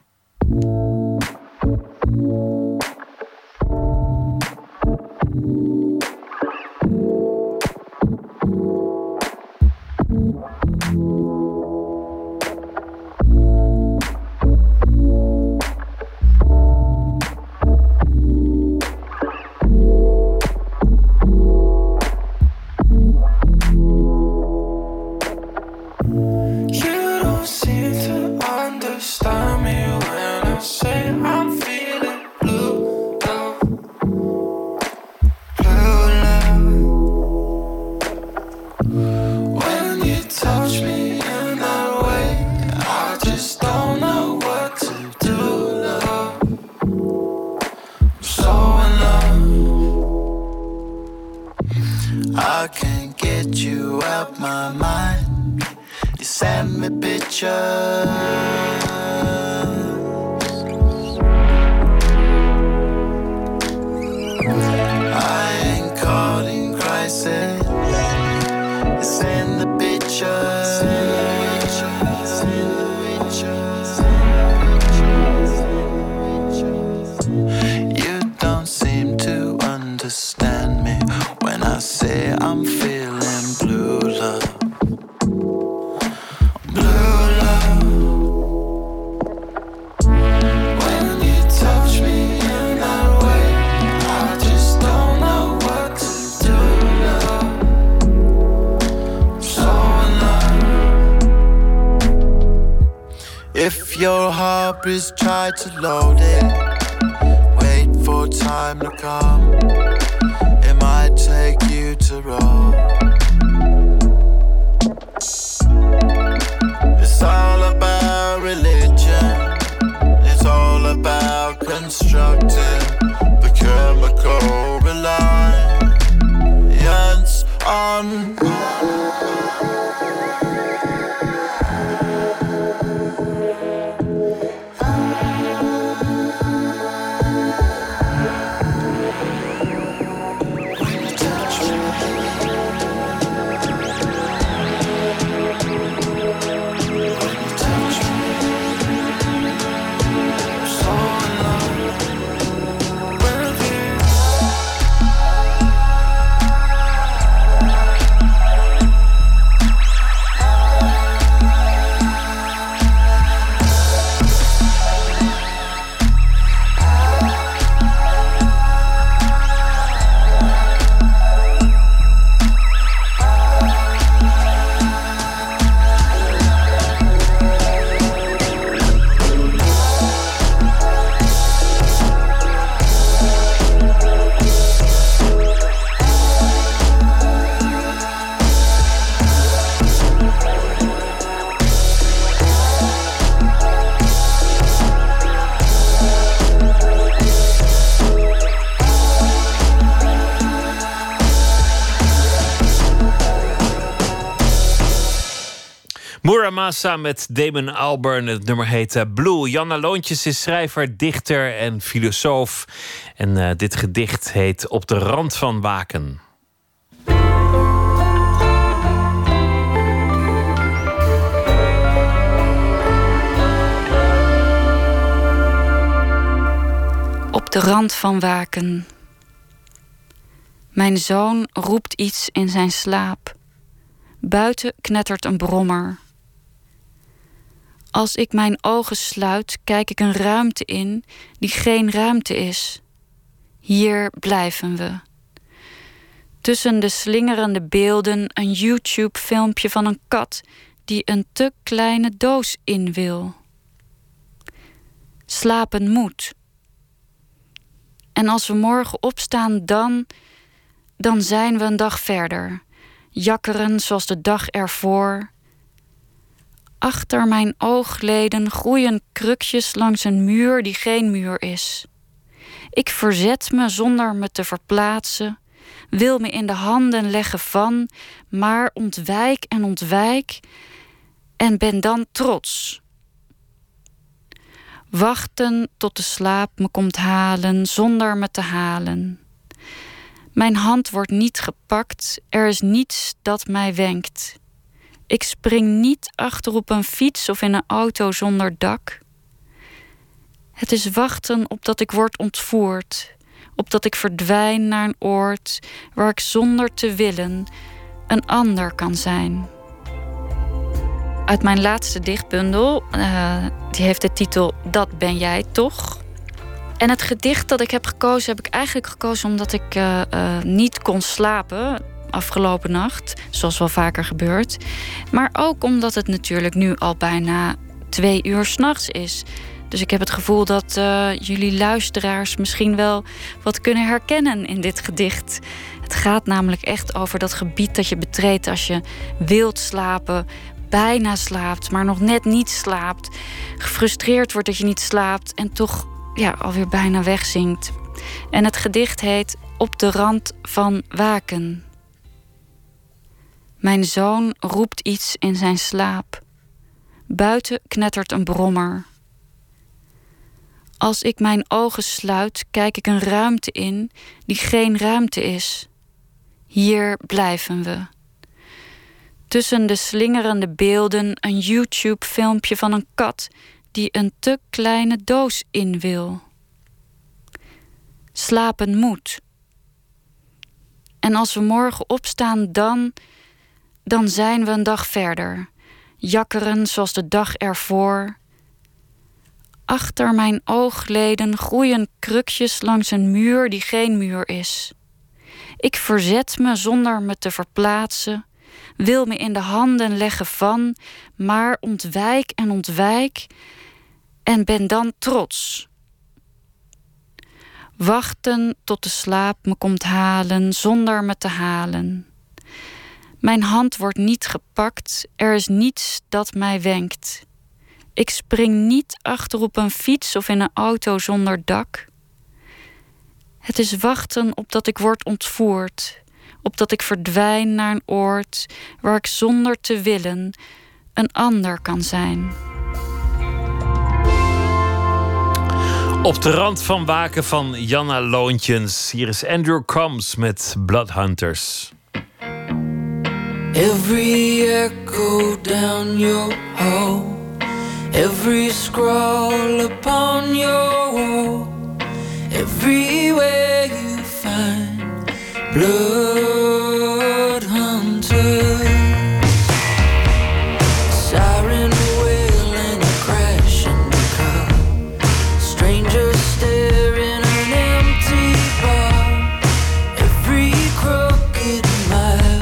Is try to load it. Wait for time to come. It might take you to Rome. It's all about religion. It's all about constructing the chemical reliance on. Muramasa met Damon Albarn. Het nummer heet uh, Blue. Janna Loontjes is schrijver, dichter en filosoof. En uh, dit gedicht heet Op de rand van waken. Op de rand van waken. Mijn zoon roept iets in zijn slaap. Buiten knettert een brommer. Als ik mijn ogen sluit, kijk ik een ruimte in die geen ruimte is. Hier blijven we. Tussen de slingerende beelden een YouTube-filmpje van een kat die een te kleine doos in wil. Slapen moet. En als we morgen opstaan, dan... dan zijn we een dag verder. Jakkeren zoals de dag ervoor. Achter mijn oogleden groeien krukjes langs een muur die geen muur is. Ik verzet me zonder me te verplaatsen. Wil me in de handen leggen van, maar ontwijk en ontwijk en ben dan trots. Wachten tot de slaap me komt halen zonder me te halen. Mijn hand wordt niet gepakt, er is niets dat mij wenkt. Ik spring niet achter op een fiets of in een auto zonder dak. Het is wachten op dat ik word ontvoerd, op dat ik verdwijn naar een oord waar ik zonder te willen een ander kan zijn. Uit mijn laatste dichtbundel, uh, die heeft de titel Dat ben jij toch? En het gedicht dat ik heb gekozen, heb ik eigenlijk gekozen omdat ik uh, uh, niet kon slapen afgelopen nacht, zoals wel vaker gebeurt. Maar ook omdat het natuurlijk nu al bijna twee uur 's nachts is. Dus ik heb het gevoel dat uh, jullie luisteraars misschien wel wat kunnen herkennen in dit gedicht. Het gaat namelijk echt over dat gebied dat je betreedt als je wilt slapen, bijna slaapt, maar nog net niet slaapt. Gefrustreerd wordt dat je niet slaapt en toch ja, alweer bijna wegzinkt. En het gedicht heet Op de rand van waken. Mijn zoon roept iets in zijn slaap. Buiten knettert een brommer. Als ik mijn ogen sluit, kijk ik een ruimte in die geen ruimte is. Hier blijven we. Tussen de slingerende beelden een YouTube-filmpje van een kat die een te kleine doos in wil. Slapen moet. En als we morgen opstaan, dan... dan zijn we een dag verder. Jakkeren zoals de dag ervoor. Achter mijn oogleden groeien krukjes langs een muur die geen muur is. Ik verzet me zonder me te verplaatsen. Wil me in de handen leggen van, maar ontwijk en ontwijk en ben dan trots. Wachten tot de slaap me komt halen zonder me te halen. Mijn hand wordt niet gepakt, er is niets dat mij wenkt. Ik spring niet achter op een fiets of in een auto zonder dak. Het is wachten op dat ik word ontvoerd, op dat ik verdwijn naar een oord waar ik zonder te willen een ander kan zijn. Op de rand van waken van Janna Loontjens. Hier is Andrew Combs met Bloodhunters. Every echo down your hall, every scroll upon your wall, everywhere you find blood hunters. Siren wail and a crash in the car, strangers stare in an empty bar, every crooked mile,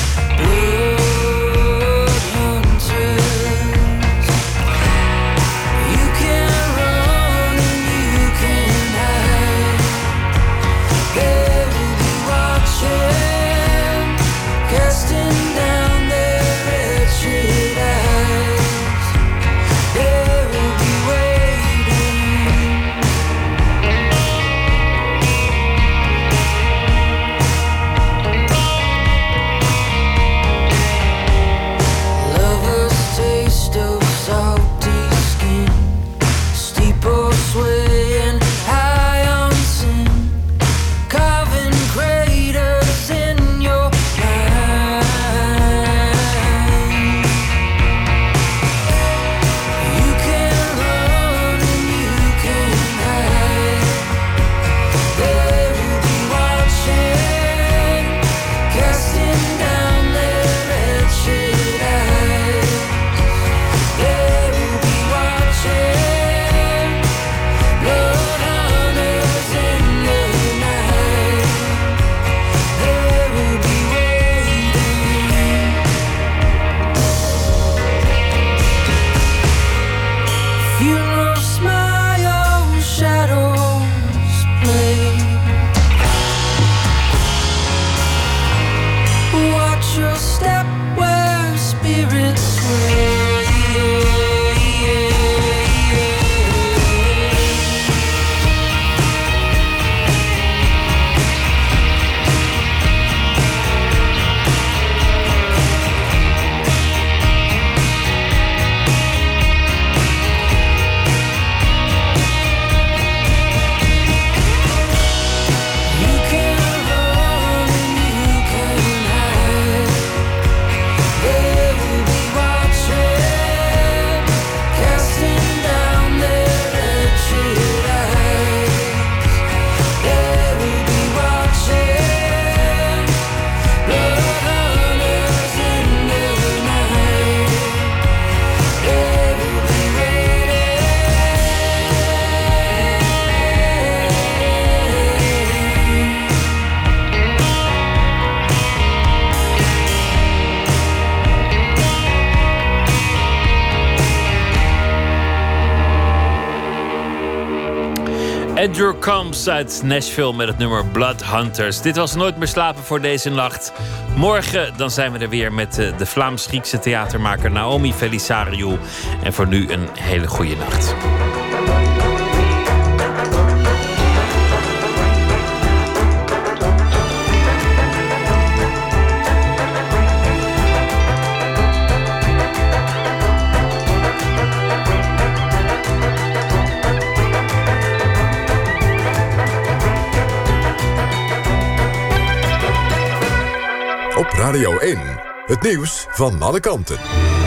blood hunters. You can run and you can hide, they will be watching, casting down their wretched eyes. They will be waiting. Lovers take Andrew Combs uit Nashville met het nummer Blood Hunters. Dit was Nooit meer slapen voor deze nacht. Morgen dan zijn we er weer met de, de Vlaams-Griekse theatermaker Naomi Felisariou. En voor nu een hele goede nacht. Op Radio één, het nieuws van alle kanten.